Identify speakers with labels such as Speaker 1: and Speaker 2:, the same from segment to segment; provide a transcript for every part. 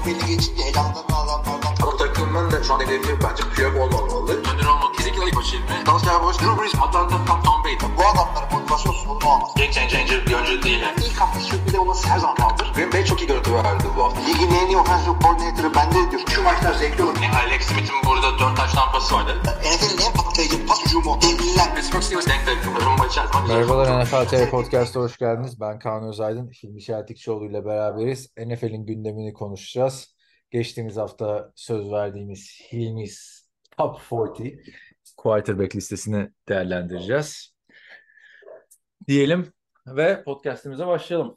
Speaker 1: belli geçince elamdan adamlardan.
Speaker 2: Ama takımın da şu an hedefi bence Piyok olmamalı.
Speaker 3: Önder olmak kesinlikle ilk başı ilmi.
Speaker 2: Dalsya Boş,
Speaker 3: Drew Brees, Atlanta, Tom Brady.
Speaker 1: Bu adamların motivasyon sorunu olmaz.
Speaker 3: Game changer bir oyuncu değil. Yani.
Speaker 1: İlk hafta sürpriz olması her zaman kaldır.
Speaker 2: Green Bay çok iyi görüntü verdi bu hafta.
Speaker 1: Ligin en iyi offensive coordinator'ı bende diyor. Şu maçlar zevkli olur.
Speaker 3: Alex Smith'in burada 4 taş tampası vardı.
Speaker 1: NFL'in en patlayıcı pas hücumu. Devliler.
Speaker 3: Pittsburgh Steelers denk denk. Rumba içerisinde.
Speaker 4: Merhabalar, NFL TV Podcast'a hoş geldiniz. Ben Kaan Özaydın, Hilmi Şeltikçioğlu ile beraberiz. NFL'in gündemini konuşacağız. Geçtiğimiz hafta söz verdiğimiz Hilmi's Top 40 quarterback listesini değerlendireceğiz. Diyelim ve podcast'imize başlayalım.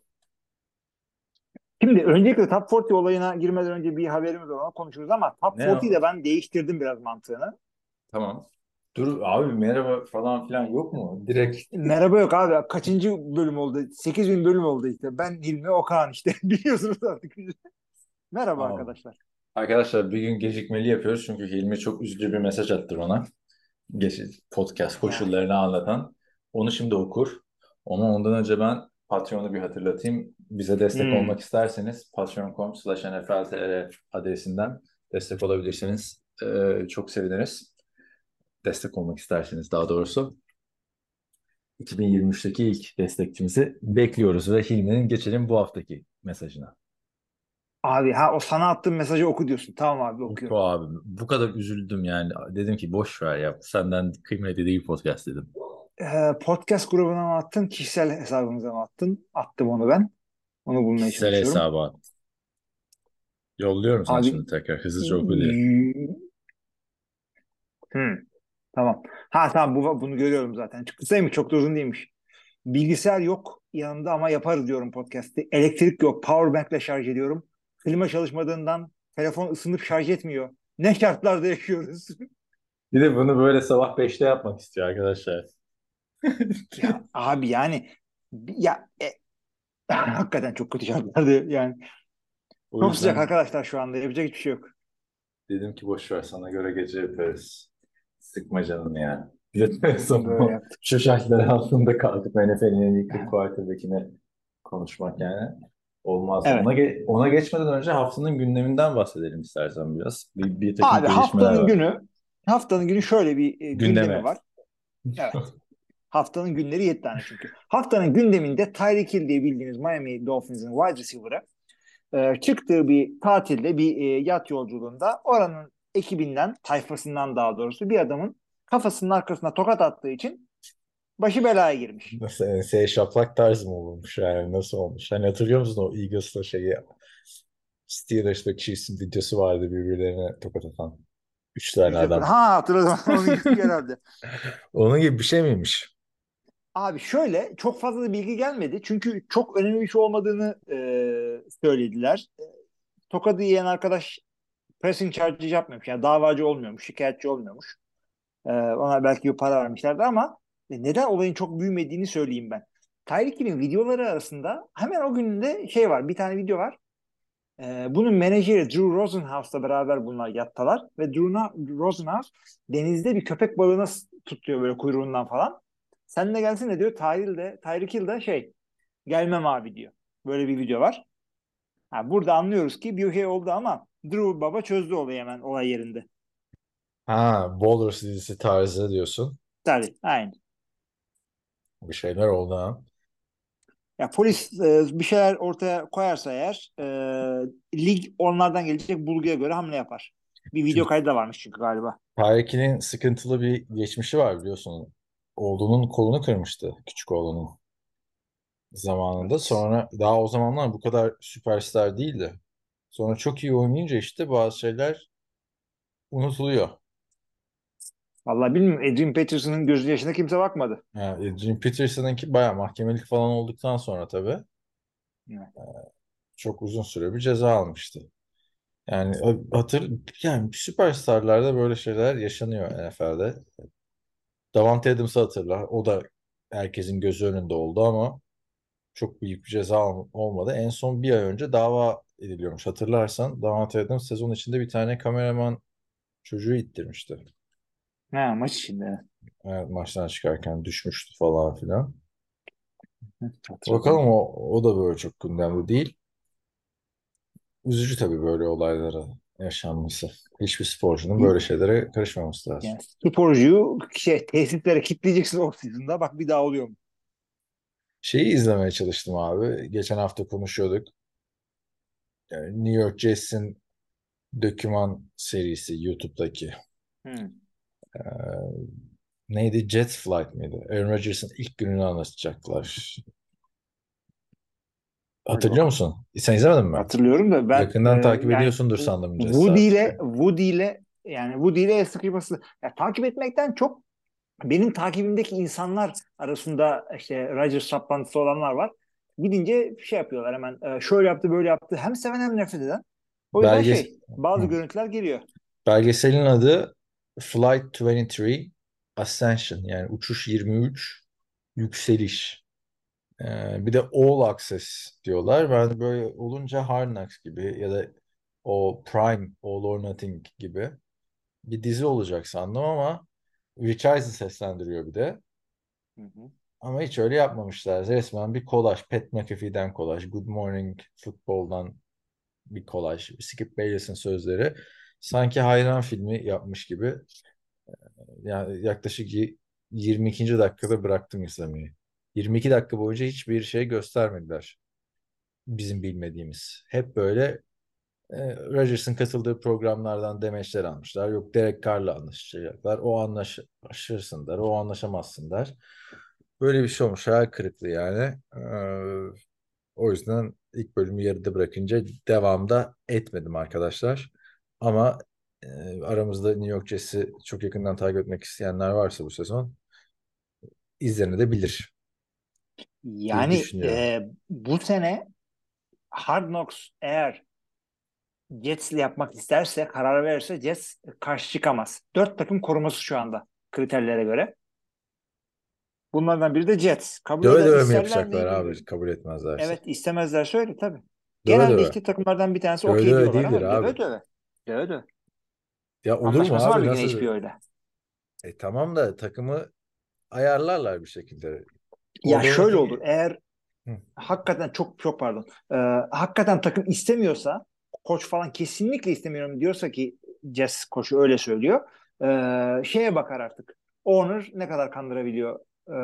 Speaker 5: Şimdi öncelikle Top 40 olayına girmeden önce bir haberimiz var, onu konuşuruz ama Top
Speaker 4: Ne
Speaker 5: 40'yi
Speaker 4: o?
Speaker 5: de ben değiştirdim biraz mantığını.
Speaker 4: Tamam. Dur abi, merhaba falan filan yok mu? Direkt
Speaker 5: Merhaba yok abi. Kaçıncı bölüm oldu? 8.000 bölüm oldu işte. Ben Hilmi Okan işte. Biliyorsunuz artık. Merhaba
Speaker 4: Tamam.
Speaker 5: arkadaşlar.
Speaker 4: Arkadaşlar bir gün gecikmeli yapıyoruz çünkü Hilmi çok üzücü bir mesaj attı ona. Podcast koşullarını anlatan. Onu şimdi okur. Ama ondan önce ben Patreon'u bir hatırlatayım. Bize destek olmak isterseniz patreon.com/nfltr adresinden destek olabilirsiniz. Çok seviniriz. Destek olmak isterseniz daha doğrusu. 2023'teki ilk destekçimizi bekliyoruz ve Hilmi'nin geçelim bu haftaki mesajına.
Speaker 5: Abi o sana attığım mesajı oku diyorsun. Tamam abi okuyorum.
Speaker 4: Abi bu kadar üzüldüm yani. Dedim ki boş ver ya. Senden kıymetli değil podcast dedim.
Speaker 5: Podcast grubuna mı attın? Kişisel hesabımıza mı attın? Attım onu ben. Onu bulmaya
Speaker 4: Kişisel
Speaker 5: çalışıyorum.
Speaker 4: hesaba at. Yolluyorum sana
Speaker 5: Abi
Speaker 4: şimdi tekrar hızlıca oku diye.
Speaker 5: Tamam. Tamam, bunu görüyorum zaten. Kısaymış, çok da uzun değilmiş. Bilgisayar yok yanımda ama yaparız diyorum podcast'i. Elektrik yok. Powerbank'le şarj ediyorum. Klima çalışmadığından telefon ısınıp şarj etmiyor. Ne şartlarda yaşıyoruz?
Speaker 4: Bir de bunu böyle sabah 5'te yapmak istiyor arkadaşlar.
Speaker 5: Ya abi yani ya hakikaten çok kötü şartlarda yani.
Speaker 4: O
Speaker 5: Çok sıcak
Speaker 4: yüzden
Speaker 5: arkadaşlar şu anda. Yapacak hiçbir şey yok.
Speaker 4: dedim ki boş ver, sana göre gece yaparız. Sıkma canını yani. Bir de
Speaker 5: Böyle
Speaker 4: sonra
Speaker 5: yaptık.
Speaker 4: şu şartlar altında kalkıp NFL'in en iyi 40 quarterback'ini konuşmak yani olmaz.
Speaker 5: Evet.
Speaker 4: Ona geçmeden önce haftanın gündeminden bahsedelim istersen biraz. Bir takım
Speaker 5: Abi
Speaker 4: gelişmeler var.
Speaker 5: haftanın günü şöyle bir gündemi
Speaker 4: Gündeme.
Speaker 5: var. Evet. Haftanın günleri 7 tane çünkü. Haftanın gündeminde Tyreek Hill diye bildiğiniz Miami Dolphins'in wide receiver'ı çıktığı bir tatilde bir yat yolculuğunda oranın ekibinden, tayfasından daha doğrusu bir adamın kafasının arkasına tokat attığı için başı belaya girmiş.
Speaker 4: Nasıl şaplak tarzı mı olmuş yani, nasıl olmuş? Hani hatırlıyor musun o Eagles'la Steelers'la Chiefs'in videosu vardı, birbirlerine tokat atan. 3 tane adam.
Speaker 5: Hatırladım. Onun gibi herhalde.
Speaker 4: Onun gibi bir şey miymiş?
Speaker 5: Abi şöyle, çok fazla da bilgi gelmedi. Çünkü çok önemli bir şey olmadığını söylediler. Tokadı yiyen arkadaş pressing charge yapmıyormuş. Yani davacı olmuyormuş, şikayetçi olmuyormuş. Ona belki bir para vermişlerdi ama neden olayın çok büyümediğini söyleyeyim ben. Tyreek Hill'in videoları arasında hemen o gününde var. Bir tane video var. Bunun menajeri Drew Rosenhaus'la beraber bunlar yattalar ve Rosenhaus denizde bir köpek balığına tutuyor böyle kuyruğundan falan. Sen de gelsin de diyor. Tyreek Hill de gelmem abi diyor. Böyle bir video var. Burada anlıyoruz ki bir şey oldu ama Drew Baba çözdü olayı hemen olay yerinde.
Speaker 4: Ballers dizisi tarzı diyorsun.
Speaker 5: Tabii, aynen.
Speaker 4: Bir şeyler oldu ha.
Speaker 5: Ya polis bir şeyler ortaya koyarsa eğer lig onlardan gelecek bulguya göre hamle yapar. Bir video
Speaker 4: Çünkü
Speaker 5: kaydı da varmış çünkü galiba.
Speaker 4: Tyreek Hill'in sıkıntılı bir geçmişi var biliyorsun. Oğlunun kolunu kırmıştı, küçük oğlunun zamanında.
Speaker 5: Evet.
Speaker 4: Sonra daha o zamanlar bu kadar süperstar değildi. Sonra çok iyi oynayınca işte bazı şeyler unutuluyor.
Speaker 5: Vallahi bilmiyorum. Adrian Peterson'ın gözü yaşına kimse bakmadı.
Speaker 4: Yani Jim Peterson'ınki bayağı mahkemelik falan olduktan sonra tabii
Speaker 5: Evet.
Speaker 4: çok uzun süre bir ceza almıştı. Yani yani süperstarlarda böyle şeyler yaşanıyor NFL'de. Davante Adams'ı hatırla. O da herkesin gözü önünde oldu ama çok büyük bir ceza olmadı. En son bir ay önce dava ediliyormuş. Hatırlarsan Davante Adams sezon içinde bir tane kameraman çocuğu ittirmişti.
Speaker 5: Maç içinde.
Speaker 4: Evet, maçtan çıkarken düşmüştü falan filan.
Speaker 5: Evet, hatırladım.
Speaker 4: Bakalım o da böyle çok gündemde değil. Üzücü tabii böyle olaylara yaşanması. Hiçbir sporcunun böyle şeylere karışmaması lazım.
Speaker 5: Yani sporcuyu tesislere kilitleyeceksin off-season'da, bak bir daha oluyor mu?
Speaker 4: Şeyi izlemeye çalıştım abi. Geçen hafta konuşuyorduk. Yani New York Jets'in döküman serisi YouTube'daki.
Speaker 5: Hmm.
Speaker 4: Ee, neydi? Jet Flight mıydı? Aaron Rodgers'ın ilk gününü anlatacaklar.
Speaker 5: Hadi
Speaker 4: Hatırlıyor
Speaker 5: bakalım.
Speaker 4: musun? Sen izlemedin mi?
Speaker 5: Hatırlıyorum da ben
Speaker 4: Yakından takip
Speaker 5: yani
Speaker 4: ediyorsundur sandım Jets'i artık ya.
Speaker 5: Woody ile el sıkışması, ya, takip etmekten çok benim takibimdeki insanlar arasında işte Rodgers saplantısı olanlar var. Gidince şey yapıyorlar hemen, şöyle yaptı böyle yaptı, hem seven hem nefret eden. O yüzden
Speaker 4: Belges
Speaker 5: bazı
Speaker 4: Hı.
Speaker 5: görüntüler geliyor.
Speaker 4: Belgeselin adı Flight 23 Ascension, yani uçuş 23 yükseliş. Bir de All Access diyorlar. Ben böyle olunca Hard Knocks gibi ya da o Prime All or Nothing gibi bir dizi olacak sandım ama Rich Eisen seslendiriyor bir de.
Speaker 5: Hı hı.
Speaker 4: Ama hiç öyle yapmamışlar. Resmen bir kolaj. Pat McAfee'den kolaj. Good Morning Football'dan bir kolaj. Skip Bayless'in sözleri. Sanki hayran filmi yapmış gibi. Yani yaklaşık 22. dakikada bıraktım izlemeyi. 22 dakika boyunca hiçbir şey göstermediler. Bizim bilmediğimiz. Hep böyle Rodgers'ın katıldığı programlardan demeçler almışlar. Yok, Derek Carr'la anlaşacaklar. O anlaşırsın der, o anlaşamazsın der. Böyle bir şey olmuş. Hayal kırıklığı yani. O yüzden ilk bölümü yarıda bırakınca devamda etmedim arkadaşlar. Ama aramızda New York Jets'i çok yakından takip etmek isteyenler varsa bu sezon izlenebilir diye
Speaker 5: Yani
Speaker 4: düşünüyorum.
Speaker 5: bu sene Hard Knocks eğer Jets'le yapmak isterse, karar verirse, Jets karşı çıkamaz. Dört takım koruması şu anda kriterlere göre. Bunlardan biri de Jets. Kabul
Speaker 4: Döve
Speaker 5: eder,
Speaker 4: döve mi
Speaker 5: isterler
Speaker 4: yapacaklar
Speaker 5: mi
Speaker 4: abi
Speaker 5: bilmiyorum.
Speaker 4: kabul etmezlerse?
Speaker 5: Evet, istemezler öyle tabii.
Speaker 4: Döve
Speaker 5: Genelde
Speaker 4: döve.
Speaker 5: işte takımlardan bir tanesi
Speaker 4: Döve
Speaker 5: okey
Speaker 4: döve
Speaker 5: diyorlar
Speaker 4: değildir
Speaker 5: ama
Speaker 4: abi.
Speaker 5: döve döve. Döve döve.
Speaker 4: Ya olur mu
Speaker 5: Anlaşması var
Speaker 4: abi,
Speaker 5: ligin
Speaker 4: nasıl?
Speaker 5: HBO'yla.
Speaker 4: Tamam da takımı ayarlarlar bir şekilde.
Speaker 5: Ya
Speaker 4: All or
Speaker 5: şöyle olur.
Speaker 4: Nothing.
Speaker 5: Eğer
Speaker 4: Hı.
Speaker 5: hakikaten çok pardon. Hakikaten takım istemiyorsa, koç falan kesinlikle istemiyorum diyorsa ki Jets koçu öyle söylüyor. Şeye bakar artık. Owner ne kadar kandırabiliyor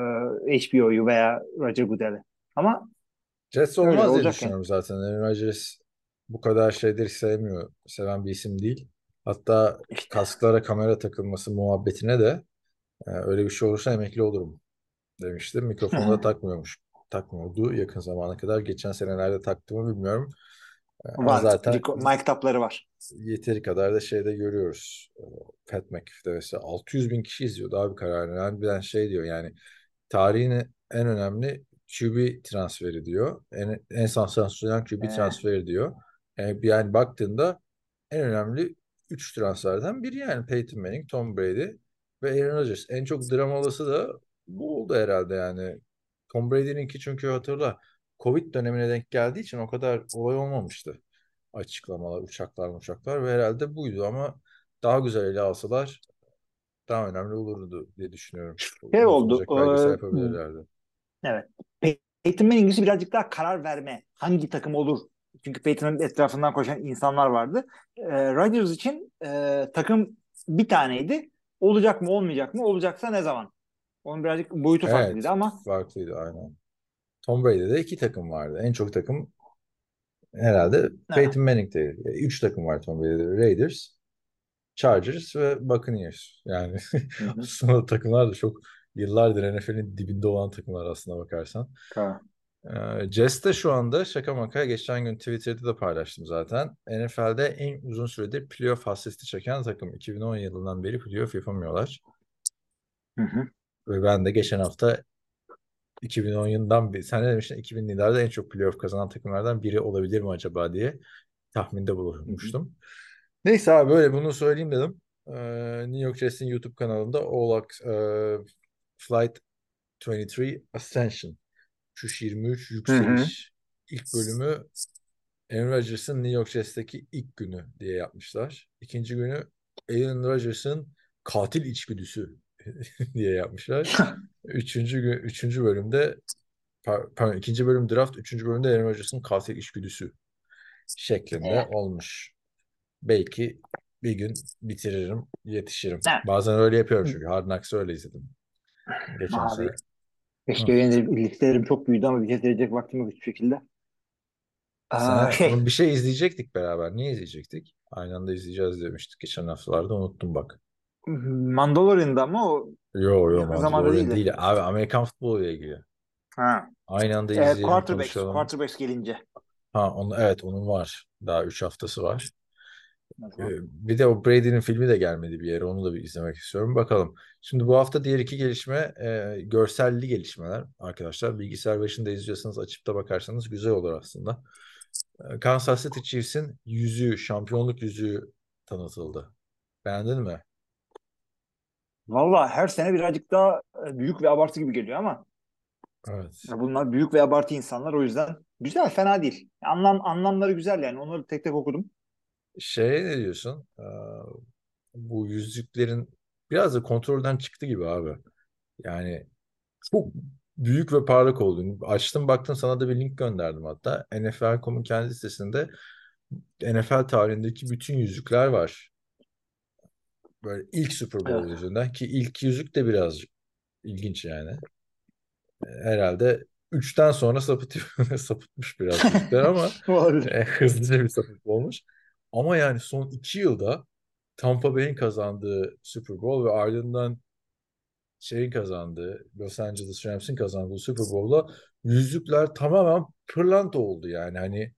Speaker 5: HBO'yu veya Roger Goodell'i. Ama
Speaker 4: Jets
Speaker 5: öyle
Speaker 4: olmaz diye
Speaker 5: olacak yani.
Speaker 4: düşünüyorum zaten. Aaron Rodgers bu kadar şeyleri sevmiyor. Seven bir isim değil. Hatta
Speaker 5: İşte.
Speaker 4: kasklara kamera takılması muhabbetine de öyle bir şey olursa emekli olurum demiştim. Mikrofonu da takmıyormuş. Takmıyordu yakın zamana kadar. Geçen senelerde taktığımı bilmiyorum. Ama
Speaker 5: Var.
Speaker 4: zaten
Speaker 5: Mike tapları var.
Speaker 4: yeteri kadar da şeyde görüyoruz. Pat McAfee'de mesela 600 bin kişi izliyordu abi kararını. Yani bir şey diyor yani, tarihin en önemli QB transferi diyor. En sansasyonel QB
Speaker 5: Ee,
Speaker 4: transferi diyor. Yani baktığında en önemli 3 transferden biri yani Peyton Manning, Tom Brady ve Aaron Rodgers. En çok dramalısı da bu oldu herhalde yani. Tom Brady'ninki çünkü hatırla Covid dönemine denk geldiği için o kadar olay olmamıştı. Açıklamalar, uçaklar ve herhalde buydu ama daha güzel ele alsalar daha önemli olurdu diye düşünüyorum.
Speaker 5: şey oldu.
Speaker 4: Unutulacak belgesel yapabilirlerdi.
Speaker 5: Evet. Peyton Manning'si birazcık daha karar verme. Hangi takım olur? Çünkü Peyton'ın etrafından koşan insanlar vardı. Rodgers için takım bir taneydi. Olacak mı olmayacak mı? Olacaksa ne zaman? Onun birazcık boyutu farklıydı
Speaker 4: Evet,
Speaker 5: ama
Speaker 4: farklıydı aynen. Tom Brady'de 2 takım vardı. En çok takım herhalde
Speaker 5: evet.
Speaker 4: Peyton Manning'teydi. 3 takım var Tom Brady'de. Raiders, Chargers ve Buccaneers. Yani
Speaker 5: Hı hı.
Speaker 4: aslında takımlar da çok yıllardır NFL'in dibinde olan takımlar aslına bakarsan.
Speaker 5: Tamam.
Speaker 4: Jets de şu anda şaka maka geçen gün Twitter'da da paylaştım zaten. NFL'de en uzun süredir playoff hasreti çeken takım. 2010 yılından beri playoff yapamıyorlar.
Speaker 5: Hı hı.
Speaker 4: Ve ben de geçen hafta 2010 yılından bir, sen ne demiştin? 2000'li yıllarda en çok playoff kazanan takımlardan biri olabilir mi acaba diye tahminde
Speaker 5: Hı hı.
Speaker 4: bulunmuştum. Neyse abi, böyle bunu söyleyeyim dedim. New York Jets'in YouTube kanalında Flight 23 Ascension, Uçuş 23
Speaker 5: Hı hı.
Speaker 4: Yükseliş. İlk bölümü Aaron Rodgers'ın New York Jets'teki ilk günü diye yapmışlar. İkinci günü Aaron Rodgers'ın katil içgüdüsü diye yapmışlar. Üçüncü bölümde, pardon, ikinci bölüm draft, üçüncü bölümde Aaron Rodgers'ın katil içgüdüsü şeklinde
Speaker 5: Evet.
Speaker 4: olmuş. Belki bir gün bitiririm, yetişirim.
Speaker 5: Evet.
Speaker 4: Bazen öyle yapıyorum çünkü. Hard Knocks'ı öyle izledim geçen
Speaker 5: Abi
Speaker 4: sene. Hı.
Speaker 5: keşke benim de listelerim çok büyüdü ama bitirecek vaktim yok hiçbir şekilde.
Speaker 4: Ama bir şey izleyecektik beraber. Niye izleyecektik? Aynı anda izleyeceğiz demiştik geçen haftalarda. Unuttum bak.
Speaker 5: Mandalorian'da ama o
Speaker 4: Yo
Speaker 5: yakın zamanda
Speaker 4: Mandalorian
Speaker 5: değildi.
Speaker 4: değil. Abi Amerikan futbolu ile ilgili.
Speaker 5: Ha.
Speaker 4: Aynı anda izleyelim, konuşalım.
Speaker 5: Quarterbacks gelince.
Speaker 4: Ha evet onun var. Daha 3 haftası var.
Speaker 5: Tamam.
Speaker 4: Bir de o Brady'nin filmi de gelmedi bir yere. Onu da bir izlemek istiyorum. Bakalım. Şimdi bu hafta diğer iki gelişme görselli gelişmeler arkadaşlar. Bilgisayar başında izliyorsanız açıp da bakarsanız güzel olur aslında. Kansas City Chiefs'in yüzüğü, şampiyonluk yüzüğü tanıtıldı. Beğendin mi?
Speaker 5: Valla her sene birazcık daha büyük ve abartı gibi geliyor ama
Speaker 4: Evet.
Speaker 5: bunlar büyük ve abartı insanlar o yüzden güzel fena değil. Anlamları güzel yani onları tek tek okudum.
Speaker 4: Ne diyorsun? Bu yüzüklerin biraz da kontrolden çıktı gibi abi. Yani çok büyük ve parlak olduğunu. Açtım baktım sana da bir link gönderdim hatta. NFL.com'un kendi sitesinde NFL tarihindeki bütün yüzükler var. Böyle ilk Super Bowl
Speaker 5: Evet.
Speaker 4: yüzünden ki ilk yüzük de birazcık ilginç yani. Herhalde üçten sonra sapıtmış biraz yüzükler ama
Speaker 5: Olabilir.
Speaker 4: hızlıca bir sapıtma olmuş. Ama yani son 2 yılda Tampa Bay'in kazandığı Super Bowl ve ardından kazandığı, Los Angeles Rams'in kazandığı Super Bowl'da yüzükler tamamen pırlanta oldu yani. Hani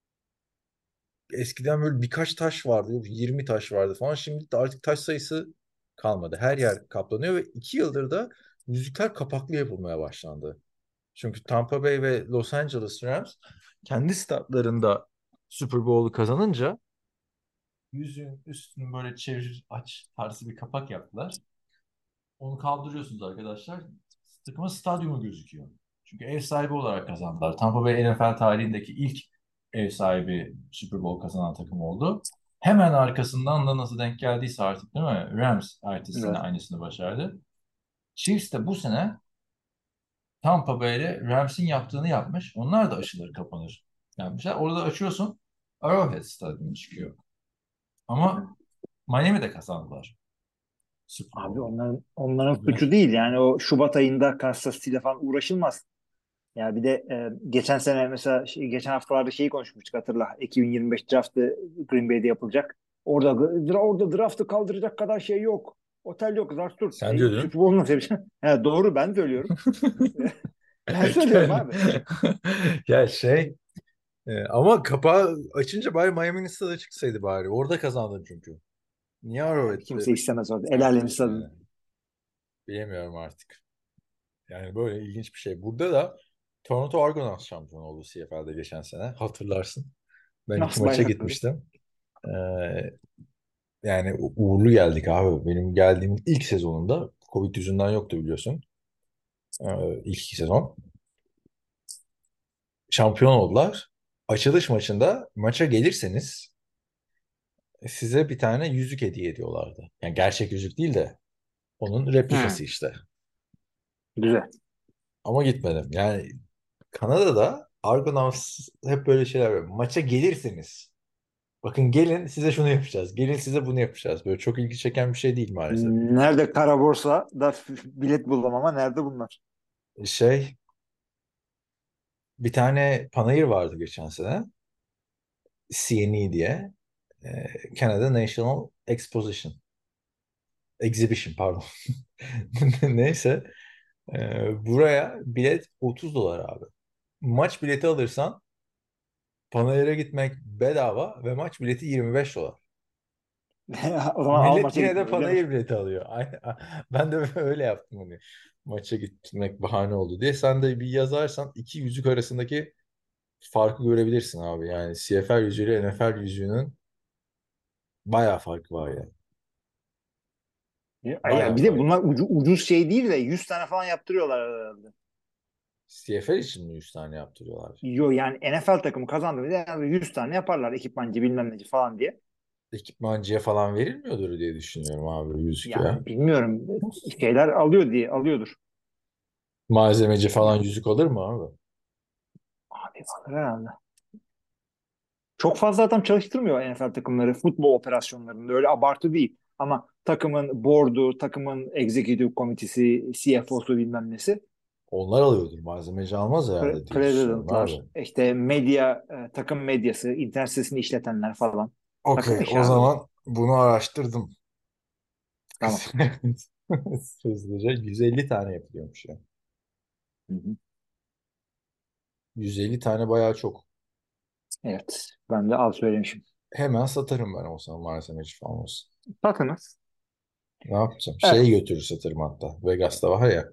Speaker 4: eskiden böyle birkaç taş vardı, yok 20 taş vardı falan. Şimdi de artık taş sayısı kalmadı. Her yer kaplanıyor ve 2 yıldır da yüzükler kapaklı yapılmaya başlandı. Çünkü Tampa Bay ve Los Angeles Rams kendi statlarında Super Bowl'u kazanınca yüzüğün üstünü böyle çevir aç tarzı bir kapak yaptılar. Onu kaldırıyorsunuz arkadaşlar. Takımın stadyumu gözüküyor. Çünkü ev sahibi olarak kazandılar. Tampa Bay NFL tarihindeki ilk ev sahibi Super Bowl kazanan takım oldu. Hemen arkasından da nasıl denk geldiyse artık değil mi? Rams ertesi sene
Speaker 5: Evet.
Speaker 4: aynısını başardı. Chiefs de bu sene Tampa Bay'le Rams'in yaptığını yapmış. Onlar da aşıları kapanır yapmışlar. Orada açıyorsun Arrowhead Stadyumu çıkıyor. Ama Miami'de kazandılar Super
Speaker 5: Abi
Speaker 4: Bowl'u.
Speaker 5: onların suçu değil yani o Şubat ayında Kansas City'yle falan uğraşılmaz. Ya bir de geçen sene mesela geçen haftalarda şeyi konuşmuştuk hatırla. 2025 draftı Green Bay'de yapılacak. Orada draftı kaldıracak kadar şey yok. Otel yok, zart turt.
Speaker 4: Sen diyordun.
Speaker 5: Super Bowl nasıl yapacaksın? He, doğru ben söylüyorum. Ben söylüyorum abi.
Speaker 4: Ya ama kapağı açınca bari Miami'nin stadı çıksaydı bari. Orada kazandın çünkü. Niye
Speaker 5: Yani
Speaker 4: Arrowhead'de
Speaker 5: kimse istemez orada. El alem
Speaker 4: yaptın
Speaker 5: stadı.
Speaker 4: yani? Bilemiyorum artık. Yani böyle ilginç bir şey. Burada da Toronto Argonauts şampiyon oldu CFL'de geçen sene. Hatırlarsın. Ben 2
Speaker 5: Nasıl
Speaker 4: maça
Speaker 5: bayrakları?
Speaker 4: gitmiştim. Ee, Yani uğurlu geldik abi. Benim geldiğim ilk sezonunda Covid yüzünden yoktu biliyorsun. İlk 2 sezon. Şampiyon oldular. Açılış maçında maça gelirseniz size bir tane yüzük hediye ediyorlardı. Yani gerçek yüzük değil de onun
Speaker 5: Hı,
Speaker 4: replikası işte.
Speaker 5: güzel.
Speaker 4: Ama gitmedim. Yani Kanada'da Argonauts hep böyle şeyler var. Maça gelirseniz bakın gelin size şunu yapacağız. Gelin size bunu yapacağız. Böyle çok ilgi çeken bir şey değil maalesef.
Speaker 5: Nerede kara borsa da bilet bulamama nerede bunlar?
Speaker 4: Şey Bir tane panayır vardı geçen sene. CNE diye. Canada National Exhibition pardon. Neyse. Buraya bilet 30 dolar abi. Maç bileti alırsan Panayır'a gitmek bedava ve maç bileti 25 dolar.
Speaker 5: O zaman al
Speaker 4: Millet
Speaker 5: maça
Speaker 4: yine
Speaker 5: gitme
Speaker 4: de
Speaker 5: öyle mi?
Speaker 4: Panayır bileti alıyor. Ben de öyle yaptım hani. Maça gitmek bahane oldu diye. Sen de bir yazarsan iki yüzük arasındaki farkı görebilirsin abi. Yani CFL yüzüğüyle NFL yüzüğünün bayağı farkı var yani.
Speaker 5: Ya
Speaker 4: Bayağı
Speaker 5: bir de
Speaker 4: farkı.
Speaker 5: bunlar ucuz şey değil de 100 tane falan yaptırıyorlar herhalde.
Speaker 4: CFL için mi 100 tane yaptırıyorlar?
Speaker 5: Yo yani NFL takımı kazandı bir de yani 100 tane yaparlar ekipmancı bilmem neci falan diye.
Speaker 4: Ekipmancıya falan verilmiyordur diye düşünüyorum abi yüzük ya.
Speaker 5: Yani bilmiyorum şeyler alıyor diye alıyordur.
Speaker 4: Malzemeci falan
Speaker 5: Ya
Speaker 4: yüzük alır mı abi?
Speaker 5: abi alır herhalde. Çok fazla adam çalıştırmıyor NFL takımları futbol operasyonlarında. Öyle abartı değil. Ama takımın board'u, takımın executive komitesi, CFO'su bilmem nesi,
Speaker 4: Onlar alıyordur. Malzemeci almaz herhalde diye düşünüyorum
Speaker 5: president'lar,
Speaker 4: abi.
Speaker 5: işte medya, takım medyası, internet sitesini işletenler falan. Takım
Speaker 4: Okey,
Speaker 5: işi
Speaker 4: o
Speaker 5: abi bu.
Speaker 4: zaman bunu araştırdım.
Speaker 5: Tamam.
Speaker 4: Hızlıca 150 tane yapılıyormuş ya.
Speaker 5: Hı hı.
Speaker 4: 150 tane bayağı çok.
Speaker 5: Evet. Ben de al söylemişim.
Speaker 4: Hemen satarım ben o zaman malzemeci falan olsun.
Speaker 5: Bakınız.
Speaker 4: Ne yapacağım?
Speaker 5: Evet.
Speaker 4: Şeyi götürür satırım hatta. Vegas'ta var ya.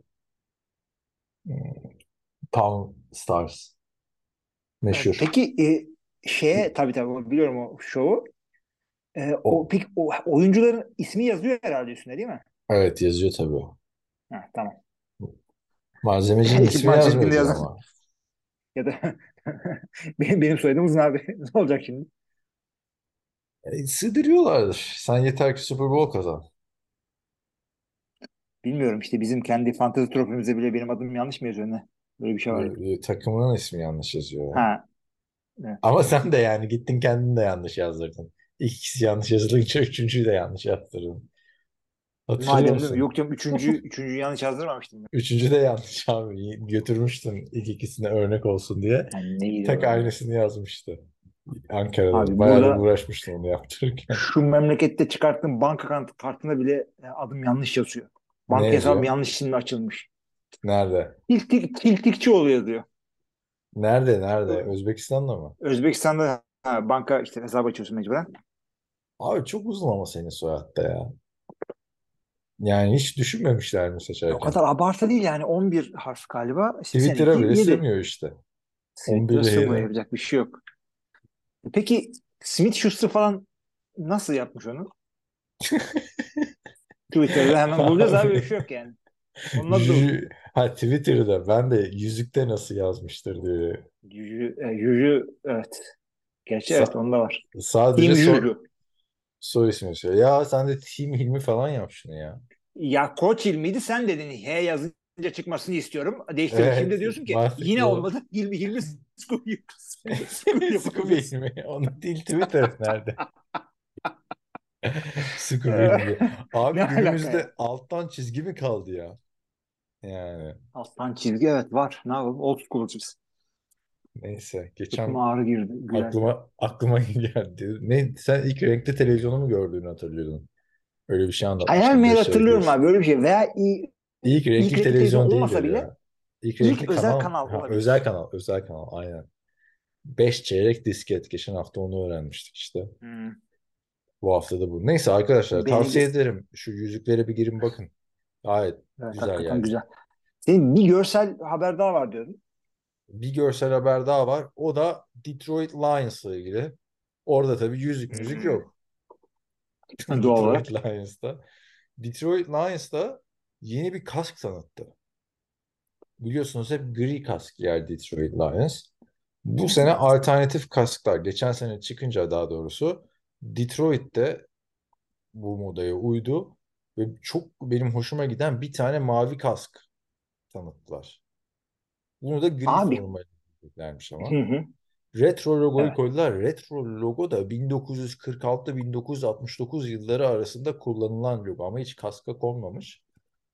Speaker 4: Town Stars.
Speaker 5: Evet.
Speaker 4: Meşhur.
Speaker 5: Peki tabii biliyorum o şovu.
Speaker 4: O,
Speaker 5: Peki o oyuncuların ismi yazıyor herhalde üstünde değil mi?
Speaker 4: evet yazıyor tabii o.
Speaker 5: Ha, tamam.
Speaker 4: Malzemecinin ismi
Speaker 5: Ekipman çizdiğinde
Speaker 4: yazmıyordur
Speaker 5: yazan
Speaker 4: ama.
Speaker 5: ya da benim soyadım uzun abi. Ne olacak şimdi?
Speaker 4: Sığdırıyorlardır. Sen yeter ki Super Bowl kazan.
Speaker 5: Bilmiyorum işte bizim kendi fantezi trofimizde bile benim adım yanlış mı yazıyor ne? Böyle bir şey var.
Speaker 4: Takımının ismi yanlış yazıyor ya.
Speaker 5: Ha, evet.
Speaker 4: Ama sen de yani gittin kendin de yanlış yazdırdın. İkisi yanlış yazılınca üçüncüyü de yanlış yazdırdın. Hatırlıyor
Speaker 5: Madem değil mi?
Speaker 4: musun?
Speaker 5: Yok canım üçüncüyü yanlış yazdırmamıştım ben.
Speaker 4: Üçüncü de yanlış abi. Götürmüştün ilk ikisine örnek olsun diye.
Speaker 5: Yani neydi
Speaker 4: Tek
Speaker 5: o ya?
Speaker 4: aynısını yazmıştı. Ankara'da.
Speaker 5: Abi
Speaker 4: Bayağı da
Speaker 5: burada
Speaker 4: uğraşmıştım onu yaptırırken.
Speaker 5: şu memlekette çıkarttığım banka kartına bile adım yanlış yazıyor.
Speaker 4: Ne
Speaker 5: Banka hesabım
Speaker 4: yazıyor?
Speaker 5: yanlış isimle açılmış.
Speaker 4: Nerede?
Speaker 5: Tiltikçioğlu yazıyor.
Speaker 4: Nerede? Nerede? Özbekistan'da mı?
Speaker 5: Özbekistan'da banka işte hesap açıyorsun mecburen.
Speaker 4: Abi çok uzun ama senin soyadda ya. Yani hiç düşünmemişler mi
Speaker 5: O
Speaker 4: seçerken?
Speaker 5: kadar abartı değil yani 11 harf galiba. İşte
Speaker 4: Twitter'a
Speaker 5: seninki
Speaker 4: bile
Speaker 5: 7.
Speaker 4: sığmıyor işte.
Speaker 5: Twitter'a
Speaker 4: 11'li
Speaker 5: sığmıyor
Speaker 4: H'de.
Speaker 5: yapacak bir şey yok. Peki Smith Schuster falan nasıl yapmış onu? Twitter'da hemen bulacağız abi bir
Speaker 4: Abi
Speaker 5: şey yok yani. Onun adı da uzun.
Speaker 4: Ha Twitter'da ben de yüzükte nasıl yazmıştır diye.
Speaker 5: Juju evet. Gerçi evet
Speaker 4: Sa-
Speaker 5: onda var.
Speaker 4: sadece
Speaker 5: Team Juju.
Speaker 4: soy ismi söylüyor. Ya sen de Team Hilmi falan yap şunu ya.
Speaker 5: Ya Koç ilmiydi sen dedin H yazınca çıkmasını istiyorum. Değiştirdik.
Speaker 4: Evet
Speaker 5: Şimdi diyorsun ki yine
Speaker 4: mantıklı.
Speaker 5: olmadı. Hilmi School
Speaker 4: Scooby
Speaker 5: yapabiliriz.
Speaker 4: Hilmi. Onun değil Twitter nerede? Scooby
Speaker 5: Ee,
Speaker 4: Hilmi. Abi
Speaker 5: Ne alaka ya?
Speaker 4: günümüzde alttan çizgi mi kaldı ya? Yani
Speaker 5: Alttan çizgi evet var. Ne yapalım? Old school'cuyuz.
Speaker 4: neyse.
Speaker 5: Sırtıma ağrı girdi gülerken.
Speaker 4: Aklıma geldi. Ne, sen ilk renkli televizyonu mu gördüğünü hatırlıyordun? Öyle bir şey
Speaker 5: Hayal
Speaker 4: anlatmıştın.
Speaker 5: meyal
Speaker 4: 5 çeyrek
Speaker 5: hatırlıyorum
Speaker 4: diyorsun.
Speaker 5: abi böyle bir şey. Veya
Speaker 4: İlk
Speaker 5: ilk
Speaker 4: renkli
Speaker 5: renkli televizyon
Speaker 4: televizyon
Speaker 5: olmasa
Speaker 4: değildir
Speaker 5: bile
Speaker 4: ya. İlk renkli
Speaker 5: ilk özel
Speaker 4: kanal,
Speaker 5: kanal
Speaker 4: ha, özel
Speaker 5: olabilir.
Speaker 4: kanal, özel kanal aynen. 5 çeyrek disket. Geçen hafta onu öğrenmiştik işte.
Speaker 5: Hmm.
Speaker 4: Bu hafta da bu. Neyse arkadaşlar
Speaker 5: Benim
Speaker 4: tavsiye
Speaker 5: de
Speaker 4: ederim. Şu yüzüklere bir girin bakın. Gayet
Speaker 5: evet
Speaker 4: güzel
Speaker 5: hakikaten
Speaker 4: yani.
Speaker 5: güzel. Senin bir görsel haber daha var diyordun.
Speaker 4: Bir görsel haber daha var. O da Detroit Lions'la ilgili. Orada tabii yüzük müzik
Speaker 5: Hmm.
Speaker 4: yok.
Speaker 5: Doğal
Speaker 4: Detroit
Speaker 5: olarak.
Speaker 4: Lions'ta. Detroit Lions'ta yeni bir kask tanıttı. Biliyorsunuz hep gri kask giyer Detroit Lions. Bu sene alternatif kasklar. Geçen sene çıkınca daha doğrusu Detroit'te bu modaya uydu ve çok benim hoşuma giden bir tane mavi kask tanıttılar. Bunu da gri
Speaker 5: Abi.
Speaker 4: formayla yapacaklarmış
Speaker 5: Hı
Speaker 4: ama.
Speaker 5: hı.
Speaker 4: Retro logoyu
Speaker 5: Evet.
Speaker 4: koydular. Retro logo da 1946-1969 yılları arasında kullanılan logo ama hiç kaska konmamış.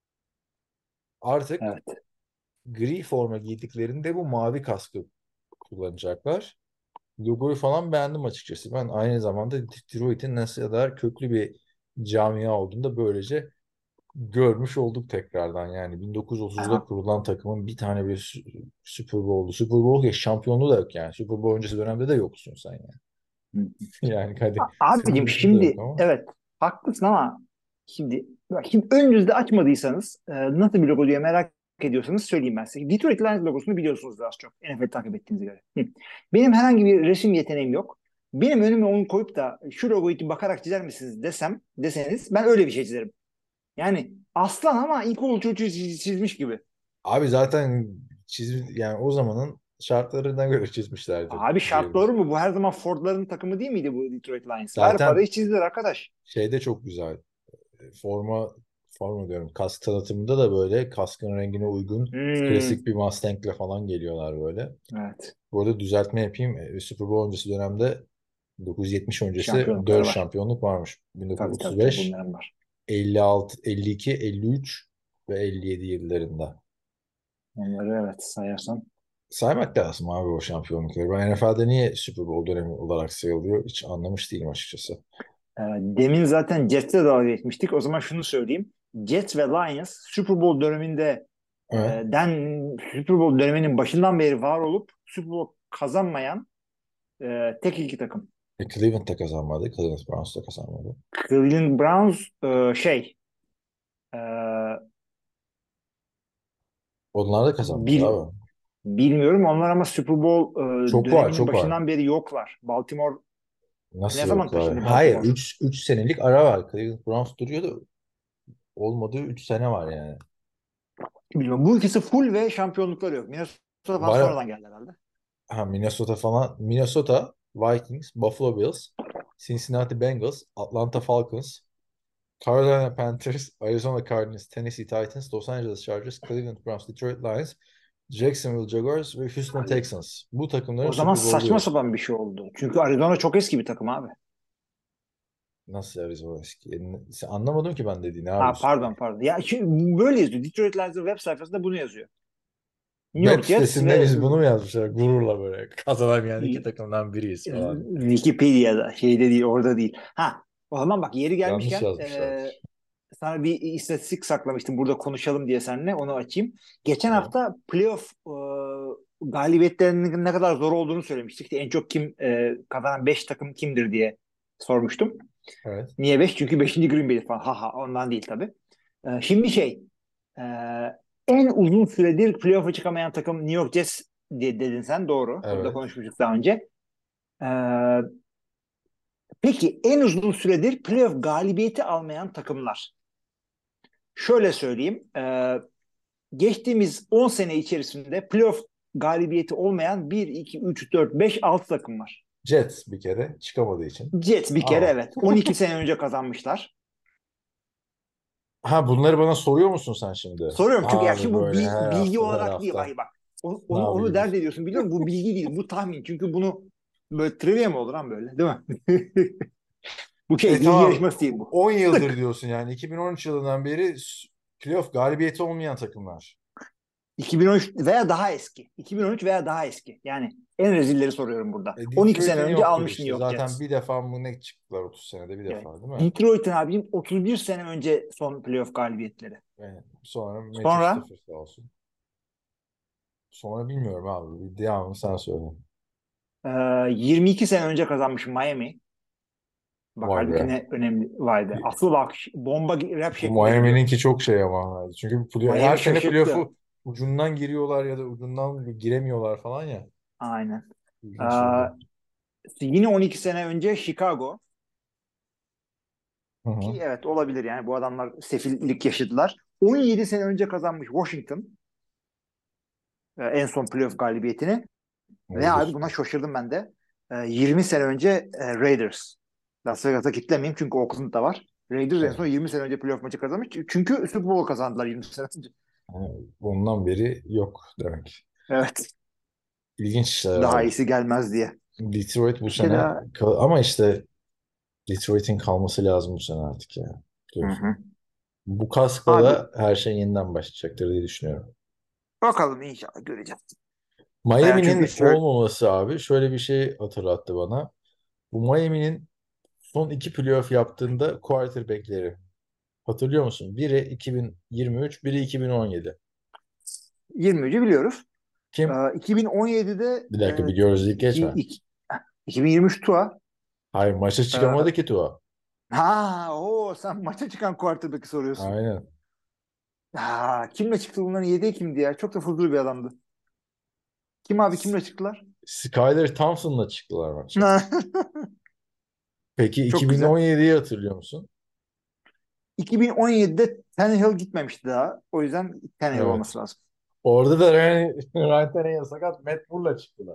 Speaker 4: Artık
Speaker 5: Evet.
Speaker 4: gri forma giydiklerinde bu mavi kaskı kullanacaklar. Logoyu falan beğendim açıkçası. Ben aynı zamanda Detroit'in nasıl kadar köklü bir camia olduğunu da böylece görmüş olduk tekrardan. Yani 1930'da
Speaker 5: Aha.
Speaker 4: kurulan takımın bir tane bir Super Bowl'u. Super Bowl ya şampiyonluğu da yok yani. Super Bowl öncesi dönemde de yoksun sen yani.
Speaker 5: Hı.
Speaker 4: Yani hadi
Speaker 5: Abicim
Speaker 4: Super Bowl'da da yok
Speaker 5: şimdi
Speaker 4: ama.
Speaker 5: evet haklısın ama şimdi önünüzde açmadıysanız nasıl bir logo diye merak ediyorsanız söyleyeyim ben size. Detroit Lions logosunu biliyorsunuz az çok. NFL takip ettiğinize göre. Hı. Benim herhangi bir resim yeteneğim yok. Benim önüme onu koyup da şu logoyu bakarak çizer misiniz deseniz ben öyle bir şey çizerim. Yani aslan ama ilkokul çocuğu çizmiş gibi.
Speaker 4: Abi zaten yani o zamanın şartlarına göre çizmişlerdir
Speaker 5: Abi şart
Speaker 4: diyelim.
Speaker 5: doğru mu? Bu her zaman Ford'ların takımı değil miydi bu Detroit Lions? Ver
Speaker 4: Zaten
Speaker 5: parayı çizdiler arkadaş.
Speaker 4: şey de çok güzel. Forma diyorum. Kask tanıtımında da böyle kaskın rengine uygun
Speaker 5: Hmm,
Speaker 4: klasik bir Mustang'le falan geliyorlar böyle.
Speaker 5: evet.
Speaker 4: Bu arada düzeltme yapayım. Super Bowl öncesi dönemde 1970 öncesi
Speaker 5: Şampiyonlukları
Speaker 4: 4
Speaker 5: var.
Speaker 4: şampiyonluk varmış.
Speaker 5: Tabii
Speaker 4: 1935,
Speaker 5: bunların var.
Speaker 4: 56, 52, 53 ve 57 yıllarında.
Speaker 5: Onları evet sayarsan.
Speaker 4: Saymak lazım abi o şampiyonlukları. Ben NFL'de niye Super Bowl dönemi olarak sayılıyor hiç anlamış değilim açıkçası.
Speaker 5: Demin zaten Jets'le dalga geçmiştik. O zaman şunu söyleyeyim. Jets ve Lions Super Bowl döneminde
Speaker 4: Evet.
Speaker 5: Super Bowl döneminin başından beri var olup Super Bowl kazanmayan tek iki takım.
Speaker 4: Cleveland'da kazanmadı. Cleveland Browns'da kazanmadı.
Speaker 5: Cleveland Browns e,
Speaker 4: Onlar da kazanmadı
Speaker 5: bil,
Speaker 4: abi.
Speaker 5: bilmiyorum onlar ama Super Bowl
Speaker 4: Çok var,
Speaker 5: döneminin
Speaker 4: çok var.
Speaker 5: başından beri yoklar. Baltimore ne
Speaker 4: Nasıl
Speaker 5: zaman
Speaker 4: yoklar?
Speaker 5: taşındı
Speaker 4: Hayır,
Speaker 5: Baltimore?
Speaker 4: 3 senelik ara var. Cleveland Browns duruyordu. Olmadığı 3 sene var yani.
Speaker 5: Bilmiyorum. Bu ikisi full ve şampiyonlukları yok. Minnesota falan
Speaker 4: Var
Speaker 5: sonradan geldi herhalde.
Speaker 4: Minnesota falan. Minnesota, Vikings, Buffalo Bills, Cincinnati Bengals, Atlanta Falcons, Carolina Panthers, Arizona Cardinals, Tennessee Titans, Los Angeles Chargers, Cleveland Browns, Detroit Lions, Jacksonville Jaguars ve Houston Texans. Bu takımların
Speaker 5: O zaman
Speaker 4: Super Bowl'u
Speaker 5: saçma
Speaker 4: yok.
Speaker 5: sapan bir şey oldu. Çünkü Arizona çok eski bir takım abi.
Speaker 4: Nasıl Arizona eski? Anlamadım ki ben dediğini abi.
Speaker 5: Ha pardon. Ya şimdi böyle yazıyor. Detroit Lions'ın web sayfasında bunu yazıyor. New
Speaker 4: Web
Speaker 5: York Jets
Speaker 4: sitesinde
Speaker 5: ve
Speaker 4: biz bunu mu yazmışlar? Gururla böyle. Kazanamayan iki takımdan biriyiz falan.
Speaker 5: Wikipedia'da şeyde değil orada değil. Ha o zaman bak yeri
Speaker 4: Yanlış
Speaker 5: gelmişken
Speaker 4: yazmışlardır.
Speaker 5: sana bir istatistik saklamıştım burada konuşalım diye seninle onu açayım. Geçen
Speaker 4: Tamam.
Speaker 5: hafta playoff galibiyetlerinin ne kadar zor olduğunu söylemiştik. En çok kim kazanan 5 takım kimdir diye sormuştum.
Speaker 4: Evet.
Speaker 5: Niye 5? Çünkü 5. Green Bay falan. Ha ondan değil tabii. Şimdi e, en uzun süredir playoff'a çıkamayan takım New York Jets diye dedin sen doğru. Onu da
Speaker 4: Evet.
Speaker 5: konuşmuştuk daha önce. E, peki en uzun süredir playoff galibiyeti almayan takımlar. Şöyle söyleyeyim. Geçtiğimiz 10 sene içerisinde playoff galibiyeti olmayan 1, 2, 3, 4, 5, 6 takım var.
Speaker 4: Jets bir kere çıkamadığı için.
Speaker 5: Jets bir kere
Speaker 4: Ama
Speaker 5: evet. 12 sene önce kazanmışlar.
Speaker 4: bunları bana soruyor musun sen şimdi?
Speaker 5: Soruyorum çünkü ya
Speaker 4: Abi
Speaker 5: şimdi bu
Speaker 4: böyle her
Speaker 5: bilgi
Speaker 4: hafta her
Speaker 5: olarak değil.
Speaker 4: hafta
Speaker 5: Bak
Speaker 4: sınav
Speaker 5: onu dert
Speaker 4: gibidir.
Speaker 5: ediyorsun biliyorum. Bu bilgi değil. Bu tahmin. Çünkü bunu böyle trivia mı olur lan böyle değil mi? Bu bilgi
Speaker 4: Tamam,
Speaker 5: yarışması değil bu.
Speaker 4: 10 yıldır diyorsun yani 2013 yılından beri playoff galibiyeti olmayan takımlar.
Speaker 5: 2013 veya daha eski. 2013 veya daha eski. Yani en rezilleri soruyorum burada. 12 sene
Speaker 4: Detroit'in
Speaker 5: önce
Speaker 4: yoktur
Speaker 5: almış New
Speaker 4: işte.
Speaker 5: York
Speaker 4: Zaten
Speaker 5: Jets.
Speaker 4: bir defa mı ne çıktılar 30 senede bir
Speaker 5: Evet.
Speaker 4: defa değil mi?
Speaker 5: Detroit'in abicim 31 sene önce son playoff galibiyetleri.
Speaker 4: Evet. Sonra Matthew
Speaker 5: Sonra
Speaker 4: Stafford sağ olsun. Sonra bilmiyorum abi. Devamını sen söyle.
Speaker 5: 22 sene önce kazanmış Miami. Bak
Speaker 4: Vay
Speaker 5: halbuki
Speaker 4: be.
Speaker 5: ne önemli vaydı. Asıl bak bomba rap
Speaker 4: Bu
Speaker 5: şeklinde gidiyor.
Speaker 4: Miami'ninki çok şey ama. Çünkü her
Speaker 5: Miami
Speaker 4: sene
Speaker 5: şaşırttı.
Speaker 4: playoff'u ucundan giriyorlar ya da ucundan giremiyorlar falan ya.
Speaker 5: Aynen.
Speaker 4: İlginç
Speaker 5: Ee,
Speaker 4: şeyler.
Speaker 5: yine 12 sene önce Chicago
Speaker 4: Hı
Speaker 5: ki
Speaker 4: hı.
Speaker 5: evet olabilir yani bu adamlar sefillik yaşadılar. 17 sene önce kazanmış Washington en son playoff galibiyetini ve abi
Speaker 4: Olabilir.
Speaker 5: buna şaşırdım ben de. 20 sene önce Raiders. Las Vegas'a kitlemeyeyim çünkü Oakland'da var. Raiders en son
Speaker 4: Evet.
Speaker 5: 20 sene önce playoff maçı kazanmış. Çünkü Super Bowl kazandılar 20 sene önce.
Speaker 4: Yani ondan beri yok demek.
Speaker 5: Evet.
Speaker 4: İlginç işler
Speaker 5: Daha
Speaker 4: abi.
Speaker 5: iyisi gelmez diye.
Speaker 4: Detroit bu
Speaker 5: Bir şey
Speaker 4: sene
Speaker 5: daha.
Speaker 4: ama işte Detroit'in kalması lazım bu sene artık ya.
Speaker 5: Hı
Speaker 4: Biliyorsun.
Speaker 5: hı.
Speaker 4: Bu kaskla
Speaker 5: Abi
Speaker 4: da her şey yeniden başlayacaktır diye düşünüyorum.
Speaker 5: bakalım inşallah göreceğiz. Çünkü
Speaker 4: Miami'nin olmaması abi şöyle bir şey hatırlattı bana. Bu Miami'nin son iki playoff yaptığında quarterback'leri. Hatırlıyor musun? Biri 2023, biri 2017.
Speaker 5: 23'ü biliyoruz.
Speaker 4: Kim?
Speaker 5: 2017'de
Speaker 4: Bir dakika bir gözlük geçme.
Speaker 5: 2023 Tua.
Speaker 4: Hayır maça çıkamadı
Speaker 5: Ee,
Speaker 4: ki Tua.
Speaker 5: sen maça çıkan quarterback'i soruyorsun.
Speaker 4: Aynen.
Speaker 5: Kimle çıktı bunların yedeği kimdi ya? Çok da fuzuli bir adamdı. Kim abi kimle çıktılar?
Speaker 4: Skyler Thompson'la çıktılar maça. Peki
Speaker 5: Çok güzel.
Speaker 4: 2017'yi hatırlıyor musun?
Speaker 5: 2017'de Tannehill gitmemişti daha. O yüzden Tannehill
Speaker 4: Evet.
Speaker 5: olması lazım.
Speaker 4: Orada da Ryan Tannehill'e sakat Matt Moore'la çıktılar.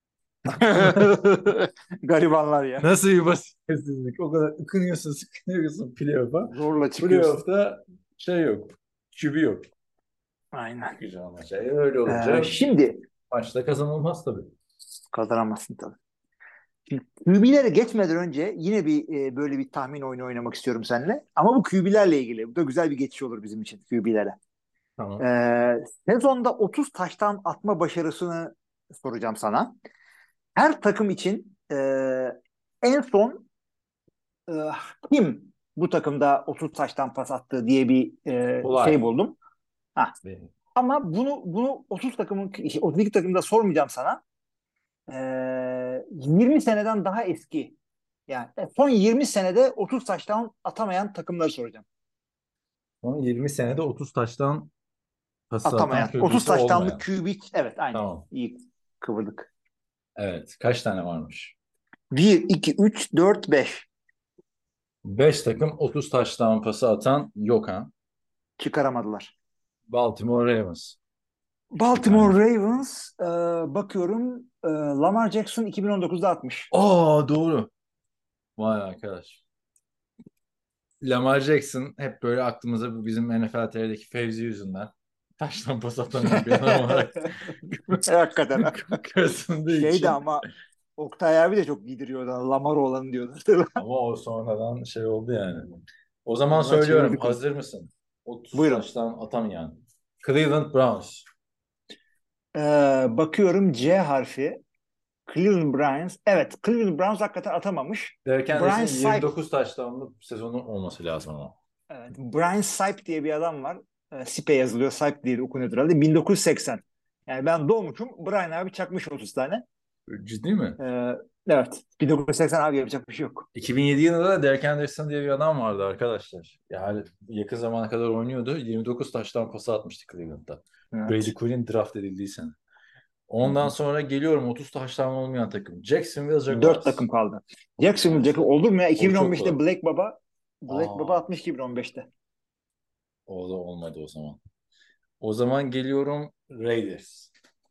Speaker 5: Garibanlar ya.
Speaker 4: Nasıl bir basitsizlik? O kadar ıkınıyorsun, sıkınıyorsun playoff'a.
Speaker 5: Zorla çıkıyorsun.
Speaker 4: Playoff'ta şey yok. QB yok.
Speaker 5: Aynen.
Speaker 4: Güzel ama öyle olunca
Speaker 5: Şimdi
Speaker 4: maçta kazanılmaz tabii.
Speaker 5: kazanamazsın tabii. Şimdi QB'lere geçmeden önce yine böyle bir tahmin oyunu oynamak istiyorum seninle. Ama bu QB'lerle ilgili. Bu da güzel bir geçiş olur bizim için QB'lere.
Speaker 4: Tamam.
Speaker 5: Sezonda 30 taştan atma başarısını soracağım sana. Her takım için en son e, kim bu takımda 30 taştan pas attı diye bir şey
Speaker 4: Kolay.
Speaker 5: buldum. Ha.
Speaker 4: Benim.
Speaker 5: Ama bunu 32 takımda sormayacağım sana. 20 seneden daha eski. Yani son 20 senede 30 taştan atamayan takımları soracağım.
Speaker 4: Son 20 senede 30 taştan pası atan
Speaker 5: Atamayan. 30
Speaker 4: QB'si
Speaker 5: taştanlık
Speaker 4: olmayan.
Speaker 5: QB. Evet, aynen.
Speaker 4: Tamam.
Speaker 5: İyi kıvırdık.
Speaker 4: Evet. Kaç tane varmış?
Speaker 5: 1, 2, 3, 4, 5.
Speaker 4: 5 takım 30 taştan pası atan yok ha.
Speaker 5: Çıkaramadılar.
Speaker 4: Baltimore Ravens. Bir
Speaker 5: Baltimore
Speaker 4: tane.
Speaker 5: Ravens bakıyorum Lamar Jackson 2019'da atmış.
Speaker 4: Aa, doğru. Vay arkadaş. Lamar Jackson hep böyle aklımıza bu bizim NFL TR'deki Fevzi yüzünden taştan pas atamayan bir adam olarak
Speaker 5: Hakikaten.
Speaker 4: kazındığı
Speaker 5: Şeydi
Speaker 4: için.
Speaker 5: ama Oktay abi de çok giydiriyordu. Lamar olanı diyordu.
Speaker 4: Ama o sonradan şey oldu yani. O zaman
Speaker 5: Ondan
Speaker 4: söylüyorum.
Speaker 5: çevirdik onu.
Speaker 4: Hazır mısın? 30
Speaker 5: Buyurun.
Speaker 4: taştan atamayan. Cleveland Browns.
Speaker 5: Bakıyorum C harfi. Cleveland Browns. Evet, Cleveland Browns hakikaten atamamış.
Speaker 4: Derek
Speaker 5: Brian
Speaker 4: Anderson
Speaker 5: Saip.
Speaker 4: 29 taştanlı sezonu olması lazım ama.
Speaker 5: Evet, Brian Saip diye bir adam var. Sipe yazılıyor. Saip diye okunuyor herhalde. 1980. Yani ben doğmuşum. Brian abi çakmış 30 tane.
Speaker 4: Ciddi mi?
Speaker 5: Evet. 1980 abi yapacak bir şey yok.
Speaker 4: 2007 yılında da Derek Anderson diye bir adam vardı arkadaşlar. Yani yakın zamana kadar oynuyordu. 29 taştan pası atmıştı Cleveland'da. Brady
Speaker 5: Evet.
Speaker 4: Quinn draft edildiği sene.
Speaker 5: Hı
Speaker 4: Ondan
Speaker 5: hı.
Speaker 4: sonra geliyorum 30 taştan olmayan takım. Jacksonville
Speaker 5: 4
Speaker 4: Jaguars.
Speaker 5: takım kaldı. Jacksonville
Speaker 4: Sonuçta.
Speaker 5: Jackson olur mu ya?
Speaker 4: O çok
Speaker 5: 2015'te
Speaker 4: kolay.
Speaker 5: Black Baba
Speaker 4: Aa,
Speaker 5: 60 2015'te.
Speaker 4: o da olmadı o zaman. O zaman geliyorum Raiders.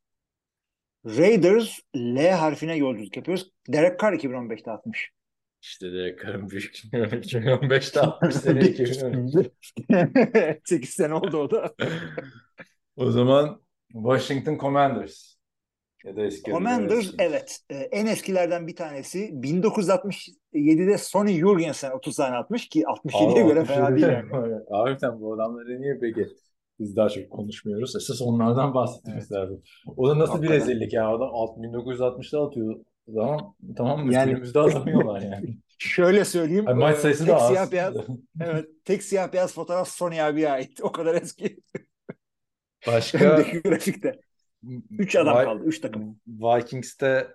Speaker 5: Raiders L harfine yolculuk yapıyoruz. Derek Carr 2015'te atmış.
Speaker 4: İşte de karın büyük. 2015'te 60 sene 2013.
Speaker 5: 8 sene oldu o da.
Speaker 4: O zaman Washington Commanders. Ya da eski adıyla
Speaker 5: Commanders
Speaker 4: Redskins.
Speaker 5: evet. En eskilerden bir tanesi. 1967'de Sonny Jurgensen 30 tane atmış ki 67'ye
Speaker 4: Aa,
Speaker 5: göre fena değil yani.
Speaker 4: harbiden bu adamları niye peki biz daha çok konuşmuyoruz? Esas onlardan bahsetmemiz
Speaker 5: Evet.
Speaker 4: lazım. O da nasıl bir
Speaker 5: Hakikaten.
Speaker 4: rezillik ya? Adam 1960'da atıyor. Tamam mı?
Speaker 5: Yani
Speaker 4: Günümüzde atamıyorlar yani.
Speaker 5: şöyle söyleyeyim.
Speaker 4: Ay, maç sayısı da
Speaker 5: Tek siyah
Speaker 4: az.
Speaker 5: beyaz tek siyah beyaz fotoğraf Sony abiye ait. O kadar eski.
Speaker 4: Başka
Speaker 5: Öndeki grafikte. 3 adam kaldı. 3 takım.
Speaker 4: Vikings'te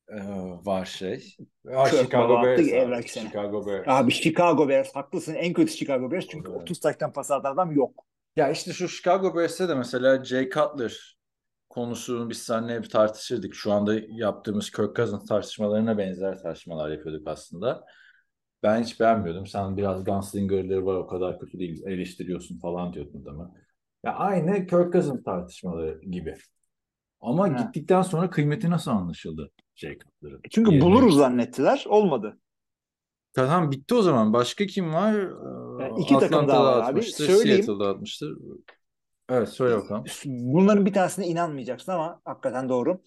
Speaker 4: var şey.
Speaker 5: Kirk
Speaker 4: Chicago
Speaker 5: baba attı
Speaker 4: Bears abi.
Speaker 5: evvelki sene.
Speaker 4: Chicago Bears.
Speaker 5: Abi Chicago Bears haklısın. En kötü Chicago Bears
Speaker 4: O
Speaker 5: çünkü
Speaker 4: da.
Speaker 5: 30 taştan pas atan adam yok.
Speaker 4: Ya işte şu Chicago Bears'te de mesela Jay Cutler konusunu biz seninle hep tartışırdık. Şu anda yaptığımız Kirk Cousins tartışmalarına benzer tartışmalar yapıyorduk aslında. Ben hiç beğenmiyordum. Sen biraz Gunslinger'ları var o kadar kötü değil eleştiriyorsun falan diyordun değil mi? Ya aynı Kirk Cousins tartışmaları gibi. Ama
Speaker 5: Ha.
Speaker 4: gittikten sonra kıymeti nasıl anlaşıldı Jay Cutler'ın?
Speaker 5: Çünkü buluruz zannettiler. Olmadı.
Speaker 4: Tamam, bitti o zaman. Başka kim var?
Speaker 5: 2 takım daha
Speaker 4: Atlanta'da
Speaker 5: var abi.
Speaker 4: atmıştır.
Speaker 5: Söyleyeyim.
Speaker 4: Seattle'da atmıştır. Evet, söyle bakalım.
Speaker 5: Bunların bir tanesine inanmayacaksın ama hakikaten doğru.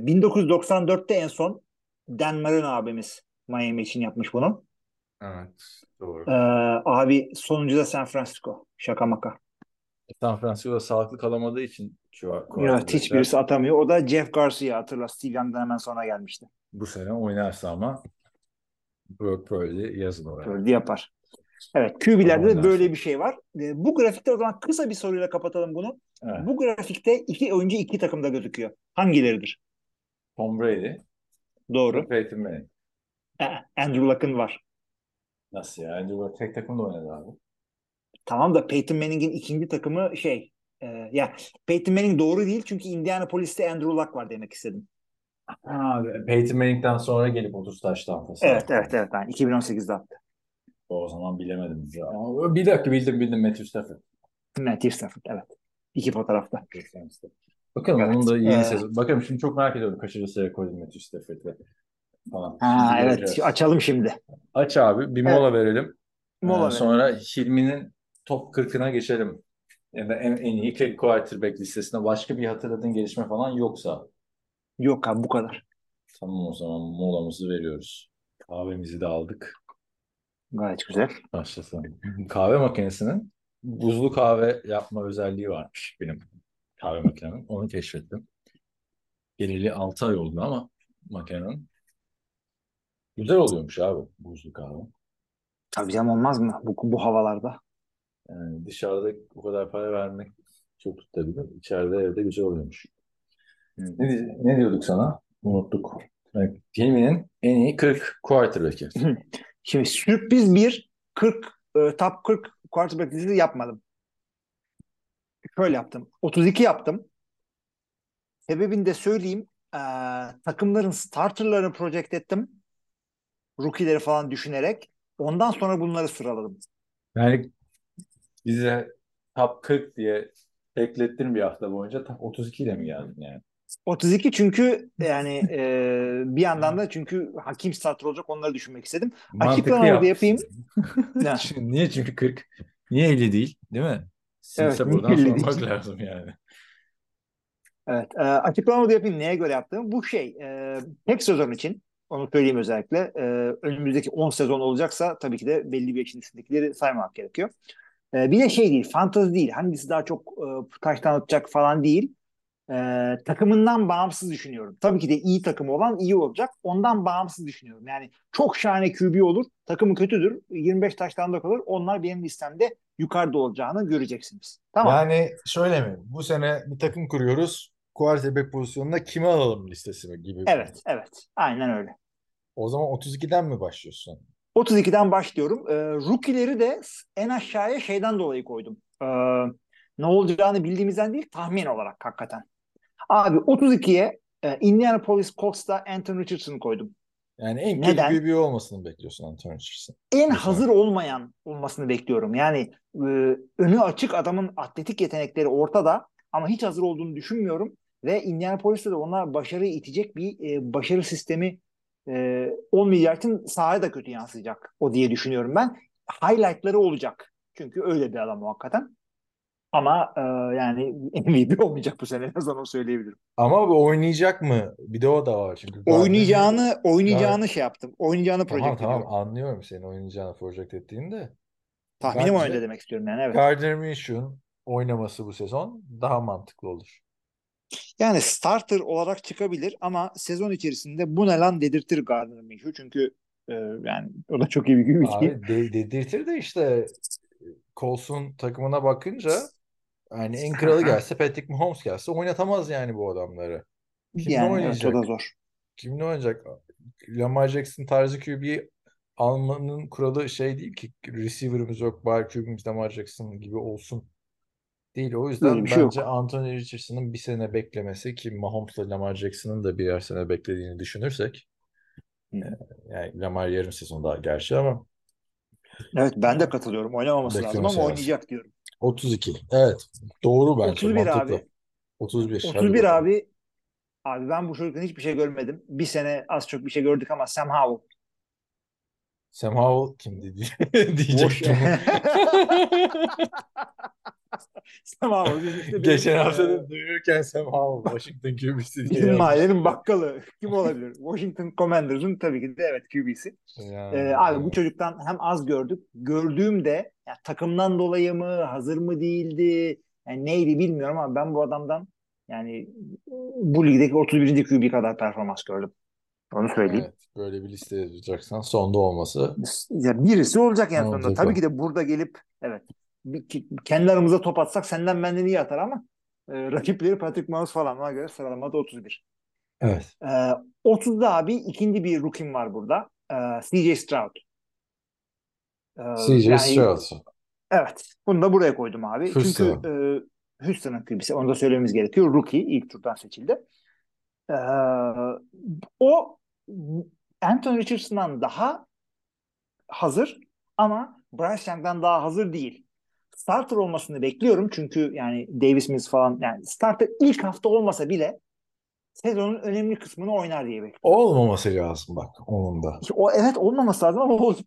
Speaker 5: 1994'te en son Dan Marino abimiz Miami için yapmış bunu.
Speaker 4: Evet, doğru.
Speaker 5: Abi sonuncu da San Francisco. Şaka maka.
Speaker 4: San Francisco'da sağlıklı kalamadığı için
Speaker 5: Evet,
Speaker 4: quarterback'ler
Speaker 5: hiçbirisi atamıyor. O da Jeff Garcia, hatırla. Steve Young'dan hemen sonra gelmişti.
Speaker 4: bu sene oynarsa ama Brock Purdy yazın oraya.
Speaker 5: Purdy yapar. Evet,
Speaker 4: Ama
Speaker 5: QB'lerde de
Speaker 4: oynarsa.
Speaker 5: böyle bir şey var. Bu grafikte o zaman kısa bir soruyla kapatalım bunu.
Speaker 4: Evet.
Speaker 5: Bu grafikte 2 oyuncu 2 takımda gözüküyor. Hangileridir?
Speaker 4: Tom Brady,
Speaker 5: Doğru.
Speaker 4: Peyton Manning.
Speaker 5: Andrew Luck'ın var.
Speaker 4: Nasıl ya? Andrew Luck tek takımda oynadı abi.
Speaker 5: Tamam da Peyton Manning'in ikinci takımı ya Peyton Manning doğru değil çünkü Indianapolis'te Andrew Luck var demek istedim.
Speaker 4: Ha, Peyton Manning'den sonra gelip 30 taş tampası
Speaker 5: Evet,
Speaker 4: attı.
Speaker 5: evet. Yani 2018'de attı.
Speaker 4: O zaman bilemedim. Ama bir dakika, bildim Matthew Stafford.
Speaker 5: Matthew Stafford, evet. 2 fotoğrafta.
Speaker 4: Bakalım
Speaker 5: Evet.
Speaker 4: onun da yeni sezon. Bakalım şimdi çok merak ediyorum kaçıncı rekor Matthew Stafford'la falan.
Speaker 5: Ha,
Speaker 4: Şimdi
Speaker 5: evet.
Speaker 4: göreceğiz.
Speaker 5: Açalım şimdi.
Speaker 4: Aç abi, bir
Speaker 5: Evet.
Speaker 4: mola verelim.
Speaker 5: Mola
Speaker 4: Sonra
Speaker 5: verelim.
Speaker 4: Hilmi'nin top 40'ına geçelim. Yani en iyi 40 quarterback listesinde başka bir hatırladığın gelişme falan yoksa.
Speaker 5: Yok abi, bu kadar.
Speaker 4: Tamam, o zaman molamızı veriyoruz. Kahvemizi de aldık.
Speaker 5: Gayet güzel.
Speaker 4: Başlasın. Kahve makinesinin buzlu kahve yapma özelliği varmış benim kahve makinemin. Onu keşfettim. Geleli 6 ay oldu ama makinenin. Güzel oluyormuş abi buzlu kahve.
Speaker 5: Tabii canım, olmaz mı bu havalarda?
Speaker 4: Yani dışarıda o kadar para vermek çok tutabilir. İçeride evde güzel oluyormuş. Ne diyorduk sana? Unuttuk. Evet, filminin en iyi 40 quarterback'i.
Speaker 5: Şimdi sürpriz bir 40 top 40 quarterback listesi yapmadım. Şöyle yaptım. 32 yaptım. Sebebini de söyleyeyim. Takımların starterlarını project ettim. Rookie'leri falan düşünerek. Ondan sonra bunları sıraladım.
Speaker 4: Yani bize top 40 diye eklettin bir hafta boyunca, top 32 ile mi geldin yani?
Speaker 5: 32 çünkü yani bir yandan da çünkü hakim starter olacak, onları düşünmek istedim.
Speaker 4: Mantıklı
Speaker 5: Açıklamaları da yapayım.
Speaker 4: yapmışsın.
Speaker 5: Ne?
Speaker 4: Niye çünkü 40? Niye 50 değil? Değil mi?
Speaker 5: Evet,
Speaker 4: Sims'e
Speaker 5: niye
Speaker 4: buradan
Speaker 5: 50
Speaker 4: sormak
Speaker 5: değil?
Speaker 4: lazım yani.
Speaker 5: Evet. Açıklamamı da yapayım neye göre yaptığımı. Bu tek sezon için onu söyleyeyim özellikle. Önümüzdeki 10 sezon olacaksa tabii ki de belli bir yaşın üstündekileri saymamak gerekiyor. Bir de değil, fantezi değil. Hangisi daha çok touchdown atacak falan değil. Takımından bağımsız düşünüyorum. Tabii ki de iyi takım olan iyi olacak. Ondan bağımsız düşünüyorum. Yani çok şahane QB olur. Takımı kötüdür. 25 taştan kalır. Onlar benim listemde yukarıda olacağını göreceksiniz. Tamam.
Speaker 4: Yani şöyle mi? Bu sene bir takım kuruyoruz. Quarterback pozisyonunda kimi alalım listesi mi gibi.
Speaker 5: Evet, evet. Aynen öyle.
Speaker 4: O zaman 32'den mi başlıyorsun?
Speaker 5: 32'den başlıyorum. Rookie'leri de en aşağıya şeyden dolayı koydum. Ne olacağını bildiğimizden değil, tahmin olarak hakikaten. Abi 32'ye Indianapolis Colts'ta Anthony Richardson'ı koydum.
Speaker 4: Yani en kötü
Speaker 5: Neden?
Speaker 4: QB olmasını bekliyorsun Anthony Richardson
Speaker 5: En
Speaker 4: bu sene.
Speaker 5: hazır olmayan olmasını bekliyorum. Yani önü açık, adamın atletik yetenekleri ortada ama hiç hazır olduğunu düşünmüyorum. Ve Indianapolis'te de ona başarıyı itecek bir başarı sistemi olmayacağı sahaya da kötü yansıyacak o diye düşünüyorum ben. Highlight'ları olacak. Çünkü öyle bir adam o hakikaten. Ama yani MVP olmayacak bu sene, en azından onu söyleyebilirim.
Speaker 4: Ama bu oynayacak mı? Bir de o da var çünkü Gar
Speaker 5: Oynayacağını şey yaptım. Oynayacağını
Speaker 4: tamam
Speaker 5: project
Speaker 4: tamam,
Speaker 5: ediyorum.
Speaker 4: anlıyorum senin oynayacağını project ettiğinde.
Speaker 5: Tahminim o yönde
Speaker 4: Bence
Speaker 5: demek istiyorum yani, evet.
Speaker 4: Gardner Minshew'un oynaması bu sezon daha mantıklı olur.
Speaker 5: Yani starter olarak çıkabilir ama sezon içerisinde bu ne lan dedirtir Gardner Minshew. Çünkü yani o da çok iyi bir QB değil.
Speaker 4: Abi dedirtir de işte Colts'un takımına bakınca yani en kralı gelse, Patrick Mahomes gelse oynatamaz yani bu adamları. Kimle
Speaker 5: Yani evet, o da
Speaker 4: oynayacak?
Speaker 5: zor.
Speaker 4: Kimle oynayacak? Lamar Jackson tarzı QB almanın kuralı şey değil ki, receiver'ımız yok bari QB'miz Lamar Jackson gibi olsun değil. O
Speaker 5: Böyle bir
Speaker 4: yüzden
Speaker 5: şey
Speaker 4: bence
Speaker 5: yok.
Speaker 4: Anthony Richardson'ın bir sene beklemesi, ki Mahomes'la Lamar Jackson'ın da birer sene beklediğini düşünürsek,
Speaker 5: Hı.
Speaker 4: yani Lamar yarım sezon daha gerçi ama
Speaker 5: Evet, ben de katılıyorum. Oynamaması lazım ama
Speaker 4: beklemesi lazım.
Speaker 5: oynayacak diyorum.
Speaker 4: 32. Evet. Doğru bence.
Speaker 5: 31
Speaker 4: Mantıklı.
Speaker 5: abi.
Speaker 4: 31. Hadi
Speaker 5: 31
Speaker 4: bakalım.
Speaker 5: abi ben bu çocuktan hiçbir şey görmedim. Bir sene az çok bir şey gördük ama Sam Howell.
Speaker 4: Sam Howell kimdi
Speaker 5: Boş.
Speaker 4: diyecektim.
Speaker 5: Sam Howell bizim işte
Speaker 4: Geçen hafta da duyururken Sam Howell Washington QB'si diye
Speaker 5: bizim mahallenin
Speaker 4: yazmıştım ya.
Speaker 5: bakkalı. Kim olabilir? Washington Commanders'ın tabii ki de evet QB'si. Abi bu
Speaker 4: Yani,
Speaker 5: çocuktan hem az gördük. Gördüğümde ya, takımdan dolayı mı, hazır mı değildi, yani neydi bilmiyorum ama ben bu adamdan yani bu ligdeki 31. QB kadar performans gördüm. Onu söyleyeyim.
Speaker 4: evet. Böyle bir liste yazacaksan sonda olması
Speaker 5: Ya birisi olacak en sonunda.
Speaker 4: olacak
Speaker 5: Tabii ki
Speaker 4: o.
Speaker 5: de burada gelip evet kendi aramızda top atsak senden benden iyi atar ama rakipleri Patrick Mahomes falan, ona göre sıralamada 31.
Speaker 4: Evet.
Speaker 5: 30'da abi ikinci bir rookie'm var burada. CJ Stroud. E,
Speaker 4: CJ
Speaker 5: yani
Speaker 4: Stroud.
Speaker 5: evet. Bunu da buraya koydum abi. Çünkü
Speaker 4: Houston.
Speaker 5: Houston'ın QB'si. Onu da söylememiz gerekiyor. Rookie ilk turdan seçildi. E, o Anthony Richardson'dan daha hazır ama Bryce Young'dan daha hazır değil. Starter olmasını bekliyorum çünkü yani Davis Mills falan, yani starter ilk hafta olmasa bile sezonun önemli kısmını oynar diye bekliyorum.
Speaker 4: Olmaması lazım bak onun da.
Speaker 5: O evet, olmaması lazım ama o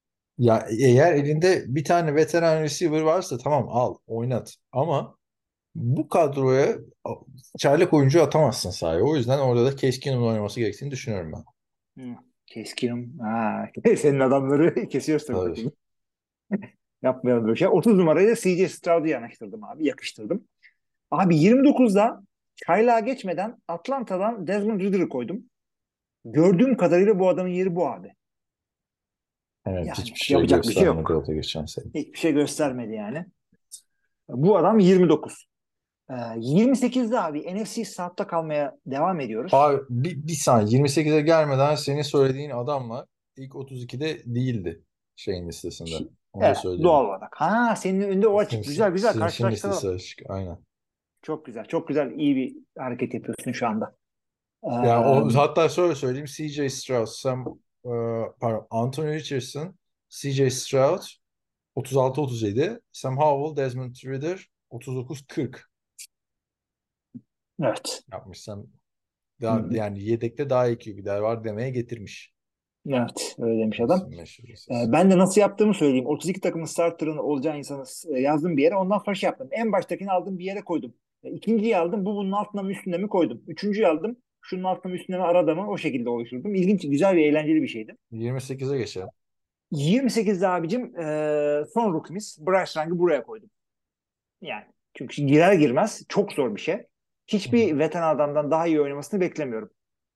Speaker 4: Ya eğer elinde bir tane veteran receiver varsa tamam, al oynat. Ama Bu kadroya çaylak oyuncu atamazsın sahaya. O yüzden orada da Keskin'in oynaması gerektiğini düşünüyorum ben.
Speaker 5: Keskinim. Ha, senin adamları kesiyoruz tabii
Speaker 4: Tabii.
Speaker 5: takımı. Yapmayalım böyle şey. 30 numarayı da CJ Stroud'u yanaştırdım abi. Yakıştırdım. Abi 29'da çaylağa geçmeden Atlanta'dan Desmond Ridder'ı koydum. Gördüğüm kadarıyla bu adamın yeri bu abi.
Speaker 4: Evet,
Speaker 5: Yani
Speaker 4: hiçbir şey
Speaker 5: yapacak bir şey
Speaker 4: göstermedi
Speaker 5: yok.
Speaker 4: o da geçen sene.
Speaker 5: Hiçbir şey göstermedi yani. Bu adam 29. 28'de abi NFC South'ta kalmaya devam ediyoruz.
Speaker 4: Abi bir saniye 28'e gelmeden senin söylediğin adamla ilk 32'de değildi şeyin listesinde. Onu da
Speaker 5: Evet,
Speaker 4: söyleyelim.
Speaker 5: doğal olarak. Ha, senin önünde o açık. Güzel güzel
Speaker 4: Sims'in listesi
Speaker 5: karşılaştıralım.
Speaker 4: açık. Aynen.
Speaker 5: Çok güzel. Çok güzel. İyi bir hareket yapıyorsun şu anda. Ee,
Speaker 4: Yani o, hatta şöyle söyleyeyim. CJ Stroud, pardon, Anthony Richardson, CJ Stroud 36-37, Sam Howell, Desmond Ridder 39-40
Speaker 5: evet.
Speaker 4: yapmışsam
Speaker 5: Hı
Speaker 4: daha,
Speaker 5: hı.
Speaker 4: yani yedekte daha iyi QB'ler var demeye getirmiş.
Speaker 5: Evet. Öyle demiş adam.
Speaker 4: Meşhur, meşhur listesi.
Speaker 5: Ben de nasıl yaptığımı söyleyeyim. 32 takımın starterını olacağı insanı yazdım bir yere. Ondan sonra şey yaptım. En baştakini aldım bir yere koydum. İkinciyi aldım. Bu bunun altına mı üstüne mi koydum. Üçüncüyü aldım. Şunun altına mı üstüne mi arada mı o şekilde oluşturdum. İlginç, güzel ve eğlenceli bir şeydi.
Speaker 4: 28'e geçelim.
Speaker 5: 28'de abicim son rookimiz Bryce Young'ı buraya koydum. Yani çünkü girer girmez çok zor bir şey.
Speaker 4: Hı hı.
Speaker 5: Hiçbir veteran adamdan daha iyi oynamasını beklemiyorum.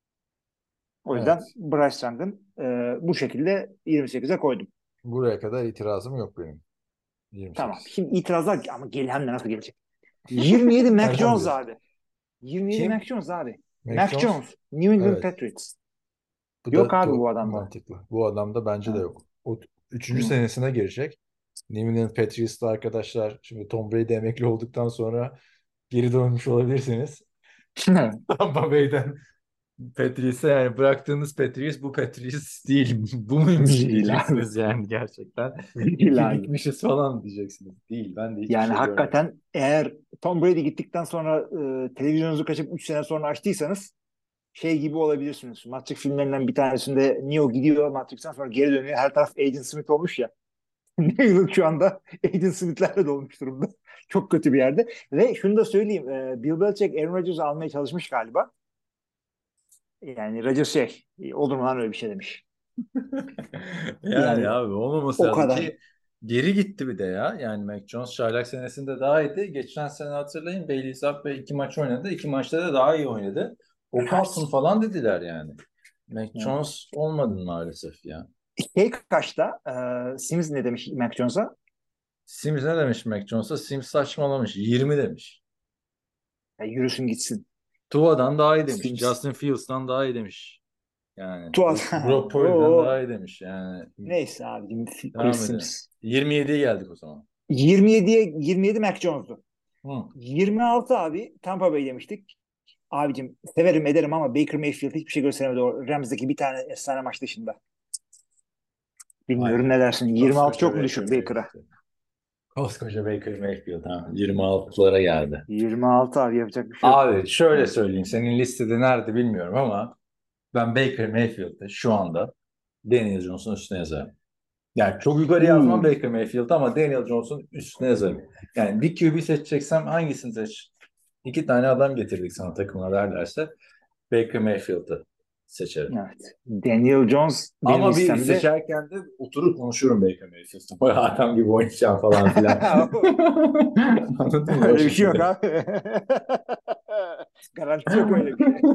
Speaker 5: O yüzden
Speaker 4: Evet.
Speaker 5: Bryce Young'ın bu şekilde 28'e koydum.
Speaker 4: Buraya kadar itirazım yok benim.
Speaker 5: Tamam.
Speaker 4: 28.
Speaker 5: Şimdi itirazlar ama hem de nasıl gelecek? 27 Mac
Speaker 4: Nereden
Speaker 5: Jones
Speaker 4: biliyorsun?
Speaker 5: abi. 27 Mac
Speaker 4: Kim?
Speaker 5: Jones abi.
Speaker 4: Mac
Speaker 5: Mac
Speaker 4: Jones?
Speaker 5: Jones. New England
Speaker 4: Evet.
Speaker 5: Patriots.
Speaker 4: Bu
Speaker 5: Yok
Speaker 4: da
Speaker 5: abi bu adamda.
Speaker 4: mantıklı. Bu adamda bence de
Speaker 5: Ha.
Speaker 4: yok. O üçüncü senesine girecek. New England Patriots'ta arkadaşlar şimdi Tom Brady emekli olduktan sonra geri dönmüş olabilirsiniz. Tampa Bay'den Patriots'a yani bıraktığınız Patriots bu Patriots değil. Bu muymuş
Speaker 5: Değil abi.
Speaker 4: diyeceksiniz yani gerçekten. İyi
Speaker 5: Değil
Speaker 4: ki
Speaker 5: abi.
Speaker 4: gitmişiz falan diyeceksiniz. Değil. Ben de hiçbir
Speaker 5: Yani
Speaker 4: şey görmedim.
Speaker 5: hakikaten eğer Tom Brady gittikten sonra televizyonunuzu kaçıp 3 sene sonra açtıysanız şey gibi olabilirsiniz. Matrix filmlerinden bir tanesinde Neo gidiyor Matrix'ten sonra geri dönüyor. Her taraf Agent Smith olmuş ya. Neil şu anda Agent Smith'lerle dolmuş durumda. Çok kötü bir yerde. Ve şunu da söyleyeyim. Bill Belichick Aaron Rodgers'ı almaya çalışmış galiba. Yani Rodgers olur mu lan öyle bir şey demiş.
Speaker 4: Yani
Speaker 5: Yani
Speaker 4: abi olmaması
Speaker 5: o
Speaker 4: lazım
Speaker 5: kadar.
Speaker 4: ki geri gitti bir de ya. Yani Mac Jones çaylak senesinde daha iyiydi. Geçen sene hatırlayın Bailey Zappi 2 maç oynadı. 2 maçta da daha iyi oynadı. O kalsın falan dediler yani. Mac Jones olmadın maalesef ya.
Speaker 5: Kaçta? Sims ne demiş Mac Jones'a?
Speaker 4: Sims ne demiş Mac Jones'a? Sims saçmalamış. 20 demiş.
Speaker 5: Ya yürüsün gitsin.
Speaker 4: Tua'dan daha iyi demiş.
Speaker 5: Sims.
Speaker 4: Justin Fields'tan daha iyi demiş. Yani
Speaker 5: Tuat.
Speaker 4: Brock Purdy'den
Speaker 5: Oo.
Speaker 4: daha iyi demiş. Yani
Speaker 5: Neyse abicim. Chris
Speaker 4: devam edelim.
Speaker 5: Sims.
Speaker 4: 27'ye geldik o zaman.
Speaker 5: 27 Mac Jones'du.
Speaker 4: Hı.
Speaker 5: 26 abi Tampa Bay demiştik. Abicim severim ederim ama Baker Mayfield hiçbir şey gösteremedi o Rams'daki bir tane efsane maç dışında.
Speaker 4: Vay
Speaker 5: Bilmiyorum
Speaker 4: be.
Speaker 5: ne dersin. 26
Speaker 4: Koskoca
Speaker 5: çok mu
Speaker 4: Baker
Speaker 5: düşük Baker'a?
Speaker 4: Mayfield. Koskoca Baker Mayfield ha. 26'lara geldi.
Speaker 5: 26 abi yapacak bir şey yok.
Speaker 4: Abi şöyle söyleyeyim. Senin listede nerede bilmiyorum ama ben Baker Mayfield'ı şu anda Daniel Jones'un üstüne yazarım. Yani çok yukarı yazmam
Speaker 5: Hmm.
Speaker 4: Baker Mayfield'ı ama Daniel Jones'un üstüne yazarım. Yani bir QB seçeceksem hangisini seç? İki tane adam getirdik sana takıma derlerse Baker Mayfield'ı seçerim.
Speaker 5: Evet. Daniel Jones benim
Speaker 4: Ama bir
Speaker 5: listemde.
Speaker 4: seçerken de oturup konuşurum Baker Mayfield'ı. Bayağı adam gibi oynayacağım falan filan. Anladın mı o
Speaker 5: Öyle bir şey yok
Speaker 4: şekilde?
Speaker 5: abi. Garantisi yok öyle bir şey.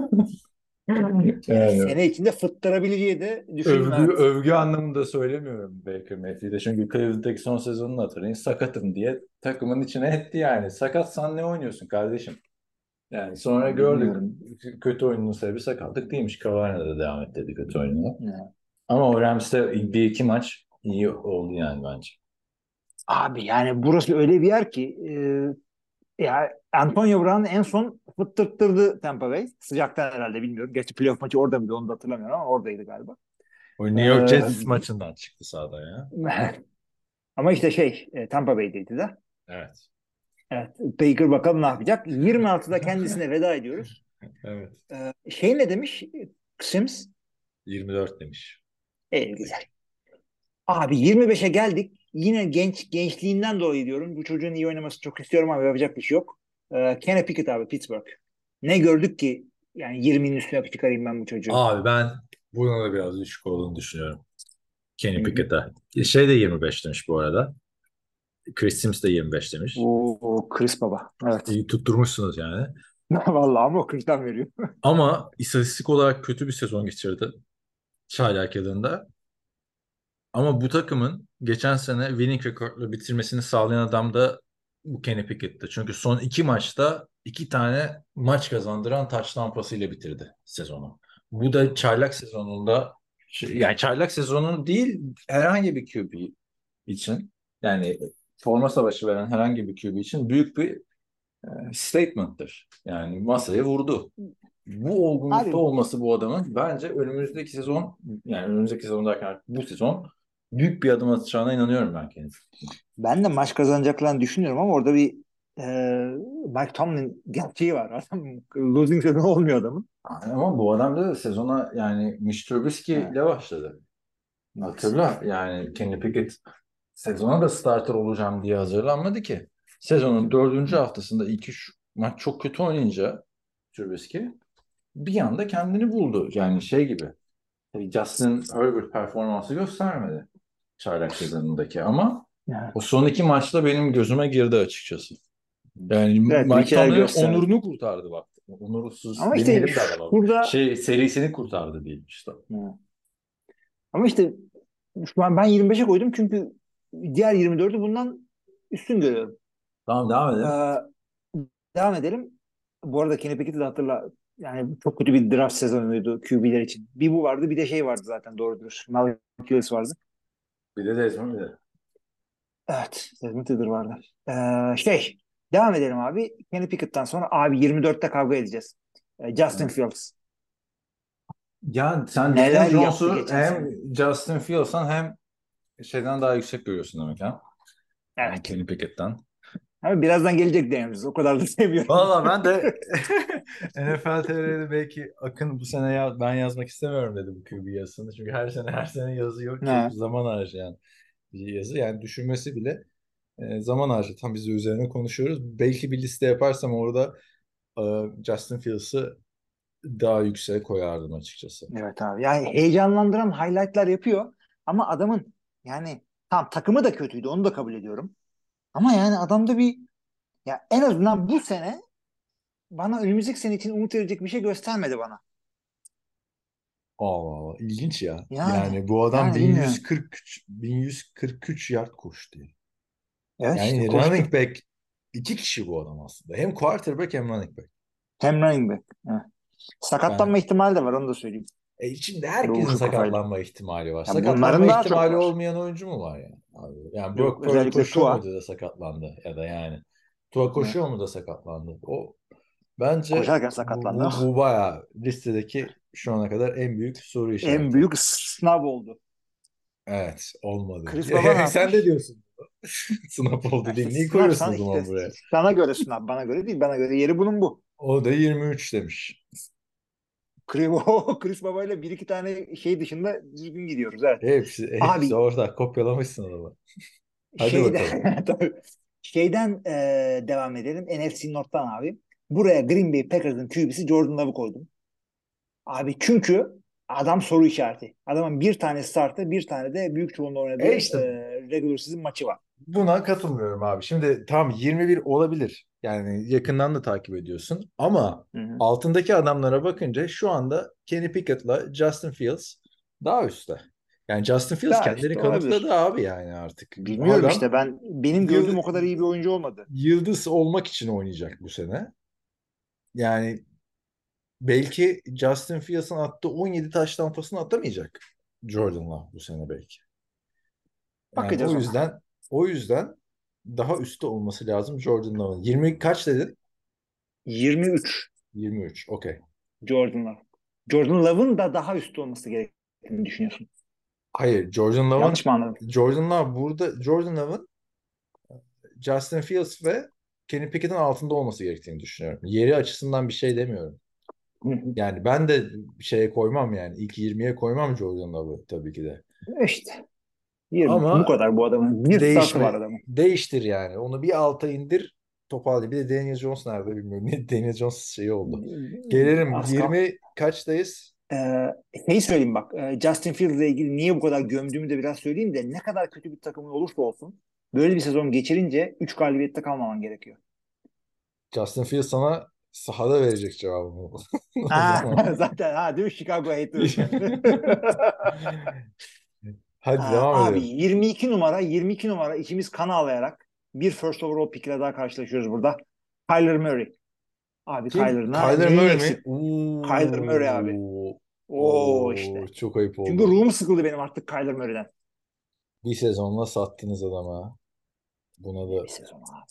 Speaker 5: Yani
Speaker 4: Yani
Speaker 5: sene içinde fıttırabileceği de
Speaker 4: övgü
Speaker 5: düşünmez.
Speaker 4: övgü anlamında söylemiyorum Baker Mayfield'e. Çünkü Cleveland'daki son sezonunu hatırlayın. Sakatım diye takımın içine etti yani. Sakatsan ne oynuyorsun kardeşim? Yani sonra gördük
Speaker 5: Bilmiyorum.
Speaker 4: kötü oyunun sebebi sakatlık değilmiş. Cavalier'da devam etti dedi kötü oyununa.
Speaker 5: Ya.
Speaker 4: Ama o Rams'te bir iki maç iyi oldu yani bence.
Speaker 5: Abi yani burası öyle bir yer ki ya Antonio Brown en son fıttırttırdı Tampa Bay. Sıcaktan herhalde bilmiyorum. Gerçi playoff maçı orada mıydı onu da hatırlamıyorum ama oradaydı galiba.
Speaker 4: O New York
Speaker 5: Ee,
Speaker 4: Jets maçından çıktı sahada ya.
Speaker 5: ama işte Tampa Bay'deydi de.
Speaker 4: Evet.
Speaker 5: Evet, Baker bakalım ne yapacak. 26'da kendisine veda ediyoruz.
Speaker 4: Evet.
Speaker 5: Ne demiş Sims?
Speaker 4: 24 demiş.
Speaker 5: Güzel. Abi 25'e geldik. Yine gençliğinden dolayı diyorum. Bu çocuğun iyi oynaması çok istiyorum ama yapacak bir şey yok. Kenny Pickett abi, Pittsburgh. Ne gördük ki yani 20'nin üstüne çıkarayım ben bu çocuğu.
Speaker 4: Abi ben buna da biraz düşük olduğunu düşünüyorum. Kenny
Speaker 5: Hı hı.
Speaker 4: Pickett'a. Şey de 25 demiş bu arada. Chris Sims de 25 demiş.
Speaker 5: Oo, Chris Baba. Evet.
Speaker 4: İyi tutturmuşsunuz yani.
Speaker 5: Vallahi ama o 40'tan veriyor.
Speaker 4: Ama istatistik olarak kötü bir sezon geçirdi çaylak yılında. Ama bu takımın geçen sene winning rekorla bitirmesini sağlayan adam da bu Kenny Pickett'ti. Çünkü son iki maçta iki tane maç kazandıran touchdown pasıyla bitirdi sezonu. Bu da çaylak sezonunda yani çaylak sezonu değil herhangi bir QB için yani forma savaşı veren herhangi bir QB için büyük bir statement'tır. Yani masaya vurdu. Bu olgunlukta
Speaker 5: Abi
Speaker 4: olması bu adamın bence önümüzdeki sezon yani önümüzdeki sezon derken bu sezon büyük bir adım atacağına inanıyorum ben kendisi.
Speaker 5: ben de maç kazanacaklarını düşünüyorum ama orada bir e, Mike Tomlin gerçeği var. Adam losing sezonu olmuyor adamın.
Speaker 4: Ama bu adam da sezona yani Mitch Trubisky
Speaker 5: Evet.
Speaker 4: ile başladı. Hatırla yani Kenny Pickett sezona da starter olacağım diye hazırlanmadı ki. Sezonun dördüncü haftasında ilk üç maç çok kötü oynayınca Trubisky bir anda kendini buldu. Yani şey gibi. Tabii Justin Herbert performansı göstermedi çaylak sezonundaki ama
Speaker 5: Evet.
Speaker 4: o son iki maçta benim gözüme girdi açıkçası. Yani
Speaker 5: Evet, bir
Speaker 4: Mike
Speaker 5: şeyler
Speaker 4: Tomlin'in
Speaker 5: gösterdi.
Speaker 4: onurunu kurtardı bak. Onursuz
Speaker 5: Ama işte
Speaker 4: demeyelim de adama.
Speaker 5: şurada
Speaker 4: Şey serisini kurtardı diyeyim işte.
Speaker 5: ama işte şu an ben 25'e koydum çünkü diğer 24'ü bundan üstün görüyorum.
Speaker 4: Tamam devam edelim.
Speaker 5: Devam edelim. Bu arada Kenny Pickett'i de hatırla. Yani çok kötü bir draft sezonuydu QB'ler için. Bir bu vardı, bir de şey vardı zaten, doğrudur. Malik Willis vardı.
Speaker 4: Bir de Desmond bir de.
Speaker 5: Evet, Desmond Ridder vardı. Devam edelim abi. Kenny Pickett'tan sonra abi 24'te kavga edeceğiz. Justin Fields.
Speaker 4: Ya sen Daniel
Speaker 5: Neler yaptı
Speaker 4: Jones'u
Speaker 5: geçen
Speaker 4: hem
Speaker 5: sene.
Speaker 4: Justin Fields'tan hem şeyden daha yüksek görüyorsun demek ha? Yani
Speaker 5: Evet.
Speaker 4: Kenny Pickett'ten.
Speaker 5: Ama birazdan gelecek Daniels. O kadar da sevmiyorum.
Speaker 4: Valla ben de NFL TR'de belki Akın bu sene ben yazmak istemiyorum dedi bu QB yazısını. Çünkü her sene yazıyor. Çok
Speaker 5: Ha.
Speaker 4: zaman harcayan bir yazı. Yani düşünmesi bile zaman harcıyor. Tam biz de üzerine konuşuyoruz. Belki bir liste yaparsam orada Justin Fields'ı daha yükseğe koyardım açıkçası.
Speaker 5: Evet abi. Yani heyecanlandıran highlightlar yapıyor. Ama adamın yani tam takımı da kötüydü. Onu da kabul ediyorum. Ama yani adamda bir, ya en azından bu sene bana önümüzdeki sene için umut verecek bir şey göstermedi bana.
Speaker 4: Allah ilginç ya.
Speaker 5: Yani
Speaker 4: Yani bu adam
Speaker 5: yani bilmiyorum.
Speaker 4: 1143 yard koştu.
Speaker 5: Evet işte
Speaker 4: Yani
Speaker 5: koştu.
Speaker 4: running back iki kişi bu adam aslında. Hem quarterback hem running back.
Speaker 5: Hem running back. Evet.
Speaker 4: Yani
Speaker 5: Sakatlanma ihtimali de var, onu da söyleyeyim.
Speaker 4: içinde herkesin
Speaker 5: Doğuşu kafayla.
Speaker 4: sakatlanma ihtimali var.
Speaker 5: Ya
Speaker 4: Sakatlanma
Speaker 5: bunların daha çok
Speaker 4: ihtimali
Speaker 5: var.
Speaker 4: olmayan oyuncu mu var yani? Abi, yani Brock
Speaker 5: Yok,
Speaker 4: Purdy
Speaker 5: özellikle
Speaker 4: koşuyor
Speaker 5: Tua.
Speaker 4: muydu da sakatlandı ya da yani. Tua
Speaker 5: Evet.
Speaker 4: koşuyor mu da sakatlandı. O bence
Speaker 5: Koşarken sakatlandı.
Speaker 4: bu bayağı listedeki şu ana kadar en büyük soru
Speaker 5: En
Speaker 4: işareti.
Speaker 5: büyük sınav oldu.
Speaker 4: Evet olmadı.
Speaker 5: Chris Baba ne
Speaker 4: Sen de
Speaker 5: yapmış?
Speaker 4: diyorsun. Sınav
Speaker 5: Ya
Speaker 4: oldu
Speaker 5: işte
Speaker 4: değil. Niye
Speaker 5: sınav
Speaker 4: koyuyorsun o
Speaker 5: sana, işte
Speaker 4: zaman buraya?
Speaker 5: sana göre sınav. Bana göre değil. Bana göre yeri bunun bu.
Speaker 4: O da 23 demiş.
Speaker 5: Chris Baba ile bir iki tane şey dışında düzgün gidiyoruz. Evet.
Speaker 4: Hepsi
Speaker 5: Abi
Speaker 4: orada. Kopyalamışsın adamı. Hadi bakalım.
Speaker 5: şeyden tabii. Şeyden devam edelim. NFC North'tan abi. Buraya Green Bay Packers'ın QB'si Jordan Love'ı koydum. Abi çünkü adam soru işareti. Adamın bir tane startı, bir tane de büyük çoğunluğu oynadığı
Speaker 4: İşte
Speaker 5: regular season maçı var.
Speaker 4: buna katılmıyorum abi. Şimdi tam 21 olabilir. Yani yakından da takip ediyorsun. Ama
Speaker 5: Hı hı.
Speaker 4: altındaki adamlara bakınca şu anda Kenny Pickett'la Justin Fields daha üstte. Yani Justin Fields
Speaker 5: Daha
Speaker 4: kendini
Speaker 5: işte
Speaker 4: kanıtladı
Speaker 5: olabilir.
Speaker 4: abi yani artık.
Speaker 5: Bilmiyorum
Speaker 4: Adam
Speaker 5: işte, benim gördüğüm o kadar iyi bir oyuncu olmadı.
Speaker 4: yıldız olmak için oynayacak bu sene. Yani belki Justin Fields'ın attığı 17 taş tampasını atamayacak Jordan'la bu sene belki. Yani
Speaker 5: Bakacağız ona.
Speaker 4: o yüzden daha üstte olması lazım Jordan Love'ın. 20 kaç dedin?
Speaker 5: 23
Speaker 4: 23. Okey.
Speaker 5: Jordan Love. Jordan Love'ın da daha üstü olması gerektiğini düşünüyorsun.
Speaker 4: Hayır, Jordan
Speaker 5: Yanlış
Speaker 4: Love'ın
Speaker 5: mı anladım?
Speaker 4: Jordan Love'ın Justin Fields ve Kenny Pickett'in altında olması gerektiğini düşünüyorum. Yeri açısından bir şey demiyorum.
Speaker 5: Hı hı.
Speaker 4: Yani ben de şeye koymam yani. İlk 20'ye koymam Jordan Love'ı tabii ki de.
Speaker 5: İşte 23 bu
Speaker 4: Ama
Speaker 5: kadar bu adamın. Bir startı var adamın.
Speaker 4: değiştir yani. Onu bir alta indir. toparlayayım. Bir de Daniel Jones nerede bilmiyorum. Ne Daniel Jones şeyi oldu. Gelelim.
Speaker 5: Az kal.
Speaker 4: 20 kaçtayız?
Speaker 5: Şeyi söyleyeyim bak. Justin Fields ile ilgili niye bu kadar gömdüğümü de biraz söyleyeyim de ne kadar kötü bir takımın olursa olsun böyle bir sezon geçirince 3 galibiyette kalmaman gerekiyor.
Speaker 4: Justin Fields sana sahada verecek cevabını. O
Speaker 5: Ha,
Speaker 4: zaman.
Speaker 5: zaten değil mi Chicago haters yani.
Speaker 4: Hadi devam
Speaker 5: Abi
Speaker 4: edelim.
Speaker 5: 22 numara ikimiz kan ağlayarak bir first overall pick ile daha karşılaşıyoruz burada. Kyler Murray. Abi
Speaker 4: Kim?
Speaker 5: Kyler
Speaker 4: Kyler
Speaker 5: neyin
Speaker 4: Murray mi?
Speaker 5: eksik? Kyler Murray abi. O
Speaker 4: Oo,
Speaker 5: işte.
Speaker 4: çok ayıp
Speaker 5: Çünkü
Speaker 4: oldu.
Speaker 5: ruhum sıkıldı benim artık Kyler Murray'den.
Speaker 4: Bir sezonla sattınız adama. Buna
Speaker 5: Ne
Speaker 4: da
Speaker 5: bir sezon abi.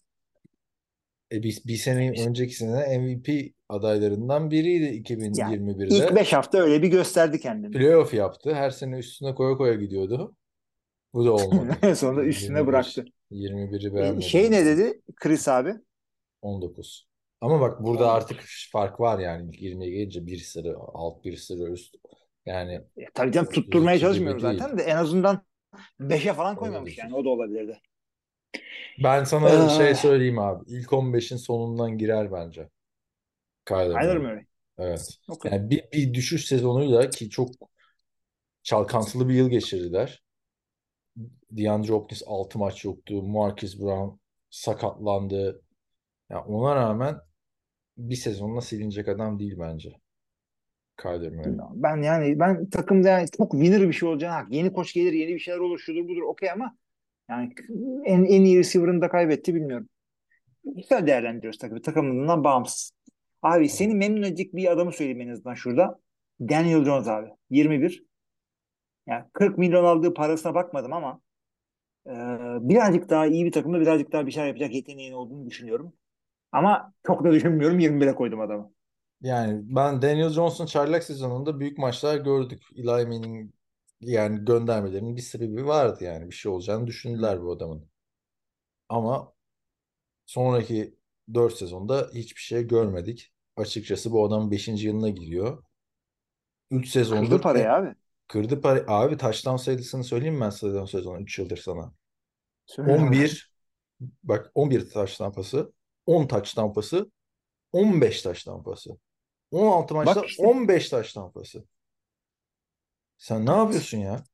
Speaker 4: bir sene önceki sene MVP adaylarından biriydi
Speaker 5: Yani ilk
Speaker 4: 2021'de.
Speaker 5: 5 hafta öyle bir gösterdi kendini.
Speaker 4: Playoff yaptı. Her sene üstüne koya koya gidiyordu. Bu da olmadı.
Speaker 5: Sonra üstüne
Speaker 4: 21.
Speaker 5: bıraktı.
Speaker 4: 21'i beğenmedim
Speaker 5: Şey ne
Speaker 4: ben.
Speaker 5: dedi Chris abi?
Speaker 4: 19. Ama bak burada
Speaker 5: 19.
Speaker 4: artık fark var yani. İlk 20'ye gelince bir sıra alt bir sıra üst. Yani
Speaker 5: Tabii canım tutturmaya
Speaker 4: 32 gibi
Speaker 5: çalışmıyorum
Speaker 4: değil.
Speaker 5: zaten de en azından 5'e falan
Speaker 4: Öyle
Speaker 5: koymamış yani
Speaker 4: düşün.
Speaker 5: o da olabilirdi.
Speaker 4: Ben sana şey
Speaker 5: Ee,
Speaker 4: söyleyeyim abi. İlk 15'in sonundan girer bence. Kyler
Speaker 5: Kyler
Speaker 4: Murray.
Speaker 5: Murray.
Speaker 4: Evet.
Speaker 5: Okay.
Speaker 4: Yani bir düşüş sezonuyla ki çok çalkantılı bir yıl geçirdiler. DeAndre Hopkins 6 maç yoktu. Marquise Brown sakatlandı. Yani ona rağmen bir sezonla silinecek adam değil bence. Kyler Murray.
Speaker 5: Bilmiyorum. Ben takımda yani çok winner bir şey olacağını yeni koç gelir yeni bir şeyler olur şudur budur okey ama yani en iyi receiver'ını da kaybetti bilmiyorum. Güzel değerlendiriyoruz tabii takımından bağımsız. Abi seni memnun edecek bir adamı söyleyeyim en azından şurada. Daniel Jones abi. 21. Yani 40 milyon aldığı parasına bakmadım ama e, birazcık daha iyi bir takımda birazcık daha bir şeyler yapacak yeteneğin olduğunu düşünüyorum. Ama çok da düşünmüyorum. 21'e koydum adamı.
Speaker 4: Yani ben Daniel Jones'un çaylak sezonunda büyük maçlar gördük. Eli Manning yani göndermelerinin bir sebebi vardı yani. Bir şey olacağını düşündüler bu adamın. Ama sonraki 4 sezonda hiçbir şey görmedik. Açıkçası bu adam 5. yılına giriyor. 3
Speaker 5: Kırdı
Speaker 4: sezondur
Speaker 5: parayı abi.
Speaker 4: kırdı para. Abi touchdown sayısını söyleyeyim mi ben sezon 3 yıldır sana.
Speaker 5: Söyle abi.
Speaker 4: 11 bak 11 touchdown pası, 10 touchdown pası, 15 touchdown pası. 16
Speaker 5: Bak
Speaker 4: maçta
Speaker 5: işte.
Speaker 4: 15 touchdown pası. Sen ne yapıyorsun ya?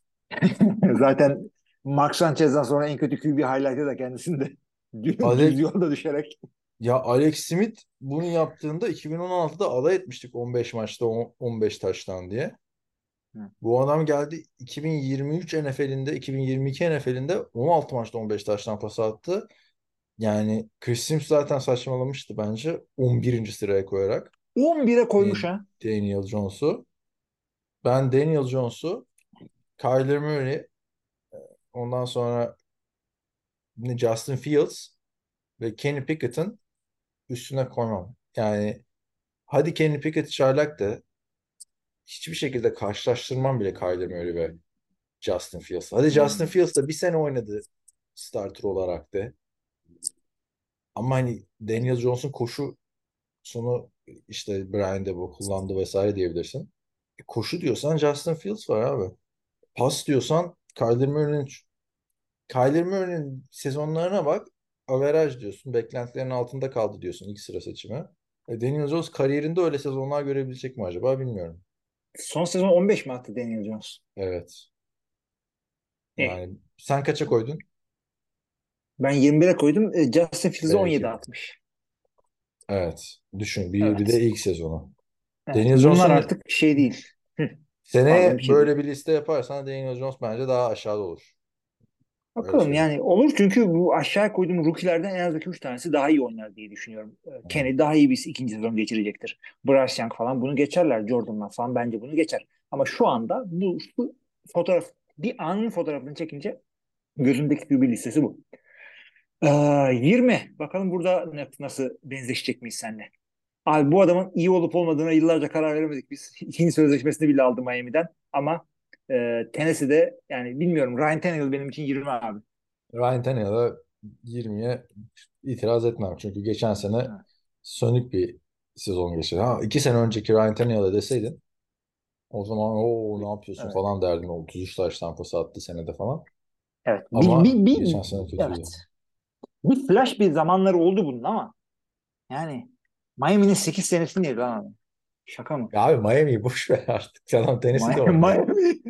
Speaker 5: Zaten Mark Sanchez'den sonra en kötü QB highlight'ı da kendisinde. Düz
Speaker 4: Alex,
Speaker 5: yolda düşerek.
Speaker 4: ya Alex Smith bunu yaptığında 2016'da alay etmiştik 15 maçta 15 touchdown diye.
Speaker 5: Hı.
Speaker 4: Bu adam geldi 2023 NFL'inde, 2022 NFL'inde 16 maçta 15 touchdown pası attı. Yani Chris Sims zaten saçmalamıştı bence 11. sıraya koyarak
Speaker 5: 11'e koymuş ha.
Speaker 4: Daniel Jones'u. Ben Daniel Jones'u, Kyler Murray, ondan sonra Justin Fields ve Kenny Pickett'ın üstüne koymam. Yani hadi Kenny Pickett çaylak da hiçbir şekilde karşılaştırmam bile Kyler Murray ve Justin Fields. Hadi Justin
Speaker 5: Hmm.
Speaker 4: Fields da bir sene oynadı starter olarak da. Ama hani Daniel Jones'un koşu sonu işte Brian Debo kullandı vesaire diyebilirsin. Koşu diyorsan Justin Fields var abi. Pas diyorsan Kyler Murray'nin sezonlarına bak. Average diyorsun. Beklentilerin altında kaldı diyorsun ilk sıra seçimi. Daniel Jones kariyerinde öyle sezonlar görebilecek mi acaba bilmiyorum.
Speaker 5: Son sezon 15 mi attı Daniel Jones?
Speaker 4: Evet.
Speaker 5: Eh.
Speaker 4: Yani sen kaça koydun?
Speaker 5: Ben 21'e koydum. Justin Fields'e 17
Speaker 4: Peki.
Speaker 5: atmış.
Speaker 4: Evet. Düşün. Bir de
Speaker 5: Evet.
Speaker 4: ilk sezonu.
Speaker 5: Evet.
Speaker 4: Daniel
Speaker 5: Bunlar
Speaker 4: Jones'un
Speaker 5: artık şey değil. Hı, pardon bir
Speaker 4: seneye
Speaker 5: şey değil.
Speaker 4: böyle bir liste yaparsan Daniel Jones bence daha aşağıda olur. Öyle
Speaker 5: Bakalım
Speaker 4: söyleyeyim.
Speaker 5: yani olur çünkü bu aşağı koyduğum rookie'lerden en az 2-3 tanesi daha iyi oynar diye düşünüyorum.
Speaker 4: Hı.
Speaker 5: Kenny daha iyi bir ikinci sezon geçirecektir. Bryce Young falan bunu geçerler. Jordan'lar falan bence bunu geçer. Ama şu anda bu fotoğraf bir anın fotoğrafını çekince gözümdeki QB listesi bu. 20. Bakalım burada nasıl benzeşecek miyiz seninle? Abi bu adamın iyi olup olmadığına yıllarca karar veremedik biz. İkinci sözleşmesini bile aldı Miami'den. Ama Tennessee'de yani bilmiyorum Ryan Tannehill benim için 20 abi.
Speaker 4: Ryan Tannehill'a 20'ye itiraz etmem. Çünkü geçen sene
Speaker 5: Ha,
Speaker 4: sönük bir sezon geçirdi. Ha, 2 sene önceki Ryan Tannehill'a deseydin o zaman o ne yapıyorsun
Speaker 5: evet.
Speaker 4: falan derdin. O 33 taş tampası attı senede falan.
Speaker 5: Evet.
Speaker 4: Ama geçen sene kötüydü.
Speaker 5: Evet. Bir flash bir zamanları oldu bunun ama yani Miami'nin 8 senesi neydi lan adam? Şaka mı?
Speaker 4: Ya abi Miami'yi boş ver artık. Adam Tennessee'de oynuyor.
Speaker 5: Miami.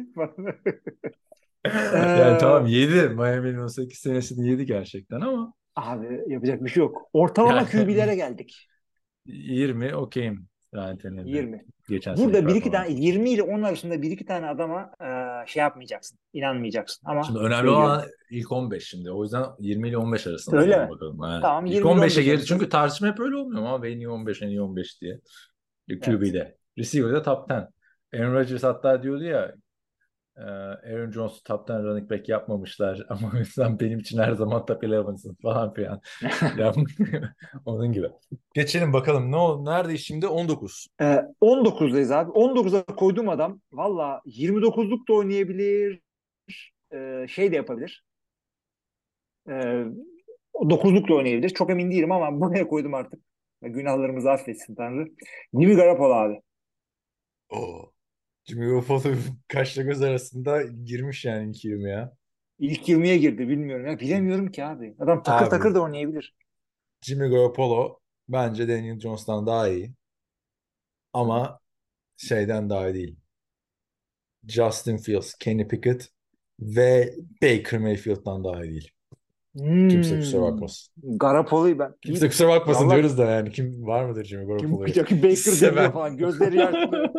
Speaker 4: Yani tamam
Speaker 5: Ee,
Speaker 4: yedi. Miami'nin 18 senesini yedi gerçekten ama
Speaker 5: abi yapacak bir şey yok. Ortalama
Speaker 4: yani
Speaker 5: QB'lere geldik.
Speaker 4: 20 okeyim. Ryan Tannehill'de.
Speaker 5: 20.
Speaker 4: Geçen seneki
Speaker 5: Burada bir iki tane
Speaker 4: performansı.
Speaker 5: 20 ile 10 arasında bir iki tane adama şey yapmayacaksın. İnanmayacaksın.
Speaker 4: Şimdi
Speaker 5: Ama
Speaker 4: önemli
Speaker 5: söylüyorum.
Speaker 4: olan ilk 15 şimdi. O yüzden 20 ile 15 arasına
Speaker 5: Öyle
Speaker 4: alalım
Speaker 5: mi?
Speaker 4: bakalım. Ha.
Speaker 5: Tamam,
Speaker 4: İlk
Speaker 5: 20 ile
Speaker 4: 15'e
Speaker 5: 15
Speaker 4: geri.
Speaker 5: arası.
Speaker 4: Çünkü tartışma hep öyle olmuyor mu abi? En iyi 15, en iyi 15 diye.
Speaker 5: Evet.
Speaker 4: QB'de. Receiver'da top 10. Aaron Rodgers hatta diyordu ya Aaron Jones'u top 10 running back yapmamışlar ama sen benim için her zaman top 11'sın falan filan. Ya, onun gibi. Geçelim bakalım. Nerede şimdi? 19.
Speaker 5: 19'dayız abi. 19'a koyduğum adam valla 29'luk da oynayabilir. Şey de yapabilir. E, 9'luk da oynayabilir. Çok emin değilim ama buraya koydum artık. Günahlarımızı affetsin Tanrı. Jimmy Garoppolo abi.
Speaker 4: Oo. Jimmy Garoppolo kaşla göz arasında girmiş yani 2-20 ya.
Speaker 5: İlk 20'ye girdi bilmiyorum ya. Bilemiyorum ki abi. Adam takır takır
Speaker 4: Abi
Speaker 5: da oynayabilir.
Speaker 4: Jimmy Garoppolo bence Daniel Jones'tan daha iyi ama şeyden daha iyi değil. Justin Fields, Kenny Pickett ve Baker Mayfield'dan daha iyi değil. Kimse kusura
Speaker 5: Hmm.
Speaker 4: bakmasın.
Speaker 5: Garoppolo'yu ben
Speaker 4: Kimse kusura bakmasın
Speaker 5: valla
Speaker 4: diyoruz da yani kim var mıdır Jimmy
Speaker 5: kim
Speaker 4: Garoppolo'yu
Speaker 5: bakacak ki Baker demiyor
Speaker 4: seven?
Speaker 5: falan. Gözleri yaşlı.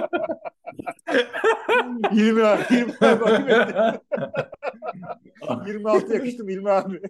Speaker 5: 20 abi. 20 abi. Ayıp ettin. 26 yakıştım İlmi abi.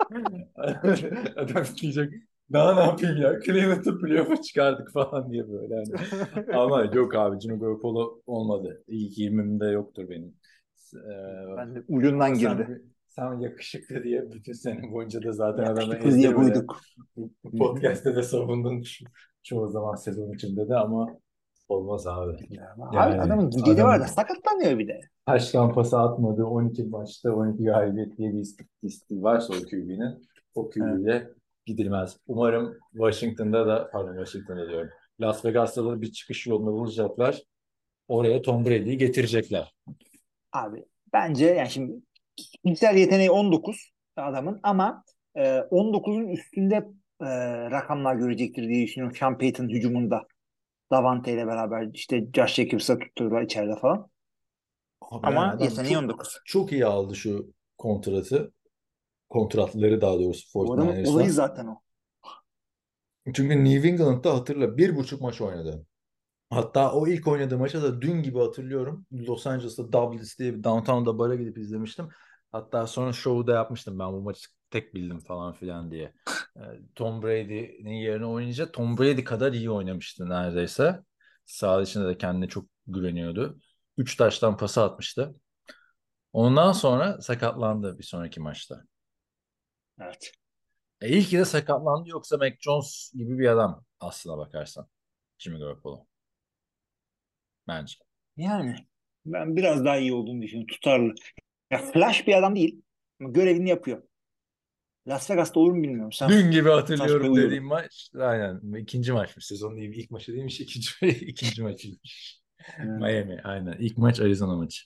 Speaker 4: Adam diyecek daha ne yapayım ya Cleveland'ı playoff'a çıkardık falan diye böyle hani. Ama yok abi Jimmy Garoppolo olmadı. İlk 20'imde yoktur benim.
Speaker 5: Ben de
Speaker 4: Ama
Speaker 5: ucundan girdi.
Speaker 4: sen yakışıklı diye bütün sene boyunca da zaten adamı
Speaker 5: Yakışıklı diye
Speaker 4: ezdirmeden
Speaker 5: koyduk.
Speaker 4: bu
Speaker 5: Hı hı.
Speaker 4: podcast'te de savundun çoğu zaman sezon içinde de ama olmaz abi.
Speaker 5: Abi
Speaker 4: Yani
Speaker 5: adamın gideri var da
Speaker 4: adam
Speaker 5: sakatlanıyor bir de.
Speaker 4: taş tampası atmadı 12 maçta 12 galibiyet diye bir istatistiği varsa o QB'nin o
Speaker 5: Evet.
Speaker 4: QB'yle gidilmez. Umarım Washington'da diyorum. Las Vegas'ta da bir çıkış yolunu bulacaklar. Oraya Tom Brady'yi getirecekler.
Speaker 5: Abi bence yani şimdi fiziksel yeteneği 19 adamın ama 19'un üstünde rakamlar görecektir diye düşünüyorum. Sean Payton hücumunda. Davante ile beraber işte Josh Jacobs'a tutturdular içeride falan.
Speaker 4: Abi yani
Speaker 5: Ama
Speaker 4: adam
Speaker 5: yeteneği
Speaker 4: çok
Speaker 5: 19.
Speaker 4: çok iyi aldı şu kontratı. Kontratları daha doğrusu
Speaker 5: Bu adamın olayı
Speaker 4: 49ers'la.
Speaker 5: zaten o.
Speaker 4: Çünkü New England'da hatırla 1,5 maç oynadı. Hatta o ilk oynadığı maça da dün gibi hatırlıyorum. Los Angeles'ta Double's diye bir downtown'da bara gidip izlemiştim. Hatta sonra show'u da yapmıştım ben bu maçı tek bildim falan filan diye. Ee, Tom Brady'nin yerine oynayınca Tom Brady kadar iyi oynamıştı neredeyse. Sağ içinde de kendine çok güveniyordu. 3 taştan pası atmıştı. Ondan sonra sakatlandı bir sonraki maçta.
Speaker 5: Evet.
Speaker 4: İyi ki de sakatlandı yoksa Mac Jones gibi bir adam aslına bakarsan. Jimmy Garoppolo bence.
Speaker 5: Yani ben biraz daha iyi olduğunu düşünüyorum. Tutarlı. Ya flash bir adam değil. Ama görevini yapıyor. Las Vegas'ta olur mu bilmiyorum.
Speaker 4: Dün gibi
Speaker 5: Sansa'ya
Speaker 4: hatırlıyorum dediğim
Speaker 5: uyuyorum.
Speaker 4: maç. Aynen. İkinci maçmış. Sezonun değil, ilk maçı değilmiş. İkinci maçıymış.
Speaker 5: Hmm.
Speaker 4: Miami. Aynen. İlk maç Arizona maçı.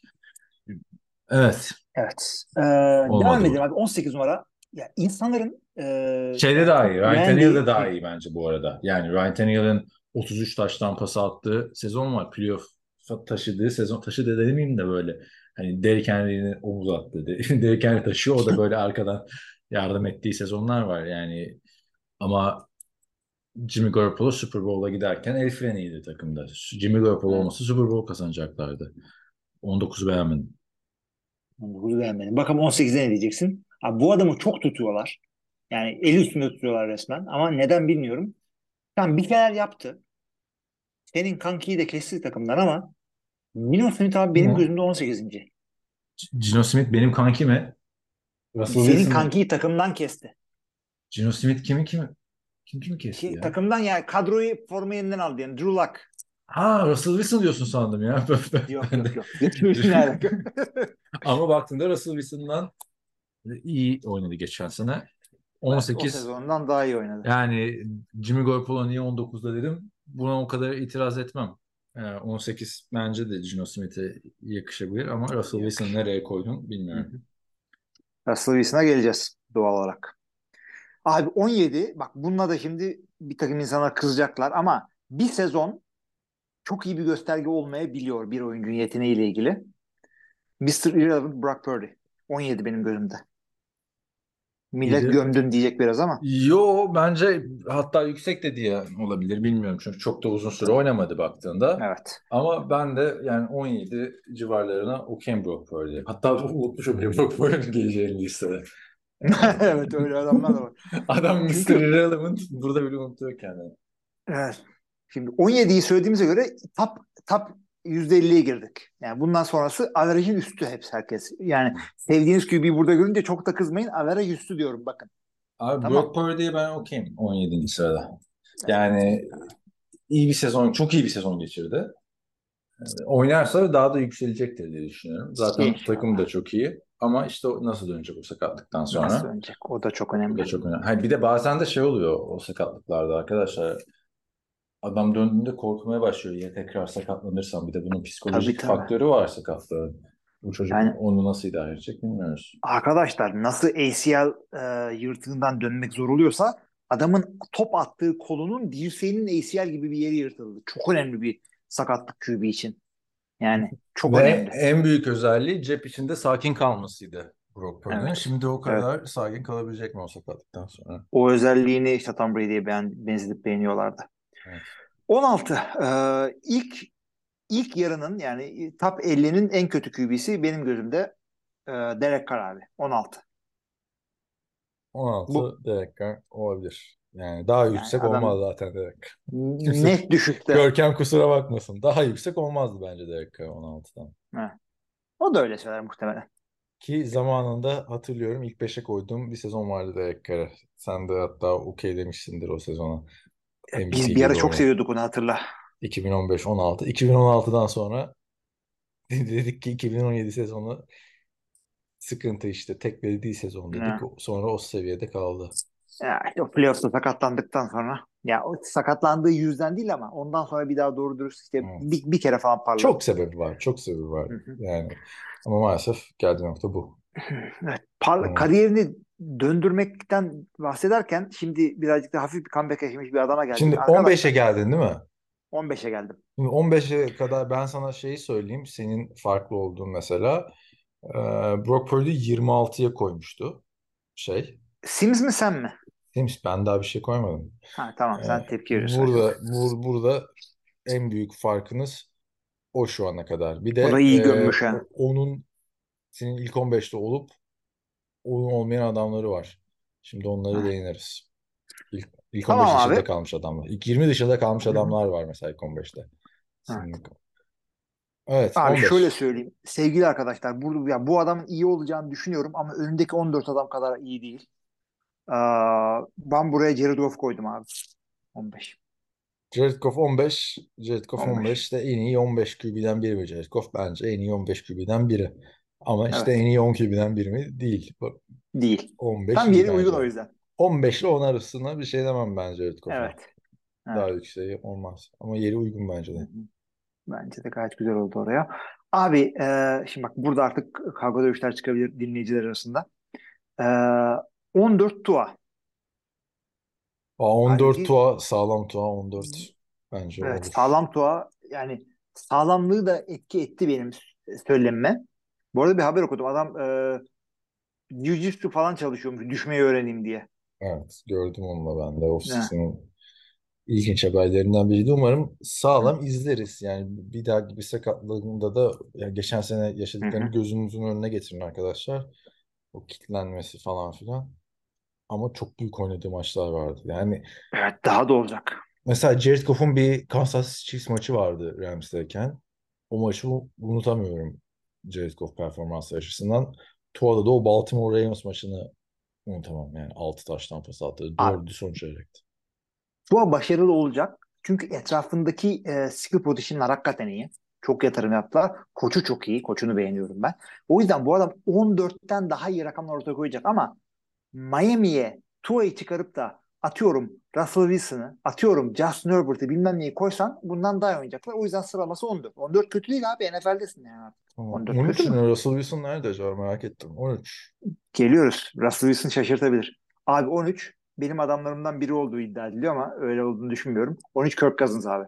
Speaker 4: Evet.
Speaker 5: Evet.
Speaker 4: Olmadı
Speaker 5: Devam
Speaker 4: bu.
Speaker 5: edelim abi. 18 numara. Ya insanların
Speaker 4: Şeyde
Speaker 5: yani
Speaker 4: daha iyi.
Speaker 5: çok
Speaker 4: Ryan Tannehill de
Speaker 5: güvendiği
Speaker 4: daha iyi bence bu arada. Yani Ryan Tannehill'in 33 taştan pas attığı sezon var. Playoff taşıdığı sezon. Taşıdığı demeyeyim de böyle. Hani Derrick Henry'nin omuz attığı. Derrick Henry taşıyor. O da böyle arkadan yardım ettiği sezonlar var. Yani ama Jimmy Garoppolo Super Bowl'a giderken el freniydi takımda. Jimmy Garoppolo
Speaker 5: evet,
Speaker 4: olmasa Super Bowl kazanacaklardı. 19'u beğenmedim.
Speaker 5: bunu beğenmedim. Bakalım 18'de ne diyeceksin? Abi, bu adamı çok tutuyorlar. Yani eli üstünde tutuyorlar resmen. Ama neden bilmiyorum. Tam bir şeyler yaptı. Senin kankiyi de kesti takımdan ama Gino Smith abi
Speaker 4: Kim
Speaker 5: benim
Speaker 4: o?
Speaker 5: gözümde 18.
Speaker 4: Gino Smith benim kanki mi? Russell
Speaker 5: Senin
Speaker 4: Wilson mı?
Speaker 5: kankiyi takımdan kesti.
Speaker 4: Gino Smith kimi kesti ya?
Speaker 5: Takımdan yani kadroyu forma yeniden aldı yani Drew Lock.
Speaker 4: Ha Russell Wilson diyorsun sandım ya.
Speaker 5: Yok
Speaker 4: Ben
Speaker 5: yok
Speaker 4: de.
Speaker 5: yok. Ne alaka?
Speaker 4: Ama baktığında Russell Wilson'dan iyi oynadı geçen sene.
Speaker 5: Evet, o
Speaker 4: 18
Speaker 5: sezondan daha iyi oynadı.
Speaker 4: yani Jimmy Garoppolo niye 19'da dedim. Buna o kadar itiraz etmem. 18 bence de Gino Smith'e yakışabilir ama Russell Wilson'ı
Speaker 5: Yakışır.
Speaker 4: nereye koydun
Speaker 5: Hı
Speaker 4: bilmiyorum.
Speaker 5: hı. Russell Wilson'a geleceğiz doğal olarak. Abi 17, bak bununla da şimdi bir takım insanlar kızacaklar ama bir sezon çok iyi bir gösterge olmayabiliyor bir oyuncunun yeteneğiyle ilgili. Mr. Irrelevant Brock Purdy. 17 benim gözümde. Millet
Speaker 4: İyi.
Speaker 5: gömdün diyecek biraz ama.
Speaker 4: Yo, bence hatta yüksek de diye olabilir, bilmiyorum çünkü çok da uzun süre oynamadı baktığında.
Speaker 5: Evet.
Speaker 4: Ama ben de yani 17 civarlarına okeyim Brock Purdy'ye. Hatta unutmuşum bile Brock Purdy'nin geleceğini listede. Yani
Speaker 5: Evet, öyle adamlar da var.
Speaker 4: adam Mr.
Speaker 5: Çünkü
Speaker 4: Irrelevant burada bile unutuyor kendini.
Speaker 5: evet, şimdi 17'yi söylediğimize göre top %50'ye girdik. Yani bundan sonrası average'in üstü hepsi herkes. Yani sevdiğiniz QB'yi burada görünce çok da kızmayın. Average üstü diyorum bakın.
Speaker 4: Abi Brock
Speaker 5: Tamam.
Speaker 4: Purdy'ye ben okeyim 17. sırada. Yani iyi bir sezon, çok iyi bir sezon geçirdi. Oynarsa daha da yükselecektir diye düşünüyorum. Zaten takım da
Speaker 5: İnşallah.
Speaker 4: çok iyi. Ama işte nasıl dönecek o sakatlıktan
Speaker 5: Nasıl
Speaker 4: sonra?
Speaker 5: önecek? O da çok
Speaker 4: Bu da
Speaker 5: önemli.
Speaker 4: çok önemli. Hayır, bir de bazen de şey oluyor o sakatlıklarda arkadaşlar. Adam döndüğünde korkmaya başlıyor. Ya tekrar sakatlanırsam, bir de bunun
Speaker 5: Tabii
Speaker 4: psikolojik
Speaker 5: tabii.
Speaker 4: faktörü var sakatlığın. Bu çocuk
Speaker 5: Yani
Speaker 4: onu nasıl idare edecek bilmiyoruz.
Speaker 5: arkadaşlar nasıl ACL yırtığından dönmek zor oluyorsa adamın top attığı kolunun dirseğinin ACL gibi bir yeri yırtıldı. Çok önemli bir sakatlık QB için. Yani çok
Speaker 4: Ve
Speaker 5: önemli.
Speaker 4: en büyük özelliği cep içinde sakin kalmasıydı Brock Purdy'nin.
Speaker 5: Evet.
Speaker 4: Şimdi o
Speaker 5: Evet.
Speaker 4: kadar sakin kalabilecek mi o sakatlıktan sonra?
Speaker 5: O özelliğini işte Tom Brady'ye benzetip beğeniyorlardı.
Speaker 4: Evet.
Speaker 5: 16. İlk yarının yani top 50'nin en kötü QB'si benim gözümde Derek Carr abi. 16. Bu
Speaker 4: 16 Derek Carr olabilir. Yani daha
Speaker 5: yani
Speaker 4: yüksek olmaz
Speaker 5: adam
Speaker 4: zaten Derek Carr. Kimse
Speaker 5: net düşükte.
Speaker 4: Görkem kusura bakmasın. Daha yüksek olmazdı bence Derek Carr 16'dan.
Speaker 5: Ha. O da öyle söyler muhtemelen.
Speaker 4: Ki zamanında hatırlıyorum ilk 5'e koyduğum bir sezon vardı Derek Carr'a. Sen de hatta okey demişsindir o sezona. MVP
Speaker 5: Biz bir ara
Speaker 4: gibi
Speaker 5: çok
Speaker 4: oynadı.
Speaker 5: seviyorduk onu, hatırla.
Speaker 4: 2015-16. 2016'dan sonra dedik ki 2017 sezonu sıkıntı işte. Tek belediye sezon dedik.
Speaker 5: Ha.
Speaker 4: Sonra o seviyede kaldı.
Speaker 5: Ya işte o playoff'ta sakatlandıktan sonra, ya o sakatlandığı yüzden değil ama ondan sonra bir daha doğru dürüst işte
Speaker 4: Evet.
Speaker 5: bir kere falan parladı.
Speaker 4: Çok sebebi var. Çok sebebi var.
Speaker 5: Hı hı.
Speaker 4: Yani ama maalesef geldiği nokta bu.
Speaker 5: Evet,
Speaker 4: Evet.
Speaker 5: kariyerini döndürmekten bahsederken şimdi birazcık da hafif bir comeback yaşamış bir adama geldik.
Speaker 4: Şimdi 15'e
Speaker 5: Arkadaşlar
Speaker 4: geldin değil mi?
Speaker 5: 15'e geldim.
Speaker 4: Şimdi 15'e kadar ben sana şeyi söyleyeyim. Senin farklı olduğun mesela. Brock Purdy 26'ya koymuştu. Şey.
Speaker 5: Sims mi sen mi?
Speaker 4: Demiş ben daha bir şey koymadım.
Speaker 5: Ha tamam, sen tepki veriyorsun.
Speaker 4: Burada en büyük farkınız o şu ana kadar. Bir
Speaker 5: O da
Speaker 4: de
Speaker 5: iyi gömmüş ha.
Speaker 4: onun senin ilk 15'te olup onun olmayan adamları var. Şimdi onları
Speaker 5: Ha.
Speaker 4: değiniriz. İlk 15
Speaker 5: Tamam
Speaker 4: dışında
Speaker 5: abi.
Speaker 4: kalmış adamlar. İlk 20 dışında kalmış
Speaker 5: Hı hı.
Speaker 4: adamlar var mesela ilk 15'te.
Speaker 5: Evet.
Speaker 4: Senin... Evet,
Speaker 5: Abi şöyle
Speaker 4: 15.
Speaker 5: söyleyeyim. Sevgili arkadaşlar, bu adamın iyi olacağını düşünüyorum ama önündeki 14 adam kadar iyi değil. Ben buraya Jared Goff koydum abi. 15.
Speaker 4: Jared Goff 15. Jared Goff
Speaker 5: 15.
Speaker 4: 15 de en iyi 15 QB'den biri mi Jared Goff? Bence en iyi 15 QB'den biri. Ama işte en
Speaker 5: Evet.
Speaker 4: iyi 10 QB'den biri mi? Değil. Bak,
Speaker 5: Değil.
Speaker 4: 15
Speaker 5: Tam
Speaker 4: iyi
Speaker 5: yeri uygun
Speaker 4: bence.
Speaker 5: o yüzden.
Speaker 4: 15 ile 10 arasında bir şey demem bence Jared Goff'a.
Speaker 5: Evet. Evet.
Speaker 4: Daha yükseği olmaz. Ama yeri uygun bence
Speaker 5: Hı
Speaker 4: de.
Speaker 5: hı. Bence de gayet güzel oldu oraya. Abi şimdi bak burada artık kavga dövüşler çıkabilir dinleyiciler arasında. E, 14 Tua.
Speaker 4: 14
Speaker 5: Halbuki
Speaker 4: Tua, sağlam Tua 14 bence
Speaker 5: evet,
Speaker 4: olur.
Speaker 5: sağlam Tua, yani sağlamlığı da etki etti benim söylemime. Bu arada bir haber okudum. Adam jiu-jitsu falan çalışıyormuş düşmeyi öğreneyim diye.
Speaker 4: Evet, gördüm onu da ben de.
Speaker 5: Ne?
Speaker 4: Ofisinin ilginç haberlerinden biriydi. Umarım sağlam izleriz. Yani bir daha gibi sakatlığında da yani geçen sene
Speaker 5: Hı
Speaker 4: yaşadıklarını
Speaker 5: hı.
Speaker 4: gözünüzün önüne getirin arkadaşlar. O kitlenmesi falan filan. Ama çok büyük oynadığı maçlar vardı. Yani
Speaker 5: Evet, daha da olacak.
Speaker 4: mesela Jared Goff'un bir Kansas Chiefs maçı vardı Rams'teyken. O maçı unutamıyorum Jared Goff performansı açısından. Tua'da da o Baltimore Ravens maçını unutamam. Yani 6 taştan pas attı.
Speaker 5: Abi
Speaker 4: 4'ü son çeyrekti.
Speaker 5: Tua başarılı olacak. Çünkü etrafındaki skill position'lar hakikaten iyi. Çok yatırım yaptılar. Koçu çok iyi. Koçunu beğeniyorum ben. O yüzden bu adam 14'ten daha iyi rakamlar ortaya koyacak ama Miami'ye Tua'yı çıkarıp da atıyorum Russell Wilson'ı, atıyorum Justin Herbert'ı bilmem neyi koysan bundan daha iyi oynayacaklar. O yüzden sıralaması 14. 14 kötü değil abi. NFL'desin yani.
Speaker 4: Tamam.
Speaker 5: 14 kötü
Speaker 4: 13
Speaker 5: mü?
Speaker 4: mü? Russell Wilson nerede acaba merak ettim. 13.
Speaker 5: Geliyoruz. Russell Wilson şaşırtabilir. Abi 13. benim adamlarımdan biri olduğu iddia ediliyor ama öyle olduğunu düşünmüyorum. 13 Kirk Cousins abi.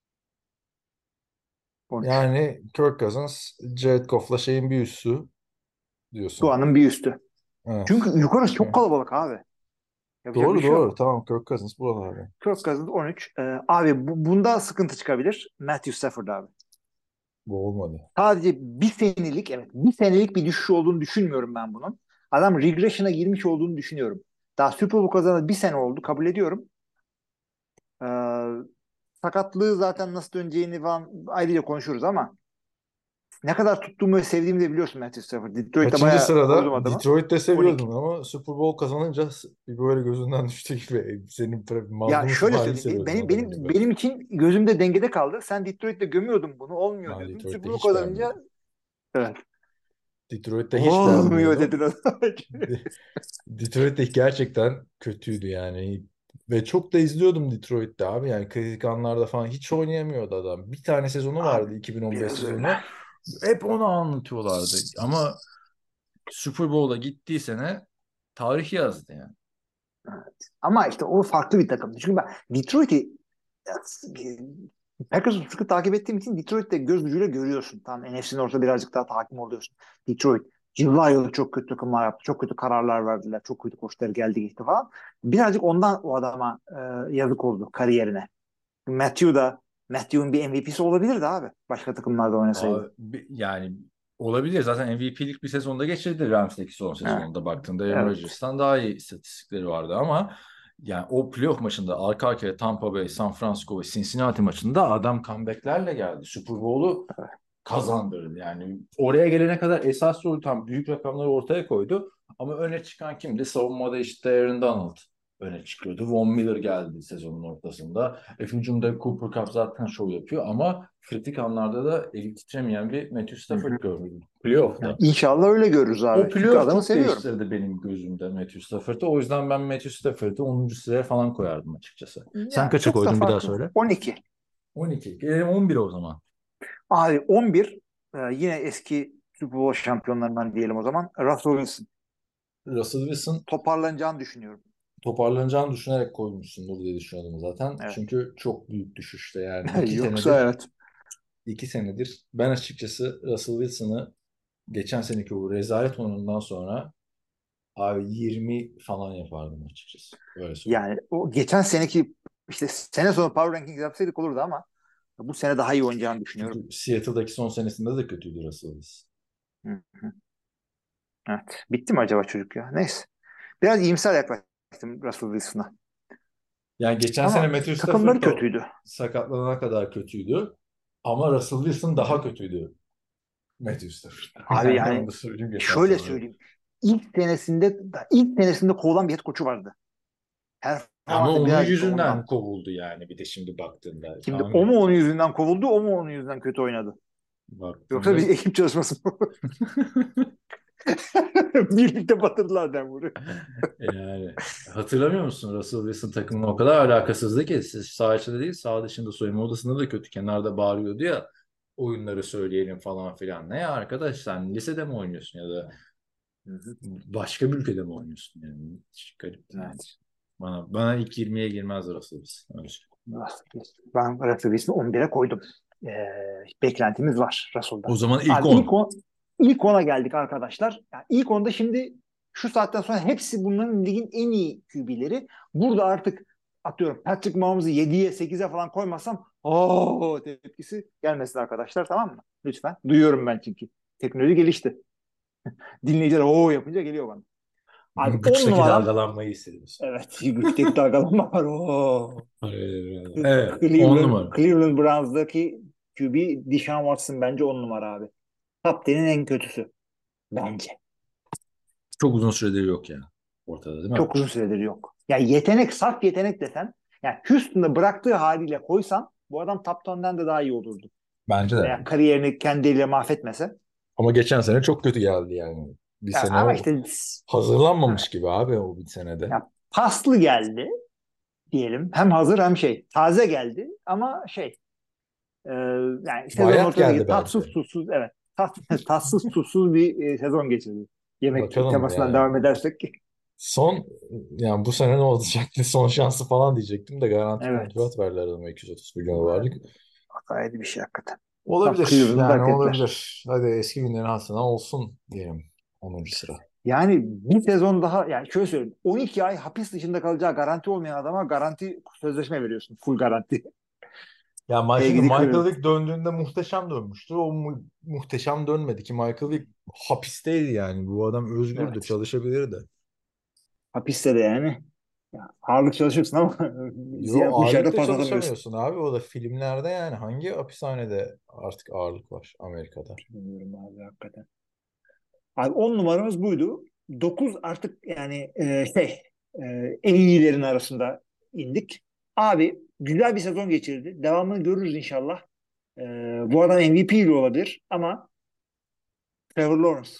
Speaker 5: 13.
Speaker 4: Yani Kirk Cousins, Jared Goff'la şeyin bir üssü diyorsun.
Speaker 5: Duanın bir üstü.
Speaker 4: Evet.
Speaker 5: Çünkü yukarısı çok kalabalık abi. Yapacak bir
Speaker 4: Doğru
Speaker 5: şey
Speaker 4: doğru.
Speaker 5: yok.
Speaker 4: Tamam, Kirk Cousins buralarda.
Speaker 5: Kirk Cousins 13. Abi bunda sıkıntı çıkabilir. Matthew Stafford abi.
Speaker 4: Bu olmadı.
Speaker 5: Sadece bir senelik bir düşüş olduğunu düşünmüyorum ben bunun. Adam regression'a girmiş olduğunu düşünüyorum. Daha Super Bowl kazanalı bir sene oldu, kabul ediyorum. Ee, sakatlığı zaten nasıl döneceğini falan ayrıca konuşuruz ama ne kadar tuttuğumu ve sevdiğimi de biliyorsun Matthew Stafford. Detroit'te
Speaker 4: Kaçıncı
Speaker 5: bayağı koydum
Speaker 4: sırada?
Speaker 5: adamı.
Speaker 4: Detroit'te
Speaker 5: 12.
Speaker 4: seviyordun ama Super Bowl kazanınca bir böyle gözünden düştü gibi. Senin
Speaker 5: Ya
Speaker 4: mazlum
Speaker 5: şöyle
Speaker 4: halini
Speaker 5: söyleyeyim.
Speaker 4: seviyordun
Speaker 5: Benim,
Speaker 4: adamın
Speaker 5: benim,
Speaker 4: gibi.
Speaker 5: benim için gözümde dengede kaldı. Sen Detroit'te gömüyordun bunu. Olmuyor
Speaker 4: Ben
Speaker 5: diyordun.
Speaker 4: Detroit'te
Speaker 5: Super Bowl
Speaker 4: hiç
Speaker 5: kazanınca
Speaker 4: beğenmiyordum.
Speaker 5: evet.
Speaker 4: Detroit'te hiç
Speaker 5: Olmuyor
Speaker 4: beğenmiyordum.
Speaker 5: dedin adam.
Speaker 4: Detroit'te gerçekten kötüydü yani. Ve çok da izliyordum Detroit'te abi. Yani kritik anlarda falan hiç oynayamıyordu adam. Bir tane sezonu vardı,
Speaker 5: Abi
Speaker 4: 2015
Speaker 5: biraz öyle.
Speaker 4: sezonu. Hep onu anlatıyorlardı. Ama Super Bowl'a gittiği sene tarih yazdı yani.
Speaker 5: Ama işte o farklı bir takım. Çünkü ben Detroit'i Packers'ı sıkı takip ettiğim için Detroit'te göz ucuyla görüyorsun. Tamam, NFC'nin orada birazcık daha hakim oluyorsun. Detroit yıllar yılı çok kötü takımlar yaptı. Çok kötü kararlar verdiler. Çok kötü koçlar geldi gitti falan. Birazcık ondan o adama yazık oldu kariyerine. Matthew'un bir MVP'si olabilirdi abi. Başka takımlarda oynasaydı.
Speaker 4: Yani olabilir. Zaten MVP'lik bir sezonda geçirdi Rams'teki son
Speaker 5: Evet.
Speaker 4: sezonunda baktığında Aaron
Speaker 5: Evet.
Speaker 4: Rodgers'tan daha iyi istatistikleri vardı ama yani o playoff maçında arka arkaya Tampa Bay, San Francisco ve Cincinnati maçında adam comeback'lerle geldi. Super Bowl'u kazandırdı. Yani oraya gelene kadar esas rol tam büyük rakamları ortaya koydu. Ama öne çıkan kimdi? Savunmada işte Aaron Donald öne çıkıyordu. Von Miller geldi sezonun ortasında. Hücumda Cooper Kupp zaten şov yapıyor ama kritik anlarda da eli titremeyen bir Matthew
Speaker 5: Hı
Speaker 4: Stafford
Speaker 5: hı.
Speaker 4: gördüm
Speaker 5: Yani
Speaker 4: playoff'ta.
Speaker 5: İnşallah öyle görürüz
Speaker 4: O
Speaker 5: abi. Çünkü
Speaker 4: playoff
Speaker 5: adamı
Speaker 4: çok
Speaker 5: seviyorum.
Speaker 4: değiştirdi benim gözümde Matthew Stafford'ı. O yüzden ben Matthew Stafford'ı 10. sıraya falan koyardım açıkçası. Sen
Speaker 5: Yani
Speaker 4: kaça
Speaker 5: çok da
Speaker 4: koydun bir daha
Speaker 5: farklı.
Speaker 4: söyle.
Speaker 5: 12.
Speaker 4: 12. Gelelim 11 o zaman.
Speaker 5: Abi 11 yine eski Super Bowl şampiyonlarından diyelim o zaman. Russell Wilson.
Speaker 4: Russell Wilson
Speaker 5: Toparlanacağını düşünüyorum.
Speaker 4: toparlanacağını düşünerek koymuşsundur diye düşünüyordum zaten.
Speaker 5: Evet.
Speaker 4: Çünkü çok büyük düşüşte yani. iki
Speaker 5: Yoksa
Speaker 4: senedir
Speaker 5: evet.
Speaker 4: 2 senedir ben açıkçası Russell Wilson'ı geçen seneki o rezalet oyunundan sonra abi 20 falan yapardım açıkçası. Öyle söyleyeyim.
Speaker 5: Yani o geçen seneki işte sene sonu Power Rankings yapsaydık olurdu ama bu sene daha iyi oynayacağını düşünüyorum.
Speaker 4: Çünkü Seattle'daki son senesinde de kötüydü Russell Wilson.
Speaker 5: Hı hı. Evet. Bitti mi acaba çocuk ya? Neyse. Biraz iyimser yaklaştım Russell Wilson'a.
Speaker 4: Yani geçen sene
Speaker 5: Ama
Speaker 4: Matthew
Speaker 5: takımları
Speaker 4: Stafford da
Speaker 5: kötüydü.
Speaker 4: sakatlanana kadar kötüydü. Ama Russell Wilson daha kötüydü Matthew Stafford.
Speaker 5: Abi
Speaker 4: Yani onu
Speaker 5: yani
Speaker 4: da söyleyeyim geçen
Speaker 5: şöyle
Speaker 4: sene.
Speaker 5: söyleyeyim. İlk senesinde kovulan bir head koçu vardı.
Speaker 4: Ama
Speaker 5: Performansı
Speaker 4: onun
Speaker 5: birazcık da
Speaker 4: yüzünden
Speaker 5: ondan.
Speaker 4: kovuldu yani bir de şimdi baktığında.
Speaker 5: Şimdi o
Speaker 4: Yani
Speaker 5: mu onun yüzünden kovuldu, o mu onun yüzünden kötü oynadı? Yoksa
Speaker 4: baktığında
Speaker 5: bir ekip çalışması mı? Birlikte batırdılar Denver'ı.
Speaker 4: yani hatırlamıyor musun Russell Wilson takımın o kadar alakasızdı ki siz saha içinde değil saha dışında soyunma odasında da kötü kenarda bağırıyordu ya oyunları söyleyelim falan filan. Ne ya arkadaş sen lisede mi oynuyorsun ya da
Speaker 5: Hı hı.
Speaker 4: başka bir ülkede mi oynuyorsun yani hiç garip yani.
Speaker 5: Evet.
Speaker 4: Bana ilk 20'ye girmez Russell Wilson. Öyle
Speaker 5: Ben Russell Wilson'ı 11'e koydum. Beklentimiz var
Speaker 4: o
Speaker 5: Russell'dan.
Speaker 4: zaman ilk
Speaker 5: Abi
Speaker 4: 10.
Speaker 5: ilk 10'a geldik arkadaşlar. Yani ilk 10'da şimdi şu saatten sonra hepsi bunların ligin en iyi QB'leri. Burada artık atıyorum Patrick Mahomes'u 7'ye 8'e falan koymazsam tepkisi gelmesin arkadaşlar, tamam mı? Lütfen. Duyuyorum ben çünkü. Teknoloji gelişti. Dinleyiciler yapınca geliyor bana. Abi 10
Speaker 4: Güçteki
Speaker 5: numaram
Speaker 4: dalgalanmayı hissediyorsun.
Speaker 5: evet, güçteki dalgalanma var.
Speaker 4: Evet 10 numara.
Speaker 5: Cleveland Browns'daki QB Deshaun Watson bence 10 numara abi. Top 10'in en kötüsü bence.
Speaker 4: Çok uzun süredir yok ya ortada değil mi?
Speaker 5: Çok uzun süredir yok. Yani saf yetenek desen, yani Houston'da bıraktığı haliyle koysan bu adam top 10'dan da daha iyi olurdu.
Speaker 4: Bence de.
Speaker 5: Veya kariyerini kendiyle mahvetmese.
Speaker 4: Ama geçen sene çok kötü geldi yani. Bir
Speaker 5: Yani
Speaker 4: sene
Speaker 5: ama
Speaker 4: o
Speaker 5: işte
Speaker 4: hazırlanmamış gibi abi o bir senede.
Speaker 5: ya paslı geldi diyelim. Hem hazır hem taze geldi ama Ee, yani sezonun
Speaker 4: Bayat
Speaker 5: ortasındaki
Speaker 4: geldi
Speaker 5: tatsız
Speaker 4: belki.
Speaker 5: tuzsuz, evet, tatsız tuzsuz bir sezon geçirdi. Yemek
Speaker 4: Bakalım
Speaker 5: temasından
Speaker 4: yani.
Speaker 5: devam edersek.
Speaker 4: Son yani bu sene ne olacaktı? Son şansı falan diyecektim de garanti
Speaker 5: Evet.
Speaker 4: kontrat verdiler adama 230 milyon dolarlık.
Speaker 5: Gayet bir şey hakikaten. Tam
Speaker 4: Olabilir.
Speaker 5: Cleveland'da
Speaker 4: Yani
Speaker 5: hak ettiler.
Speaker 4: olabilir. Hadi eski günlerin hatırına olsun diyelim. 10. sıra.
Speaker 5: Yani bir sezon daha, yani şöyle söyleyeyim, 12 ay hapis dışında kalacağı garanti olmayan adama garanti sözleşme veriyorsun. Full garanti.
Speaker 4: Ya şimdi
Speaker 5: Sevgili
Speaker 4: Michael
Speaker 5: Cleveland.
Speaker 4: Vick döndüğünde muhteşem dönmüştü. O muhteşem dönmedi ki. Michael Vick hapisteydi yani. Bu adam özgürdü,
Speaker 5: Evet.
Speaker 4: çalışabilirdi.
Speaker 5: Hapiste de yani. Ya, ağırlık çalışıyorsun ama
Speaker 4: Yo,
Speaker 5: bu işlerde
Speaker 4: ağırlıkta
Speaker 5: patlatamıyorsun.
Speaker 4: çalışamıyorsun abi. O da filmlerde yani. Hangi hapishanede artık ağırlık var Amerika'da?
Speaker 5: Bilmiyorum abi hakikaten. Abi 10 numaramız buydu. 9 artık yani e, en iyilerin arasında indik. Abi güzel bir sezon geçirdi. Devamını görürüz inşallah. E, Bu adam MVP ile olabilir ama Trevor Lawrence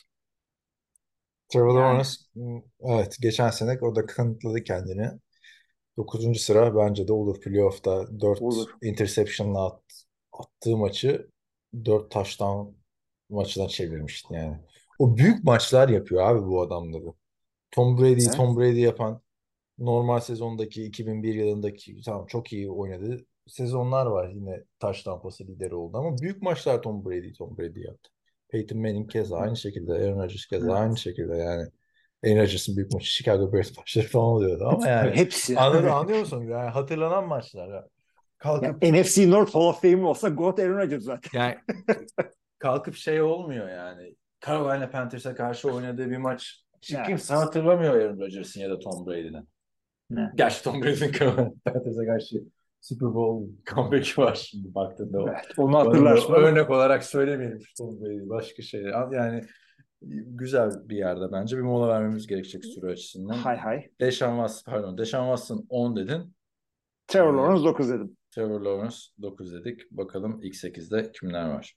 Speaker 4: Trevor
Speaker 5: yani
Speaker 4: Lawrence, evet, geçen sene o da kanıtladı kendini. 9. sıra bence de olur. Playoff'ta 4
Speaker 5: olur.
Speaker 4: interception'la attığı maçı 4 touchdown maçına çevirmişti yani. O büyük maçlar yapıyor abi bu adamları. Tom Brady'yi
Speaker 5: Evet.
Speaker 4: Tom Brady yapan normal sezondaki 2001 yılındaki tamam çok iyi oynadı. Sezonlar var yine taş tampası lideri oldu ama büyük maçlar Tom Brady yaptı. Peyton Manning keza aynı şekilde, Aaron Rodgers keza aynı
Speaker 5: Evet.
Speaker 4: şekilde yani. Aaron Rodgers'ın büyük maçı Chicago Bears maçları falan oluyordu ama yani
Speaker 5: Hepsi.
Speaker 4: anlıyor musun? Yani hatırlanan maçlar ya.
Speaker 5: Ya,
Speaker 4: Kalkıp
Speaker 5: NFC North Hall of Fame olsa GOAT Aaron Rodgers zaten.
Speaker 4: yani kalkıp şey olmuyor yani. Carolina Panthers'a karşı oynadığı bir maç. Hiç kimse
Speaker 5: Evet.
Speaker 4: hatırlamıyor Aaron Rodgers'ın ya da Tom Brady'nin.
Speaker 5: Evet.
Speaker 4: Gerçi Tom Brady'nin Carolina Panthers'a karşı Super Bowl comeback'i var şimdi baktığında o.
Speaker 5: Evet. Onu
Speaker 4: Bana
Speaker 5: hatırlarsın
Speaker 4: da
Speaker 5: ama
Speaker 4: örnek olarak söylemeyelim şu Tom Brady. Başka şeyler. Yani güzel bir yerde bence. Bir mola vermemiz gerekecek süre açısından.
Speaker 5: hay hay.
Speaker 4: Deshaun Watson 10 dedin.
Speaker 5: Trevor
Speaker 4: Ee,
Speaker 5: Lawrence 9 dedim.
Speaker 4: Trevor Lawrence 9 dedik. Bakalım ilk 8'de kimler var?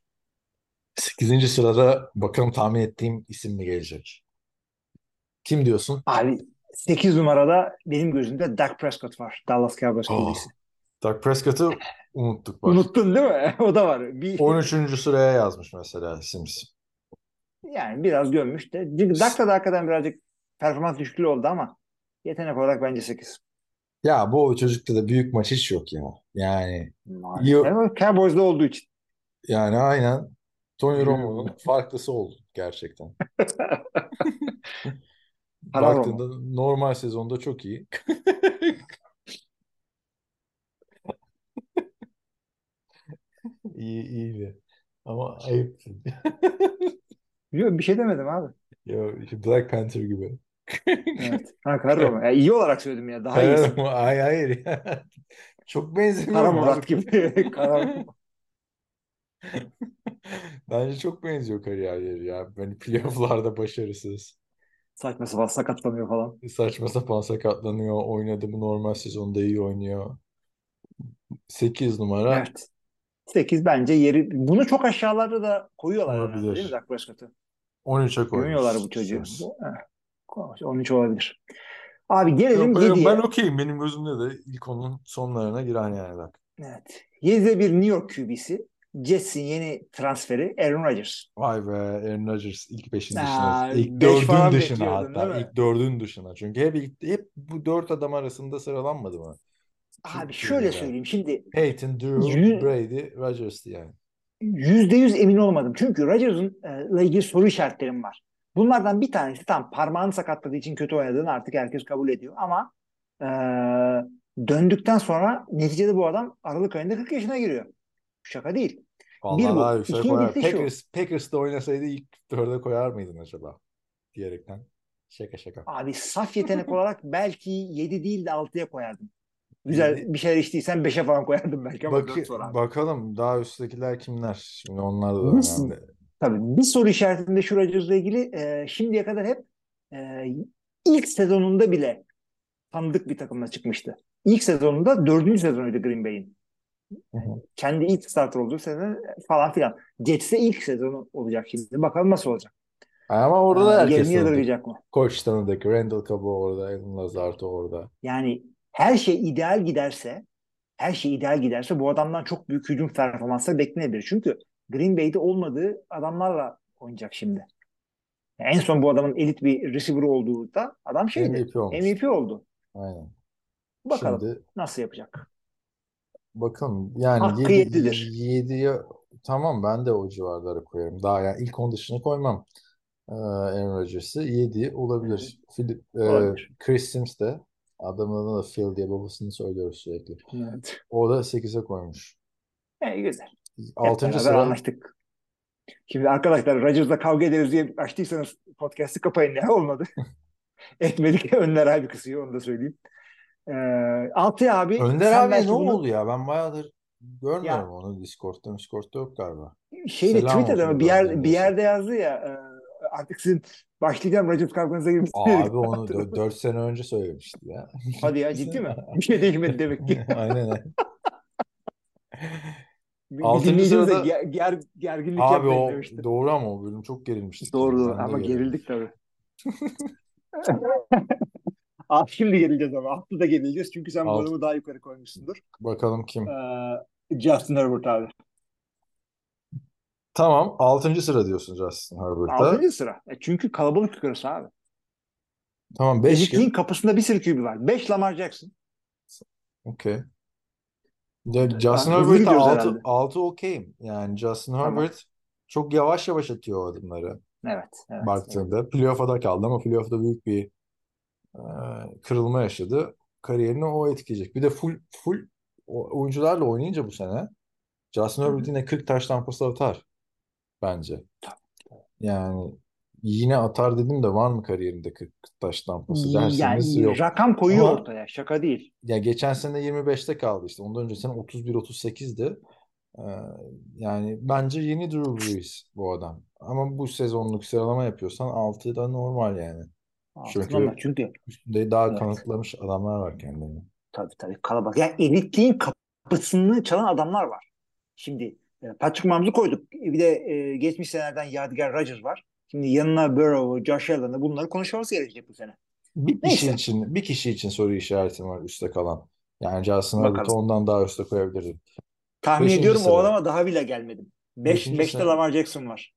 Speaker 4: 8. sırada bakalım tahmin ettiğim isim mi gelecek? Kim diyorsun?
Speaker 5: Abi 8 numarada benim gözümde Dak Prescott var. Dallas Cowboys
Speaker 4: Oh,
Speaker 5: QB'si.
Speaker 4: Doug Prescott'ı unuttuk bak.
Speaker 5: Unuttun değil mi? O da var.
Speaker 4: 13. sıraya yazmış mesela Sims.
Speaker 5: Yani biraz gömmüş de. Çünkü Dak'ta da hakikaten birazcık performans düşüklüğü oldu ama yetenek olarak bence 8.
Speaker 4: Ya bu çocukta da büyük maç hiç yok ya. Yani iyi,
Speaker 5: Maalesef. Ama Cowboys'da olduğu için.
Speaker 4: yani aynen Tony
Speaker 5: Üzülüyorum
Speaker 4: Romo'nun
Speaker 5: ona.
Speaker 4: farklısı oldu gerçekten.
Speaker 5: Haram ama.
Speaker 4: Baktığında normal sezonda çok iyi. İyiydi. Ama ayıp.
Speaker 5: Yok, bir şey demedim abi.
Speaker 4: Ya, Black Panther gibi.
Speaker 5: Evet. Ha, Haram ama. Ya, iyi olarak söyledim ya. Daha
Speaker 4: Karar
Speaker 5: iyisi.
Speaker 4: mı? Ay hayır ya. Çok benzemiyor
Speaker 5: Kara
Speaker 4: mu abi?
Speaker 5: Murat gibi. Kara.
Speaker 4: Bence çok benziyor kariyerleri ya. Hani playoff'larda başarısız.
Speaker 5: Saçma sapan sakatlanıyor falan.
Speaker 4: Saçma sapan sakatlanıyor. Oynadı mı normal sezonda iyi oynuyor. 8 numara
Speaker 5: Evet. 8 bence yeri. Bunu çok aşağılarda da koyuyorlar herhalde değil mi
Speaker 4: olabilir.
Speaker 5: Dak Prescott'u?
Speaker 4: 13'e
Speaker 5: Gömüyorlar
Speaker 4: koymuş
Speaker 5: bu çocuğu.
Speaker 4: Sims.
Speaker 5: 13 olabilir. Abi
Speaker 4: Yok,
Speaker 5: gelelim
Speaker 4: ben
Speaker 5: 7'ye.
Speaker 4: okeyim. Benim gözümde de ilk onun sonlarına girer yani bak.
Speaker 5: Evet. 7'de bir New York QB'si. Jets'in yeni transferi Aaron Rodgers.
Speaker 4: Vay be, Aaron Rodgers ilk 5'in dışına.
Speaker 5: Aa,
Speaker 4: İlk
Speaker 5: 5
Speaker 4: dördün
Speaker 5: falan
Speaker 4: dışına
Speaker 5: bekliyordun değil
Speaker 4: hatta.
Speaker 5: mi?
Speaker 4: İlk 4'ün dışına. Çünkü hep bu 4 adam arasında sıralanmadı mı?
Speaker 5: Abi şöyle
Speaker 4: QB'ler.
Speaker 5: söyleyeyim. Şimdi
Speaker 4: Peyton, Drew,
Speaker 5: yü-
Speaker 4: Brady, Rodgers'tı yani.
Speaker 5: %100 emin olmadım. Çünkü Rodgers'ın ile ilgili soru işaretlerim var. Bunlardan bir tanesi tam parmağını sakatladığı için kötü oynadığını artık herkes kabul ediyor. Ama e, döndükten sonra neticede bu adam Aralık ayında 40 yaşına giriyor. Şaka değil.
Speaker 4: Vallahi
Speaker 5: Bir
Speaker 4: daha
Speaker 5: bu.
Speaker 4: yüksek koyar.
Speaker 5: İkincisi şu.
Speaker 4: Packers'da oynasaydı ilk 4'e koyar mıydın acaba? Diyerekten. Şaka şaka.
Speaker 5: Abi saf yetenek olarak belki 7 değil de 6'ya koyardım. Güzel
Speaker 4: 7.
Speaker 5: bir şeyler içtiysen 5'e falan koyardım belki ama 4 sonra abi.
Speaker 4: Bakalım daha üsttekiler kimler? Şimdi onlar da
Speaker 5: Bir,
Speaker 4: önemli.
Speaker 5: tabii bir soru işaretinde şu Rodgers'la ilgili şimdiye kadar hep e, ilk sezonunda bile tanıdık bir takımla çıkmıştı. İlk sezonunda 4. sezonuydu Green Bay'in.
Speaker 4: Hı hı.
Speaker 5: Kendi ilk starter olduğu sene falan filan. Jets'e ilk sezonu olacak şimdi. Bakalım nasıl olacak.
Speaker 4: Ama orada da herkes
Speaker 5: Yerini
Speaker 4: tanıdık.
Speaker 5: yadırgayacak mı?
Speaker 4: Koç tanıdık. Randall Cobo orada. Alan Lazard orada.
Speaker 5: Yani her şey ideal giderse bu adamdan çok büyük hücum performansları beklenebilir. Çünkü Green Bay'de olmadığı adamlarla oynayacak şimdi. En son bu adamın elit bir receiver olduğu da adam şeydi.
Speaker 4: MVP olmuştu.
Speaker 5: MVP oldu.
Speaker 4: Aynen.
Speaker 5: Bakalım
Speaker 4: Şimdi
Speaker 5: nasıl yapacak.
Speaker 4: bakalım yani
Speaker 5: Hakkı yedidir.
Speaker 4: 7'ye tamam, ben de o civarlara koyarım. Daha yani ilk 10 dışına koymam. Aaron Rodgers'ı 7
Speaker 5: Hı hı.
Speaker 4: olabilir.
Speaker 5: Olabilir.
Speaker 4: Chris Sims de, adamın adı da Phil diye, babasını söylüyoruz sürekli.
Speaker 5: Evet.
Speaker 4: O da 8'e koymuş.
Speaker 5: Güzel. Hep
Speaker 4: 6.
Speaker 5: beraber
Speaker 4: sıra
Speaker 5: anlaştık. Şimdi arkadaşlar Rodgers'la kavga ederiz diye açtıysanız podcast'ı kapayın ya. Olmadı. Etmedik. Önler abi kısıyor. Onu da söyleyeyim. 6'ya abi
Speaker 4: Önder
Speaker 5: sen
Speaker 4: abiye ne
Speaker 5: belki
Speaker 4: oldu
Speaker 5: bunu
Speaker 4: ya? Ben bayağıdır görmüyorum
Speaker 5: ya
Speaker 4: onu Discord'da yok galiba.
Speaker 5: şeyde
Speaker 4: Selam
Speaker 5: Twitter'da
Speaker 4: olsun
Speaker 5: mı
Speaker 4: buradan
Speaker 5: bir
Speaker 4: dinliyorsa.
Speaker 5: yerde yazdı ya artık sizin başlayacağım Rodgers kavganıza girmişsiniz.
Speaker 4: Abi onu 4 sene önce söylemişti ya.
Speaker 5: Hadi ya ciddi mi? Bir şey değişmedi demek ki.
Speaker 4: Aynen.
Speaker 5: Bir
Speaker 4: 6.
Speaker 5: dinleyicimize
Speaker 4: sırada
Speaker 5: gerginlik
Speaker 4: abi
Speaker 5: yapmayın
Speaker 4: o
Speaker 5: demişti.
Speaker 4: doğru, ama o bölüm çok gerilmiştik
Speaker 5: Doğru
Speaker 4: ya.
Speaker 5: doğru
Speaker 4: Ben de
Speaker 5: ama
Speaker 4: gerildim.
Speaker 5: gerildik tabii. Şimdi gerileceğiz ama. Hafta da gerileceğiz. Çünkü sen bu
Speaker 4: Alt,
Speaker 5: adamı daha yukarı koymuşsundur.
Speaker 4: bakalım kim?
Speaker 5: Justin Herbert abi.
Speaker 4: Tamam, 6. sıra diyorsun Justin Herbert'a.
Speaker 5: 6. sıra. Çünkü kalabalık yukarısı abi.
Speaker 4: Tamam, 5
Speaker 5: Elitliğin
Speaker 4: kim?
Speaker 5: kapısında bir sürü QB var. 5 Lamar Jackson.
Speaker 4: Okey. Ya Justin
Speaker 5: Hızlı
Speaker 4: Herbert'a
Speaker 5: gidiyoruz herhalde.
Speaker 4: 6 okeyim. Yani Justin
Speaker 5: Tamam.
Speaker 4: Herbert çok yavaş yavaş atıyor o adımları
Speaker 5: Evet.
Speaker 4: baktığında. Playoff'a da kaldı ama playoff'ta büyük bir e, kırılma yaşadı. Kariyerini o etkileyecek. Bir de full oyuncularla oynayınca bu sene Justin
Speaker 5: Hı
Speaker 4: Herbert
Speaker 5: hı.
Speaker 4: yine 40 taş tampası atar bence. Yani yine atar dedim de, var mı kariyerinde 40 taş tampası derseniz
Speaker 5: Yani
Speaker 4: yok.
Speaker 5: rakam koyuyor
Speaker 4: Ama
Speaker 5: ortaya. Şaka değil.
Speaker 4: ya geçen sene 25'te kaldı işte. Ondan önce sene 31-38'di. Ee, yani bence yeni Drew Brees bu adam. Ama bu sezonluk sıralama yapıyorsan 6 da normal yani.
Speaker 5: Altın ama
Speaker 4: Çünkü
Speaker 5: çünkü
Speaker 4: üstünde daha
Speaker 5: evet.
Speaker 4: kanıtlamış adamlar var kendilerini.
Speaker 5: Tabii kalabalık. Yani elitliğin kapısını çalan adamlar var. Şimdi Patrick Mahomes'u koyduk. Bir de geçmiş senelerden Yadigar Rodgers var. Şimdi yanına Burrow'u, Josh Allen'ı bunları konuşmamız gerekecek bu sene. Neyse.
Speaker 4: Bir kişi için soru işaretim var üstte kalan. Yani Justin Herbert'ı
Speaker 5: Bakalım.
Speaker 4: ondan daha üstte koyabilirdim.
Speaker 5: Tahmin
Speaker 4: Beşinci
Speaker 5: ediyorum o
Speaker 4: sıra.
Speaker 5: adama daha bile gelmedim.
Speaker 4: Beşinci
Speaker 5: 5'te
Speaker 4: sıra.
Speaker 5: Lamar Jackson var.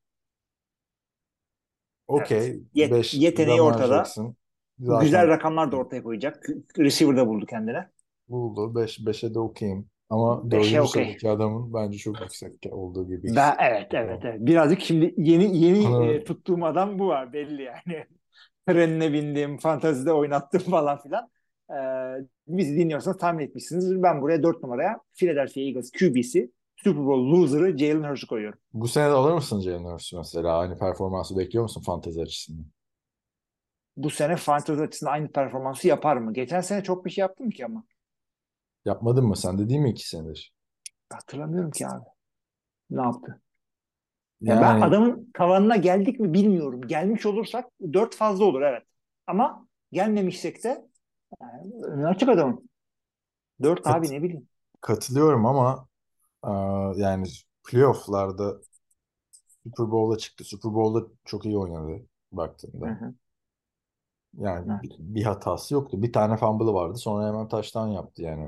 Speaker 5: Evet.
Speaker 4: Okey. 5
Speaker 5: Yeteneği
Speaker 4: Lamar
Speaker 5: ortada.
Speaker 4: Jackson.
Speaker 5: Güzel
Speaker 4: Zaten
Speaker 5: rakamlar da ortaya koyacak. Receiver'da buldu kendine.
Speaker 4: buldu. 5'e de okeyim. Ama
Speaker 5: 5'e
Speaker 4: dördüncü
Speaker 5: okey.
Speaker 4: sıradaki adamın bence çok yüksek olduğu gibi
Speaker 5: Evet. Birazcık şimdi yeni
Speaker 4: onu
Speaker 5: tuttuğum adam bu var belli yani. Trenine bindim, fantazide oynattım falan filan. Bizi dinliyorsanız tahmin etmişsiniz. Ben buraya 4 numaraya Philadelphia Eagles QB'si Super Bowl loser'ı Jalen Hurts'u koyuyorum.
Speaker 4: bu sene de alır mısın Jalen Hurts'u mesela? Aynı performansı bekliyor musun fantezi açısından?
Speaker 5: Bu sene fantasy açısından aynı performansı yapar mı? Geçen sene çok bir şey yaptım ki ama.
Speaker 4: Yapmadın mı sen de, değil mi 2 senedir?
Speaker 5: Hatırlamıyorum ki abi. Ne yaptı? Ya ben
Speaker 4: Yani
Speaker 5: adamın tavanına geldik mi bilmiyorum. Gelmiş olursak 4 fazla olur evet. Ama gelmemişsek de önü açık adamın. 4 abi
Speaker 4: kat-
Speaker 5: ne bileyim.
Speaker 4: katılıyorum ama yani playoff'larda Super Bowl'a çıktı. Super Bowl'da çok iyi oynadı
Speaker 5: Hı
Speaker 4: baktığında.
Speaker 5: hı.
Speaker 4: Yani
Speaker 5: Evet.
Speaker 4: bir hatası yoktu. Bir tane fumble'ı vardı. Sonra hemen touchdown yaptı yani.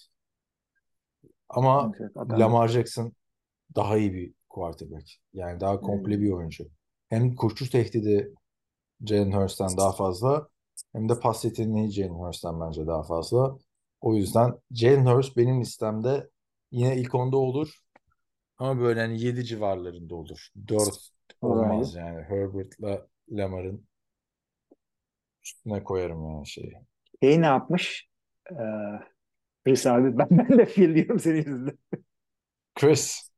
Speaker 4: Ama
Speaker 5: Evet, adam.
Speaker 4: Lamar Jackson daha iyi bir quarterback. Yani daha komple bir oyuncu. Hem koşu tehdidi Jalen Hurts'tan daha fazla, hem de pas yeteneği Jalen Hurts'tan bence daha fazla. O yüzden Jalen Hurts benim listemde yine ilk 10'da olur. Ama böyle hani 7 civarlarında olur. 4
Speaker 5: Orayı.
Speaker 4: olmaz yani. Herbert'la Lamar'ın üstüne koyarım yani şeyi.
Speaker 5: Ne yapmış? Chris abi ben de fil diyorum senin yüzünden.
Speaker 4: Chris.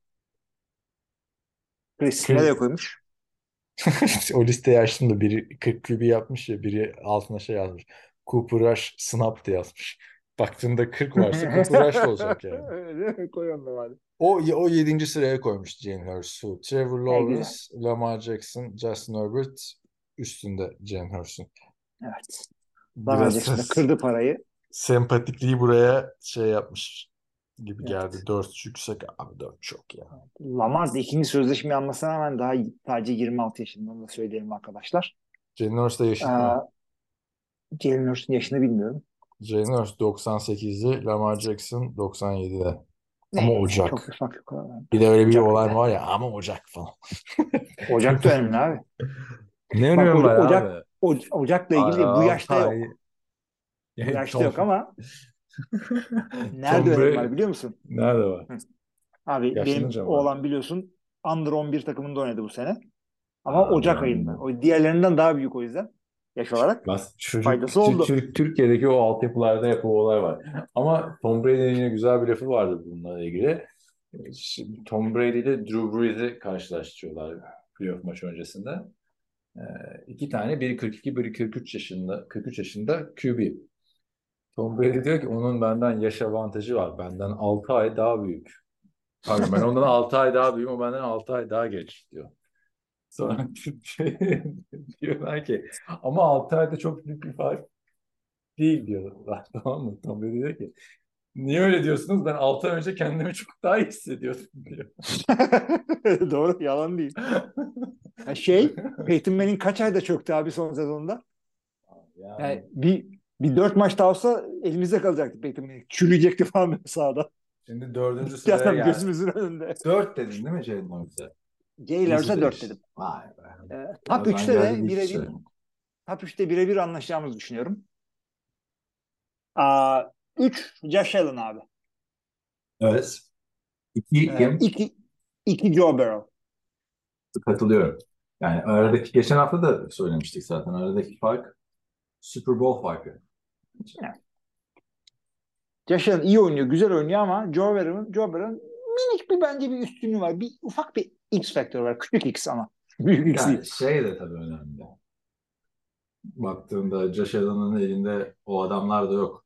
Speaker 5: Chris
Speaker 4: Chris.
Speaker 5: nereye koymuş?
Speaker 4: O listeyi açtım da biri 40 QB yapmış ya, biri altına şey yazmış. Cooper Rush snap diye yazmış. Baktığında 40 varsa Cooper Rush da olacak yani.
Speaker 5: Öyle koy onu hadi.
Speaker 4: O 7. sıraya koymuş Jalen Hurts'u. Trevor Lawrence,
Speaker 5: Güzel.
Speaker 4: Lamar Jackson, Justin Herbert üstünde Jalen Hurts'un.
Speaker 5: Evet. Lamar
Speaker 4: Biraz
Speaker 5: Jackson da kırdı parayı.
Speaker 4: sempatikliği buraya şey yapmış gibi
Speaker 5: Evet.
Speaker 4: geldi. 4 yüksek abi, 4 çok ya.
Speaker 5: Lamar da ikinci sözleşmeyi almasına rağmen daha sadece 26 yaşında. Onu da söyleyelim arkadaşlar.
Speaker 4: Jalen Hurts da eşit mi?
Speaker 5: Ee, Jalen Hurts'un yaşını bilmiyorum.
Speaker 4: Jalen Hurts 98'li, Lamar Jackson 97'de. Ama
Speaker 5: Ne? Çok
Speaker 4: Ocak.
Speaker 5: bir fark yok.
Speaker 4: Bir de öyle bir
Speaker 5: Ocak
Speaker 4: olay
Speaker 5: yeter.
Speaker 4: var ya, ama Ocak falan.
Speaker 5: Ocak da önemli abi.
Speaker 4: Ne
Speaker 5: Bak
Speaker 4: önemi var abi?
Speaker 5: Ocak'la ilgili bu
Speaker 4: 6
Speaker 5: yaşta yok.
Speaker 4: ay.
Speaker 5: Bu
Speaker 4: Yani
Speaker 5: yaşta yok ama nerede
Speaker 4: Tom
Speaker 5: önemi var
Speaker 4: Brady
Speaker 5: biliyor musun?
Speaker 4: nerede var?
Speaker 5: Hı. Abi benim
Speaker 4: Yaşlanınca mı var?
Speaker 5: oğlan biliyorsun Under 11 takımında oynadı bu sene. Ama
Speaker 4: Aa,
Speaker 5: Ocak ayında.
Speaker 4: ben
Speaker 5: O diğerlerinden daha büyük o yüzden. Yaş olarak
Speaker 4: çocuk
Speaker 5: faydası oldu.
Speaker 4: Türkiye'deki o altyapılarda hep o olay var. Ama Tom Brady'nin yine güzel bir lafı vardı bununla ilgili. Şimdi Tom Brady ile Drew Brees'i karşılaştırıyorlar playoff maçı öncesinde. Ee, iki tane biri 42 biri 43 yaşında QB. Tom Brady diyor ki onun benden yaş avantajı var. Benden 6 ay daha büyük. Pardon, ben ondan 6 ay daha büyüğüm, o benden 6 ay daha genç diyor. Sonra diyorlar ki ama 6 ayda çok büyük bir fark değil diyorlar. Tamam mı? Tom Brady diyor ki niye öyle diyorsunuz? Ben 6 ay önce kendimi çok daha iyi hissediyordum diyor.
Speaker 5: Doğru, yalan değil. Ya Peyton Manning kaç ayda çöktü abi son sezonda? Yani
Speaker 4: Yani
Speaker 5: bir 4 maç daha olsa elimizde kalacaktı Peyton Manning. Çürüyecekti falan böyle sahada.
Speaker 4: şimdi dördüncü
Speaker 5: Ya
Speaker 4: sıraya
Speaker 5: adam
Speaker 4: geldi.
Speaker 5: gözümüzün önünde.
Speaker 4: 4 dedin değil mi Jalen Hurts'e?
Speaker 5: Jalen
Speaker 4: Nasıl
Speaker 5: Hurts'e 4
Speaker 4: değişti?
Speaker 5: dedim.
Speaker 4: Vay be.
Speaker 5: Top
Speaker 4: Birazdan
Speaker 5: 3'te
Speaker 4: geldi
Speaker 5: de
Speaker 4: bir
Speaker 5: birebir
Speaker 4: kişi.
Speaker 5: Top 3'te birebir anlaşacağımızı düşünüyorum. 3 Josh Allen abi.
Speaker 4: Evet. İki kim?
Speaker 5: 2 Joe Burrow.
Speaker 4: Katılıyorum. Yani aradaki geçen hafta da söylemiştik zaten. Aradaki fark Super Bowl farkı.
Speaker 5: Yani Josh Allen iyi oynuyor, güzel oynuyor ama Joe Burrow'ın minik bir bence bir üstünlüğü var. Bir ufak bir X faktörü var. Küçük X ama. Büyük X
Speaker 4: Yani
Speaker 5: değil.
Speaker 4: şey de tabii önemli. Baktığında Josh Allen'ın elinde o adamlar da yok.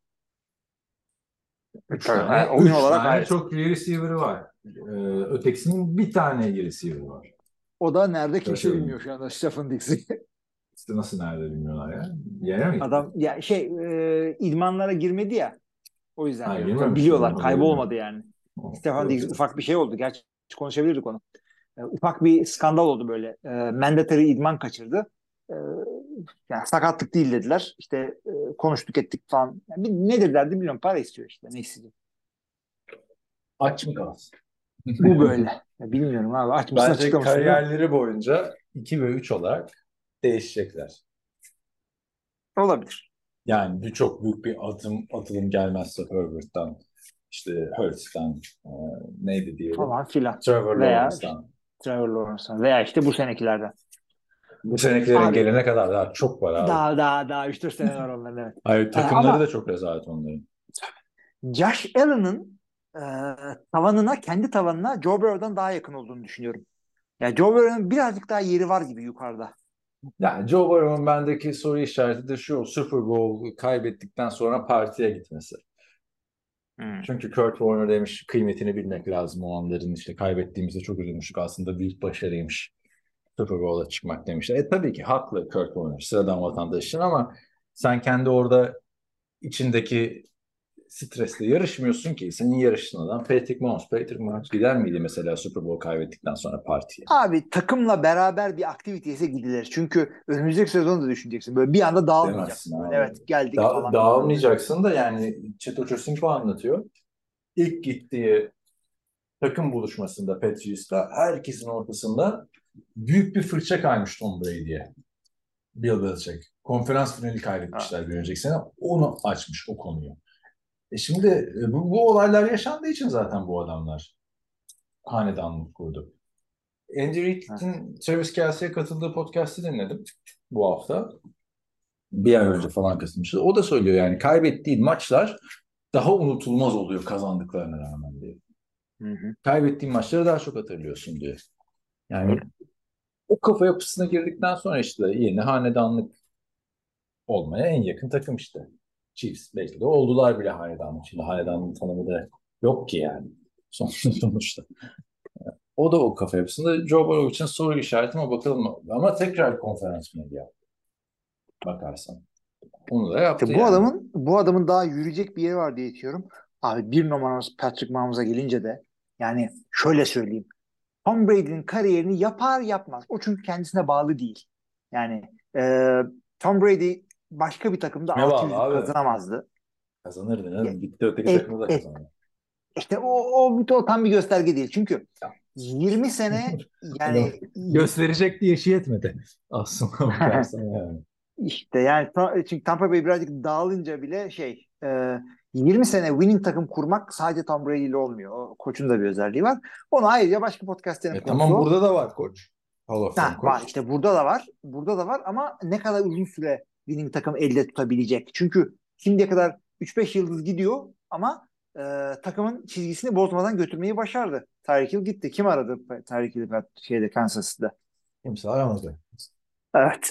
Speaker 4: Üç tane,
Speaker 5: Oyun
Speaker 4: üç
Speaker 5: olarak
Speaker 4: tane
Speaker 5: ayrı.
Speaker 4: çok iyi receiver'ı var. Ötekisinin bir tane iyi receiver'ı var.
Speaker 5: O da nerede
Speaker 4: Josh
Speaker 5: kimse
Speaker 4: Allen'ın.
Speaker 5: bilmiyor şu anda Stephen Diggs'i.
Speaker 4: İşte nasıl nerede bilmiyorlar ya. Yere mi gitti?
Speaker 5: Adam ya idmanlara girmedi ya. O yüzden
Speaker 4: Ha,
Speaker 5: diyorum. Tabii
Speaker 4: girmemiş miydi?
Speaker 5: biliyorlar.
Speaker 4: Haberim
Speaker 5: Kaybolmadı
Speaker 4: yok.
Speaker 5: yani. Stefan Diggs
Speaker 4: Olabilir.
Speaker 5: ufak bir şey oldu. Gerçi konuşabilirdik onu. Ufak bir skandal oldu böyle. Mandatory idman kaçırdı. E, Yani sakatlık değil dediler. İşte konuştuk ettik falan. Yani ne dedilerdi bilmiyorum. Para istiyor işte. Ne istiyor?
Speaker 4: Aç mı kalsın?
Speaker 5: Bu böyle. Ya bilmiyorum abi. Aç mısın
Speaker 4: Bence
Speaker 5: açıklamışsın değil mi?
Speaker 4: kariyerleri boyunca 2 ve 3 olarak değişecekler.
Speaker 5: Olabilir.
Speaker 4: Yani çok büyük bir atılım gelmezse Herbert'tan, işte Hurts'tan, neydi diyelim,
Speaker 5: Falan filan.
Speaker 4: Trevor
Speaker 5: Veya işte
Speaker 4: Lawrence'tan.
Speaker 5: Trevor Lawrence'dan. Veya işte bu senekilerden.
Speaker 4: Bu senekilerin
Speaker 5: Abi
Speaker 4: gelene kadar daha çok var abi.
Speaker 5: daha 3-4 sene var onların, evet.
Speaker 4: Hayır, takımları da
Speaker 5: Ama
Speaker 4: çok rezalet onların.
Speaker 5: Josh Allen'ın kendi tavanına Joe Burrow'dan daha yakın olduğunu düşünüyorum. Yani Joe Burrow'un birazcık daha yeri var gibi yukarıda.
Speaker 4: Yani Joe Burrow'un bendeki soru işareti de şu: Super Bowl kaybettikten sonra partiye gitmesi.
Speaker 5: Hmm.
Speaker 4: Çünkü Kurt Warner demiş kıymetini bilmek lazım o anların, işte kaybettiğimizde çok üzülmüştük, aslında büyük başarıymış Super Bowl'a çıkmak demişler. Tabii ki haklı Kurt Warner sıradan vatandaşın, ama sen kendi orada içindeki stresle yarışmıyorsun ki. Senin yarıştığın adam Patrick Mahomes. Patrick Mahomes gider miydi mesela Super Bowl kaybettikten sonra partiye?
Speaker 5: Abi takımla beraber bir aktiviteye gidilir. Çünkü önümüzdeki sezonu da düşüneceksin. Böyle bir anda
Speaker 4: Demezsin
Speaker 5: dağılmayacaksın. Böyle
Speaker 4: abi.
Speaker 5: evet geldik falan filan.
Speaker 4: Dağılmayacaksın da, yani Çeto Çösünko anlatıyor. İlk gittiği takım buluşmasında Patriots'ta herkesin ortasında büyük bir fırça kaymış Tom Brady'ye. Bill Belichick. Konferans finali
Speaker 5: Ha.
Speaker 4: kaybetmişler bir önceki sene. Onu açmış o konuyu. Şimdi bu olaylar yaşandığı için zaten bu adamlar hanedanlık kurdu. Andy
Speaker 5: Ha.
Speaker 4: Reid'in Travis Kelce'ye katıldığı podcast'ı dinledim bu hafta. Bir ay önce falan katılmıştı. O da söylüyor yani kaybettiğin maçlar daha unutulmaz oluyor kazandıklarına rağmen diye.
Speaker 5: Hı hı.
Speaker 4: Kaybettiğin maçları daha çok hatırlıyorsun diyor. Yani o kafa yapısına girdikten sonra işte yeni hanedanlık olmaya en yakın takım işte. Chiefs belki de oldular bile hanedanlık. Şimdi hanedanlığın tanımı da yok ki yani sonuçta. O da o kafa yapısında. Joe Burrow için soru işareti ama bakalım. Ama tekrar konferans medya bakarsan. Onu da yaptı
Speaker 5: İşte bu
Speaker 4: yani.
Speaker 5: adamın daha yürüyecek bir yeri var diye düşünüyorum. Abi bir numaramız Patrick Mahomes'a gelince de yani şöyle söyleyeyim. Tom Brady'nin kariyerini yapar yapmaz. O çünkü kendisine bağlı değil. Yani e, Tom Brady başka bir takımda
Speaker 4: Ne
Speaker 5: altı
Speaker 4: bağlı
Speaker 5: yüzlük
Speaker 4: abi?
Speaker 5: kazanamazdı.
Speaker 4: Kazanırdı.
Speaker 5: E,
Speaker 4: Ne? Gitti öteki
Speaker 5: e,
Speaker 4: takımda da
Speaker 5: e,
Speaker 4: kazandı.
Speaker 5: işte o tam bir gösterge değil. Çünkü 20 sene
Speaker 4: Adam
Speaker 5: yani
Speaker 4: gösterecekti, yaşı yetmedi. Aslında bakarsan yani.
Speaker 5: işte yani çünkü Tampa Bay birazcık dağılınca bile 20 sene winning takım kurmak sadece Tom Brady ile olmuyor. O, koçun da bir özelliği var. Onu ayrıca başka podcastlerin konusu
Speaker 4: Tamam,
Speaker 5: o.
Speaker 4: burada da var koç. Hall of Fame
Speaker 5: Var
Speaker 4: koç.
Speaker 5: işte burada da var. Burada da var ama ne kadar uzun süre winning takım elde tutabilecek. Çünkü şimdiye kadar 3-5 yıldız gidiyor ama takımın çizgisini bozmadan götürmeyi başardı. Tyreek Hill gitti. Kim aradı Tyreek Hill'i Kansas City'de?
Speaker 4: Kimse aramadı.
Speaker 5: Evet.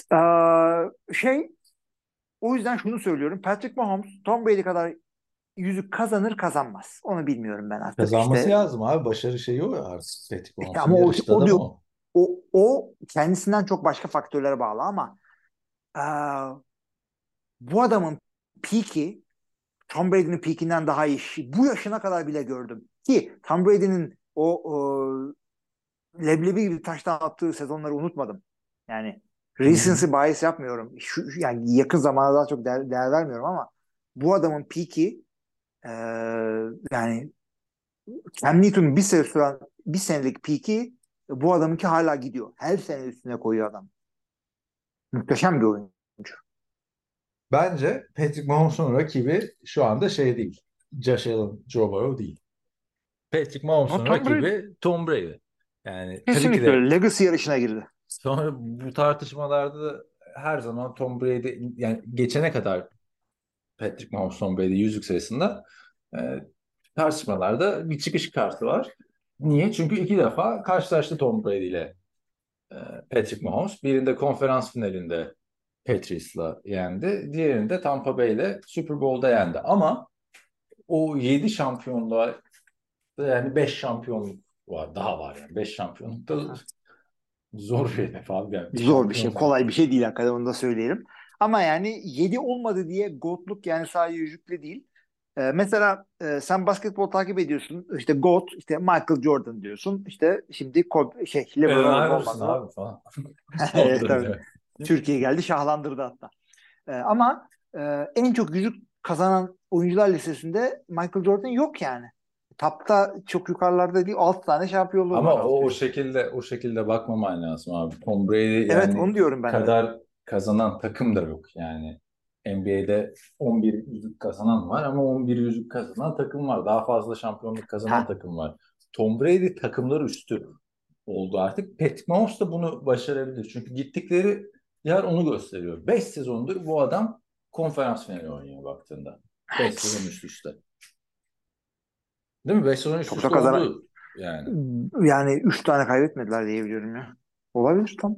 Speaker 5: O yüzden şunu söylüyorum. Patrick Mahomes Tom Brady kadar yüzük kazanır kazanmaz. Onu bilmiyorum ben artık.
Speaker 4: Kazanması
Speaker 5: İşte,
Speaker 4: lazım abi. Başarı şeyi o ya artık. Patrick
Speaker 5: işte
Speaker 4: Mahomes'un
Speaker 5: ama
Speaker 4: yarışta
Speaker 5: o
Speaker 4: adamı
Speaker 5: diyor
Speaker 4: o.
Speaker 5: o kendisinden çok başka faktörlere bağlı ama aa, bu adamın peak'i Tom Brady'nin peak'inden daha iyi. Bu yaşına kadar bile gördüm. Ki Tom Brady'nin o leblebi gibi taştan attığı sezonları unutmadım. Yani
Speaker 4: Hı hı.
Speaker 5: recency bias yapmıyorum. Yani yakın zamana daha çok değer vermiyorum ama bu adamın peak'i e, yani Cam Newton'un bir senelik peak'i bu adamınki hala gidiyor. Her sene üstüne koyuyor adam. Muhteşem bir oyuncu.
Speaker 4: Bence Patrick Mahomes'un rakibi şu anda şey değil. Josh Allen, Joe Burrow değil. Patrick
Speaker 5: Ama
Speaker 4: Mahomes'un
Speaker 5: Tom Brady
Speaker 4: rakibi Tom Brady. Yani tabii ki
Speaker 5: kesinlikle
Speaker 4: de
Speaker 5: öyle. Legacy yarışına girdi.
Speaker 4: sonra bu tartışmalarda da her zaman Tom Brady, yani geçene kadar Patrick Mahomes, Tom Brady yüzük sayısında e, tartışmalarda bir çıkış kartı var. Niye? Çünkü iki defa karşılaştı Tom Brady ile e, Patrick Mahomes. Birinde konferans finalinde Patriots'la yendi. Diğerinde Tampa Bay ile Super Bowl'da yendi. Ama o 7 şampiyonluğa, yani 5 şampiyonluk var. Daha var yani. 5 şampiyonluk da zor bir hedef abi. Yani bir
Speaker 5: Zor bir şey.
Speaker 4: şampiyonluk.
Speaker 5: Kolay bir şey değil hakikaten onu da söyleyelim. Ama yani 7 olmadı diye GOAT'luk yani sadece yüzükle değil. Mesela sen basketbol takip ediyorsun. İşte GOAT, işte Michael Jordan diyorsun. İşte şimdi LeBron
Speaker 4: Allen
Speaker 5: olup
Speaker 4: Iverson
Speaker 5: olmadı.
Speaker 4: abi falan.
Speaker 5: Evet,
Speaker 4: Orada
Speaker 5: tabii.
Speaker 4: da.
Speaker 5: Türkiye geldi şahlandırdı hatta. Ama en çok yüzük kazanan oyuncular listesinde Michael Jordan yok yani. Tapta çok yukarılarda değil. 6 tane şampiyonluğu var
Speaker 4: Ama
Speaker 5: alt
Speaker 4: o
Speaker 5: üst.
Speaker 4: şekilde bakmaman lazım abi. Tom Brady
Speaker 5: Evet
Speaker 4: yani
Speaker 5: onu diyorum ben de.
Speaker 4: kadar kazanan takım da yok yani. NBA'de 11 yüzük kazanan var ama 11 yüzük kazanan takım var. Daha fazla şampiyonluk kazanan
Speaker 5: Ha,
Speaker 4: takım var. Tom Brady takımlar üstü oldu artık. Patrick Mahomes da bunu başarabilir. Çünkü gittikleri yer onu gösteriyor. 5 sezondur bu adam konferans finali oynuyor baktığında. 5
Speaker 5: evet.
Speaker 4: sezon üst üste. Değil mi? 5 sezon üst
Speaker 5: Çok da
Speaker 4: üste
Speaker 5: kazan
Speaker 4: oldu yani.
Speaker 5: yani 3 tane kaybetmediler diye biliyorum ya. Olabilir tam.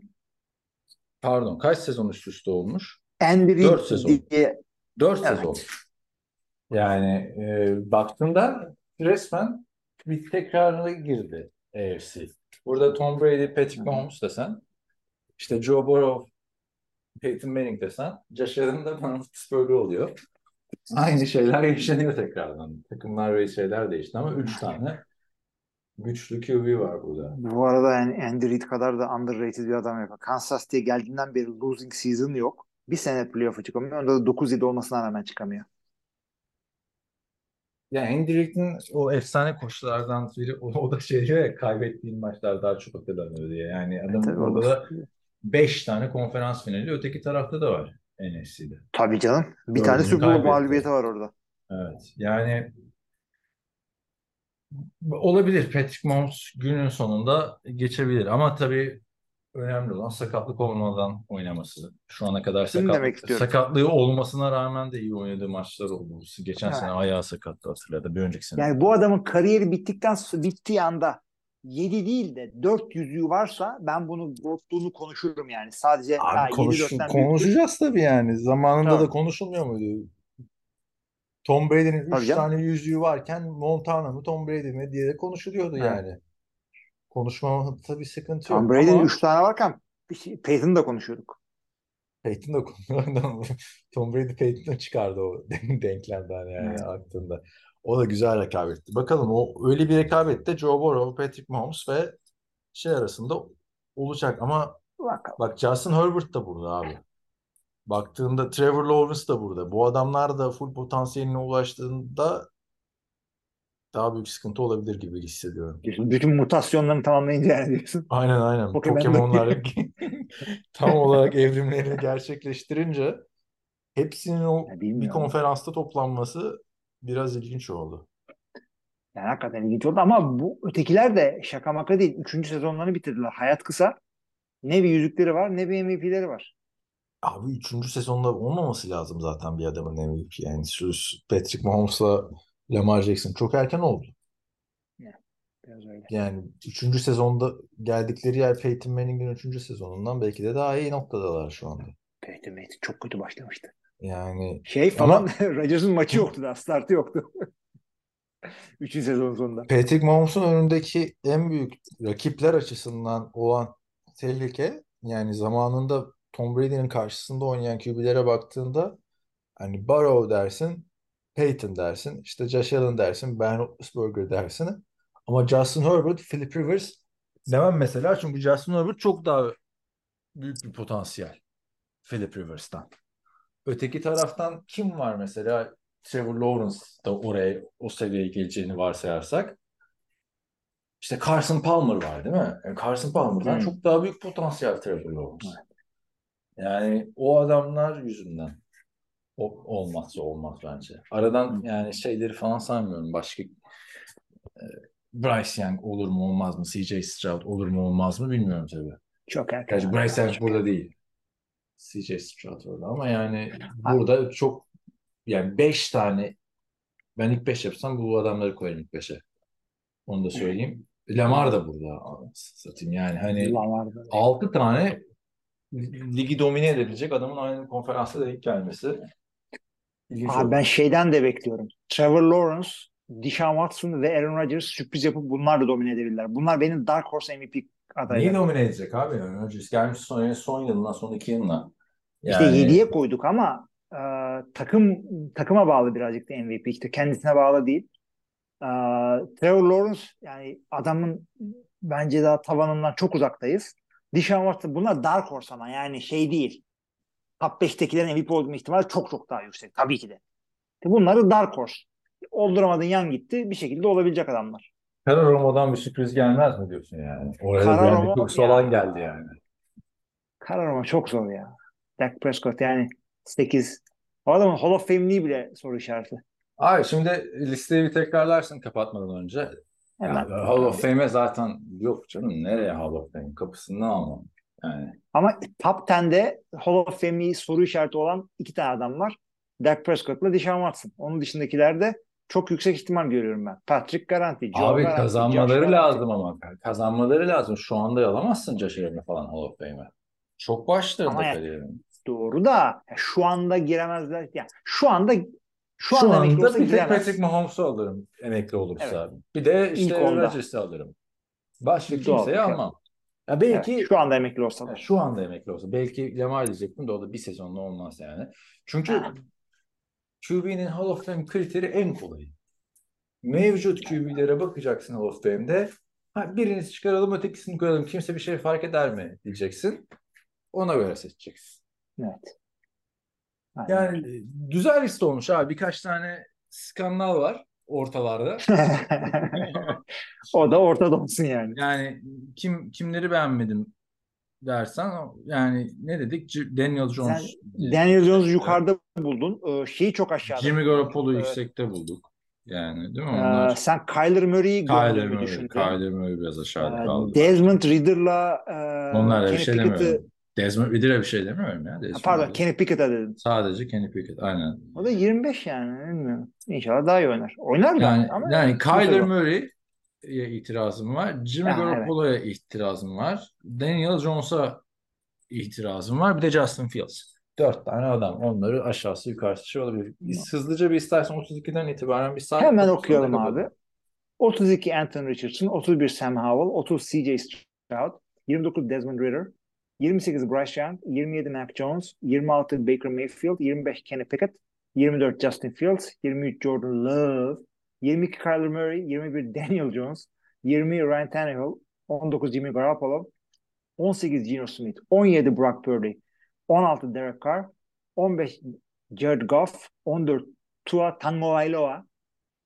Speaker 4: Pardon, kaç sezon üst üste olmuş?
Speaker 5: Andy
Speaker 4: 4
Speaker 5: Reid
Speaker 4: sezon.
Speaker 5: diye
Speaker 4: 4 sezon.
Speaker 5: evet.
Speaker 4: Yani baktığında resmen bir tekrarına girdi AFC. Burada Tom Brady,
Speaker 5: Hı
Speaker 4: Patrick
Speaker 5: hı.
Speaker 4: Mahomes desen, işte Joe Burrow, Peyton Manning desen, Josh Allen da bana böyle oluyor. Aynı şeyler yaşanıyor tekrardan. Takımlar ve şeyler değişti ama 3 tane güçlü QB var burada.
Speaker 5: Bu arada yani Andy Reid kadar da underrated bir adam yok. Kansas City'ye geldiğinden beri losing season yok. Bir sene playoff'a çıkamıyor. Onda da 9-7 olmasına rağmen çıkamıyor.
Speaker 4: Yani Andy Reid'in o efsane koçlardan biri, o da şey diyor ya, kaybettiğin maçlar daha çok hatırlanıyor diye. Yani adam
Speaker 5: Tabii
Speaker 4: orada
Speaker 5: olur.
Speaker 4: da 5 tane konferans finali, öteki tarafta da var NFC'de.
Speaker 5: Tabii canım. Bir tane
Speaker 4: Dördünü
Speaker 5: Super Bowl mağlubiyeti
Speaker 4: kaybetti.
Speaker 5: var orada.
Speaker 4: Evet. Yani olabilir. Patrick Mahomes günün sonunda geçebilir. Ama tabii önemli olan sakatlık olmadan oynaması. Şu ana kadar
Speaker 5: Şunu demek istiyorum.
Speaker 4: sakatlığı olmasına rağmen de iyi oynadığı maçlar oldu. Geçen sene
Speaker 5: Evet.
Speaker 4: ayağı sakattı, hatırladı. Bir önceki sene.
Speaker 5: Yani bu adamın kariyeri bittiği anda 7 değil de 4 yüzüğü varsa ben bunu botluğunu konuşurum yani. Sadece
Speaker 4: Abi
Speaker 5: 7-4'ten büyüktür.
Speaker 4: konuşacağız tabii yani. Zamanında da
Speaker 5: Tamam.
Speaker 4: konuşulmuyor muydu? Tom Brady'nin
Speaker 5: Tabii
Speaker 4: 3
Speaker 5: canım.
Speaker 4: tane yüzüğü varken Montana mı Tom Brady mi diye de konuşuluyordu
Speaker 5: Evet.
Speaker 4: yani. Konuşmamda tabii sıkıntı
Speaker 5: Tom
Speaker 4: yok
Speaker 5: Brady'nin
Speaker 4: ama
Speaker 5: 3 tane varken Peyton'ı da konuşuyorduk.
Speaker 4: Peyton da Tom Brady Peyton'ı çıkardı o denklemden yani
Speaker 5: Evet.
Speaker 4: aklında. O da güzel rekabetti. Bakalım, o öyle bir rekabette Joe Burrow, Patrick Mahomes ve şey arasında olacak ama
Speaker 5: Bakalım.
Speaker 4: bak, Justin Herbert da burada abi. Baktığında Trevor Lawrence da burada. Bu adamlar da full potansiyeline ulaştığında daha büyük sıkıntı olabilir gibi hissediyorum.
Speaker 5: Bütün mutasyonlarını tamamlayınca yani diyorsun.
Speaker 4: Aynen aynen.
Speaker 5: Pokemon'da.
Speaker 4: Pokemon'lar tam olarak evrimlerini gerçekleştirince hepsinin o
Speaker 5: Ya
Speaker 4: bir
Speaker 5: bilmiyorum.
Speaker 4: konferansta toplanması biraz ilginç oldu.
Speaker 5: Yani hakikaten ilginç oldu ama bu ötekiler de şaka maka değil. Üçüncü sezonlarını bitirdiler. Hayat kısa. Ne bir yüzükleri var ne bir MVP'leri var.
Speaker 4: Abi üçüncü sezonda olmaması lazım zaten bir adamın MVP. Yani şu Patrick Mahomes'la Lamar Jackson çok erken oldu.
Speaker 5: Yani biraz öyle.
Speaker 4: Yani üçüncü sezonda geldikleri yer Peyton Manning'in üçüncü sezonundan belki de daha iyi noktadalar şu anda.
Speaker 5: Peyton Manning çok kötü başlamıştı.
Speaker 4: Yani
Speaker 5: Şey falan
Speaker 4: ama
Speaker 5: Rodgers'ın maçı
Speaker 4: hı,
Speaker 5: yoktu daha. Startı yoktu. Üçüncü sezon sonunda.
Speaker 4: Patrick Mahomes'un önündeki en büyük rakipler açısından olan tehlike yani zamanında Tom Brady'nin karşısında oynayan QB'lere baktığında hani Burrow dersin, Peyton dersin, işte Josh Allen dersin, Ben Roethlisberger dersin. Ama Justin Herbert, Philip Rivers demem mesela çünkü Justin Herbert çok daha büyük bir potansiyel Philip Rivers'tan. Öteki taraftan kim var mesela? Trevor Lawrence da oraya o seviyeye geleceğini varsayarsak. İşte Carson Palmer var değil mi? Carson Palmer'dan
Speaker 5: Hmm.
Speaker 4: çok daha büyük potansiyel Trevor Lawrence. Yani o adamlar yüzünden olmazsa olmaz bence. Aradan yani şeyleri falan saymıyorum. Başka Bryce Young olur mu olmaz mı? CJ Stroud olur mu olmaz mı bilmiyorum tabii.
Speaker 5: Çok erken.
Speaker 4: Gerçi Bryce Young
Speaker 5: Çok erken.
Speaker 4: burada değil. CJ Stroud orada ama yani
Speaker 5: Ha,
Speaker 4: burada çok yani 5 tane ben ilk 5 yapsam bu adamları koyarım ilk beşe. Onu da söyleyeyim. Lamar da burada satayım yani hani
Speaker 5: Lamar'da.
Speaker 4: 6 tane ligi domine edebilecek adamın aynı konferansta denk gelmesi ilginç
Speaker 5: Abi ben
Speaker 4: oldu.
Speaker 5: şeyden de bekliyorum. Trevor Lawrence, Deshaun Watson ve Aaron Rodgers sürpriz yapıp bunlar da domine edebilirler. Bunlar benim Dark Horse MVP
Speaker 4: Neyi
Speaker 5: adaylarım.
Speaker 4: domine edecek abi? Yani Rodgers gelmiş son yılından son 2 yılına.
Speaker 5: İşte
Speaker 4: Yani
Speaker 5: 7'ye koyduk ama takıma bağlı birazcık da MVP. İşte kendisine bağlı değil. E, Trevor Lawrence yani adamın bence daha tavanından çok uzaktayız. Deshaun Watson bunlar Dark Horse ama yani şey değil. Top 5'tekilerin MVP olma ihtimali çok çok daha yüksek. Tabii ki de. Bunları Dark Horse. Olduramadın yan gitti. Bir şekilde olabilecek adamlar.
Speaker 4: Karar olmadan bir sürpriz gelmez mi diyorsun yani? Oraya da Brandon
Speaker 5: Kararoma
Speaker 4: Cooks
Speaker 5: ya.
Speaker 4: falan geldi yani.
Speaker 5: Kararoma çok zor ya. Dak Prescott yani 8. O adamın Hall of Fame'liği bile soru işareti.
Speaker 4: Abi şimdi listeyi bir tekrarlarsın kapatmadan önce. Ya
Speaker 5: Hemen
Speaker 4: Hall of
Speaker 5: tekrarlayayım.
Speaker 4: Fame'e zaten yok canım. Nereye Hall of Fame? Kapısından almam. Yani
Speaker 5: Ama Top 10'de Hall of Fame'liği soru işareti olan iki tane adam var. Dak Prescott'la Deshaun Watson. Onun dışındakilerde çok yüksek ihtimal görüyorum ben. Patrick garanti, Joe
Speaker 4: abi
Speaker 5: garanti, Josh
Speaker 4: kazanmaları
Speaker 5: garanti.
Speaker 4: lazım ama. Kazanmaları lazım. Şu anda alamazsın Josh Allen'ı falan Hall of Fame'e. Çok
Speaker 5: Ama
Speaker 4: başlarında
Speaker 5: yani
Speaker 4: kariyerin.
Speaker 5: doğru da şu anda giremezler. Yani şu
Speaker 4: Şu
Speaker 5: anda emekli
Speaker 4: anda
Speaker 5: olsa
Speaker 4: bir tek Patrick
Speaker 5: giremez.
Speaker 4: Mahomes'u alırım emekli
Speaker 5: Evet.
Speaker 4: olursa. Bir de işte
Speaker 5: İlk
Speaker 4: Aaron
Speaker 5: onda.
Speaker 4: Rodgers'ı alırım. Başka
Speaker 5: Doğal.
Speaker 4: kimseyi almam. Ya
Speaker 5: Evet.
Speaker 4: belki
Speaker 5: Şu anda emekli olsalar.
Speaker 4: şu anda emekli olsa. Belki Lamar diyecektim de o da bir sezonda olmaz yani. Çünkü
Speaker 5: Ha.
Speaker 4: QB'nin Hall of Fame kriteri en kolayı. Mevcut QB'lere bakacaksın Hall of Fame'de. Ha, birini çıkaralım ötekisini koyalım. Kimse bir şey fark eder mi diyeceksin. Ona göre seçeceksin.
Speaker 5: Evet. Aynen öyle.
Speaker 4: Yani güzel liste olmuş abi. Birkaç tane skandal var ortalarda.
Speaker 5: O da ortada olsun yani.
Speaker 4: Yani kimleri beğenmedim dersen yani ne dedik? Daniel
Speaker 5: Sen
Speaker 4: Jones
Speaker 5: Daniel Jones'u yukarıda buldun. Şeyi çok aşağıda
Speaker 4: Jimmy
Speaker 5: buldun.
Speaker 4: Garoppolo'yu yüksekte bulduk. Yani değil mi? Onlar
Speaker 5: Sen Kyler Murray'i
Speaker 4: Kyler
Speaker 5: görmemeyi
Speaker 4: Murray,
Speaker 5: düşündün.
Speaker 4: Kyler Murray biraz aşağıda kaldı bence.
Speaker 5: Desmond Ridder'la
Speaker 4: Onlara bir
Speaker 5: Kenny
Speaker 4: şey
Speaker 5: Pickett'ı
Speaker 4: demiyorum. Desmond Ridder'e bir şey demiyorum ya. Desmond
Speaker 5: pardon
Speaker 4: Ridder.
Speaker 5: Kenny Pickett'a dedim.
Speaker 4: Sadece Kenny Pickett. Aynen.
Speaker 5: O da 25 yani. Bilmiyorum. İnşallah daha iyi oynar. Oynar da
Speaker 4: Yani,
Speaker 5: ama
Speaker 4: yani
Speaker 5: bu
Speaker 4: Kyler
Speaker 5: sezon.
Speaker 4: Murray'e itirazım var. Jimmy
Speaker 5: Ha, evet.
Speaker 4: Garoppolo'ya itirazım var. Daniel Jones'a itirazım var. Bir de Justin Fields. 4 tane adam. Onları aşağısı yukarısı şey olabilir. Hızlıca bir istersen 32'den itibaren bir say.
Speaker 5: Hemen
Speaker 4: 30'da
Speaker 5: okuyalım abi.
Speaker 4: kapatalım.
Speaker 5: 32 Anthony Richardson, 31 Sam Howell, 30 CJ Stroud, 29 Desmond Ridder, 28 Bryce Young, 27 Mac Jones, 26 Baker Mayfield, 25 Kenny Pickett, 24 Justin Fields, 23 Jordan Love, 22 Kyler Murray, 21 Daniel Jones, 20 Ryan Tannehill, 19 Jimmy Garoppolo, 18 Geno Smith, 17 Brock Purdy, 16 Derek Carr, 15 Jared Goff, 14 Tua Tagovailoa,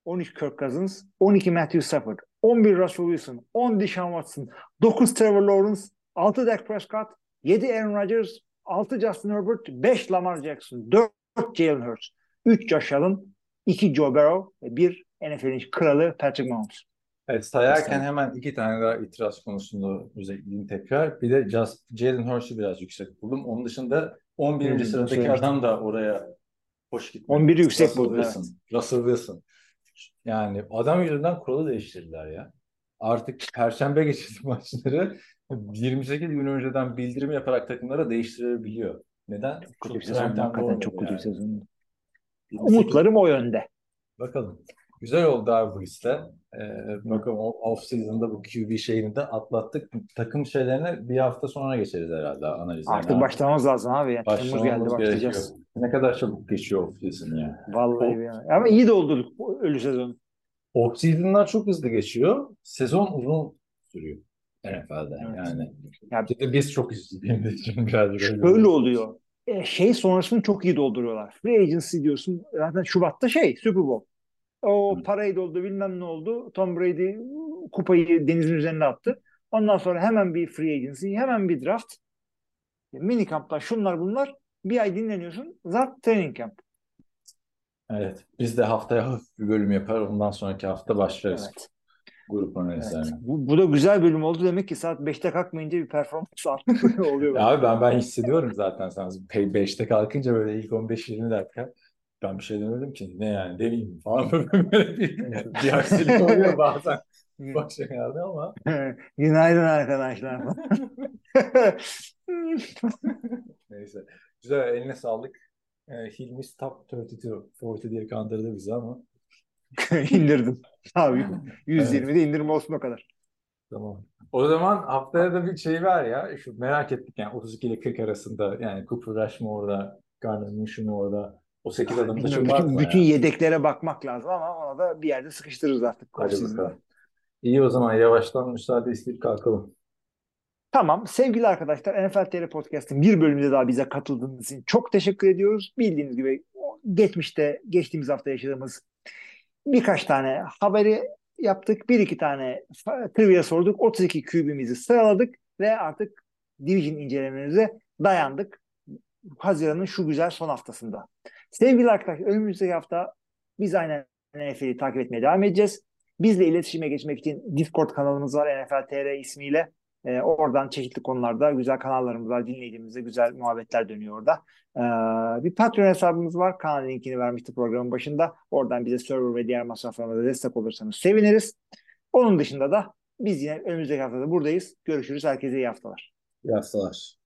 Speaker 5: 13 Kirk Cousins, 12 Matthew Stafford, 11 Russell Wilson, 10 Deshaun Watson, 9 Trevor Lawrence, 6 Dak Prescott, 7 Aaron Rodgers, 6 Justin Herbert, 5 Lamar Jackson, 4 Jalen Hurts, 3 Josh Allen, 2 Joe Burrow ve 1 NFL'in kralı Patrick Mahomes.
Speaker 4: Evet, sayarken hemen iki tane daha itiraz konusunda özetleyeyim tekrar. Bir de Jalen Hurts'u biraz yüksek buldum. Onun dışında 11. sıradaki
Speaker 5: söylemiştim.
Speaker 4: adam da oraya hoş gitmedi.
Speaker 5: 11'i yüksek
Speaker 4: Russell
Speaker 5: buldum,
Speaker 4: Wilson. Russell Wilson. Yani adam yüzünden kuralı değiştirdiler ya. Artık Perşembe geçirdi maçları 28 gün önceden bildirim yaparak takımlara değiştirebiliyor. Neden?
Speaker 5: Kötü bir
Speaker 4: Çok
Speaker 5: sezon.
Speaker 4: prime time'da
Speaker 5: Hakikaten
Speaker 4: oynadı
Speaker 5: çok kötü bir
Speaker 4: yani.
Speaker 5: sezon.
Speaker 4: 28
Speaker 5: Umutlarım o yönde.
Speaker 4: Bakalım. Güzel oldu abi bu liste. Bakalım off-season'da bu QB şeyini de atlattık. Takım şeylerine bir hafta sonra geçeriz herhalde analizlerine.
Speaker 5: Artık başlamamız lazım abi. Yani Temmuz geldi,
Speaker 4: Başlamamız gerekiyor.
Speaker 5: başlayacağız.
Speaker 4: Ne kadar çabuk geçiyor off-season ya.
Speaker 5: Vallahi ya. Ama iyi doldurduk bu ölü sezonu.
Speaker 4: Off-season'lar çok hızlı geçiyor. Sezon uzun sürüyor NFL'de
Speaker 5: Evet.
Speaker 4: yani.
Speaker 5: Ya,
Speaker 4: İşte biz çok üzüldüğümüz için birazcık öyle
Speaker 5: böyle
Speaker 4: oluyor.
Speaker 5: oluyor. Şey sonrasını çok iyi dolduruyorlar. Free agency diyorsun. Zaten Şubat'ta Super Bowl. O parayı doldu, bilmem ne oldu. Tom Brady kupayı denizin üzerine attı. Ondan sonra hemen bir free agency, hemen bir draft. Mini kamplar, şunlar bunlar. Bir ay dinleniyorsun. Zart training camp.
Speaker 4: Evet. Biz de haftaya hafif bir bölüm yapar. Ondan sonraki hafta başlarız.
Speaker 5: Evet.
Speaker 4: Grup analizlerine.
Speaker 5: Evet. Bu da güzel bölüm oldu. Demek ki saat 5'te kalkmayınca bir performans artışı oluyor.
Speaker 4: Ya abi ben hissediyorum zaten sen 5'te kalkınca böyle ilk 15-20 dakika ben bir şey demedim ki ne yani demeyeyim falan böyle bir aksilik oluyor bazen başa geldi ama
Speaker 5: Günaydın arkadaşlar.
Speaker 4: neyse. Güzel eline sağlık. Hilmi's Top 32 40 diye kandırdı bizi ama
Speaker 5: İndirdim. Abi
Speaker 4: evet,
Speaker 5: 120'de indirim olsun o kadar.
Speaker 4: tamam. O zaman haftaya da bir şey var ya şu merak ettik yani 32 ile 40 arasında yani Cooper Rush mu orada Garner Minshew mu orada o 8 adamda
Speaker 5: Bilmiyorum,
Speaker 4: çok var mı
Speaker 5: bütün
Speaker 4: ya?
Speaker 5: yedeklere bakmak lazım ama ona da bir yerde sıkıştırırız artık.
Speaker 4: Hadi bakalım. İyi o zaman yavaştan müsaade isteyip kalkalım.
Speaker 5: Tamam. Sevgili arkadaşlar, NFL TR Podcast'ın bir bölümünde daha bize katıldığınız için çok teşekkür ediyoruz. Bildiğiniz gibi geçtiğimiz hafta yaşadığımız birkaç tane haberi yaptık. Bir iki tane trivia sorduk. 32 QB'mizi sıraladık ve artık division incelememize dayandık. Haziran'ın şu güzel son haftasında. Sevgili arkadaşlar, önümüzdeki hafta biz aynen NFL'i takip etmeye devam edeceğiz. Bizle iletişime geçmek için Discord kanalımız var, NFL TR ismiyle. Oradan çeşitli konularda güzel kanallarımız var. Dinlediğimizde güzel muhabbetler dönüyor orada. Bir Patreon hesabımız var. Kanal linkini vermişti programın başında. Oradan bize server ve diğer masraflarımıza destek olursanız seviniriz. Onun dışında da biz yine önümüzdeki haftada buradayız. Görüşürüz. Herkese iyi haftalar.
Speaker 4: İyi haftalar.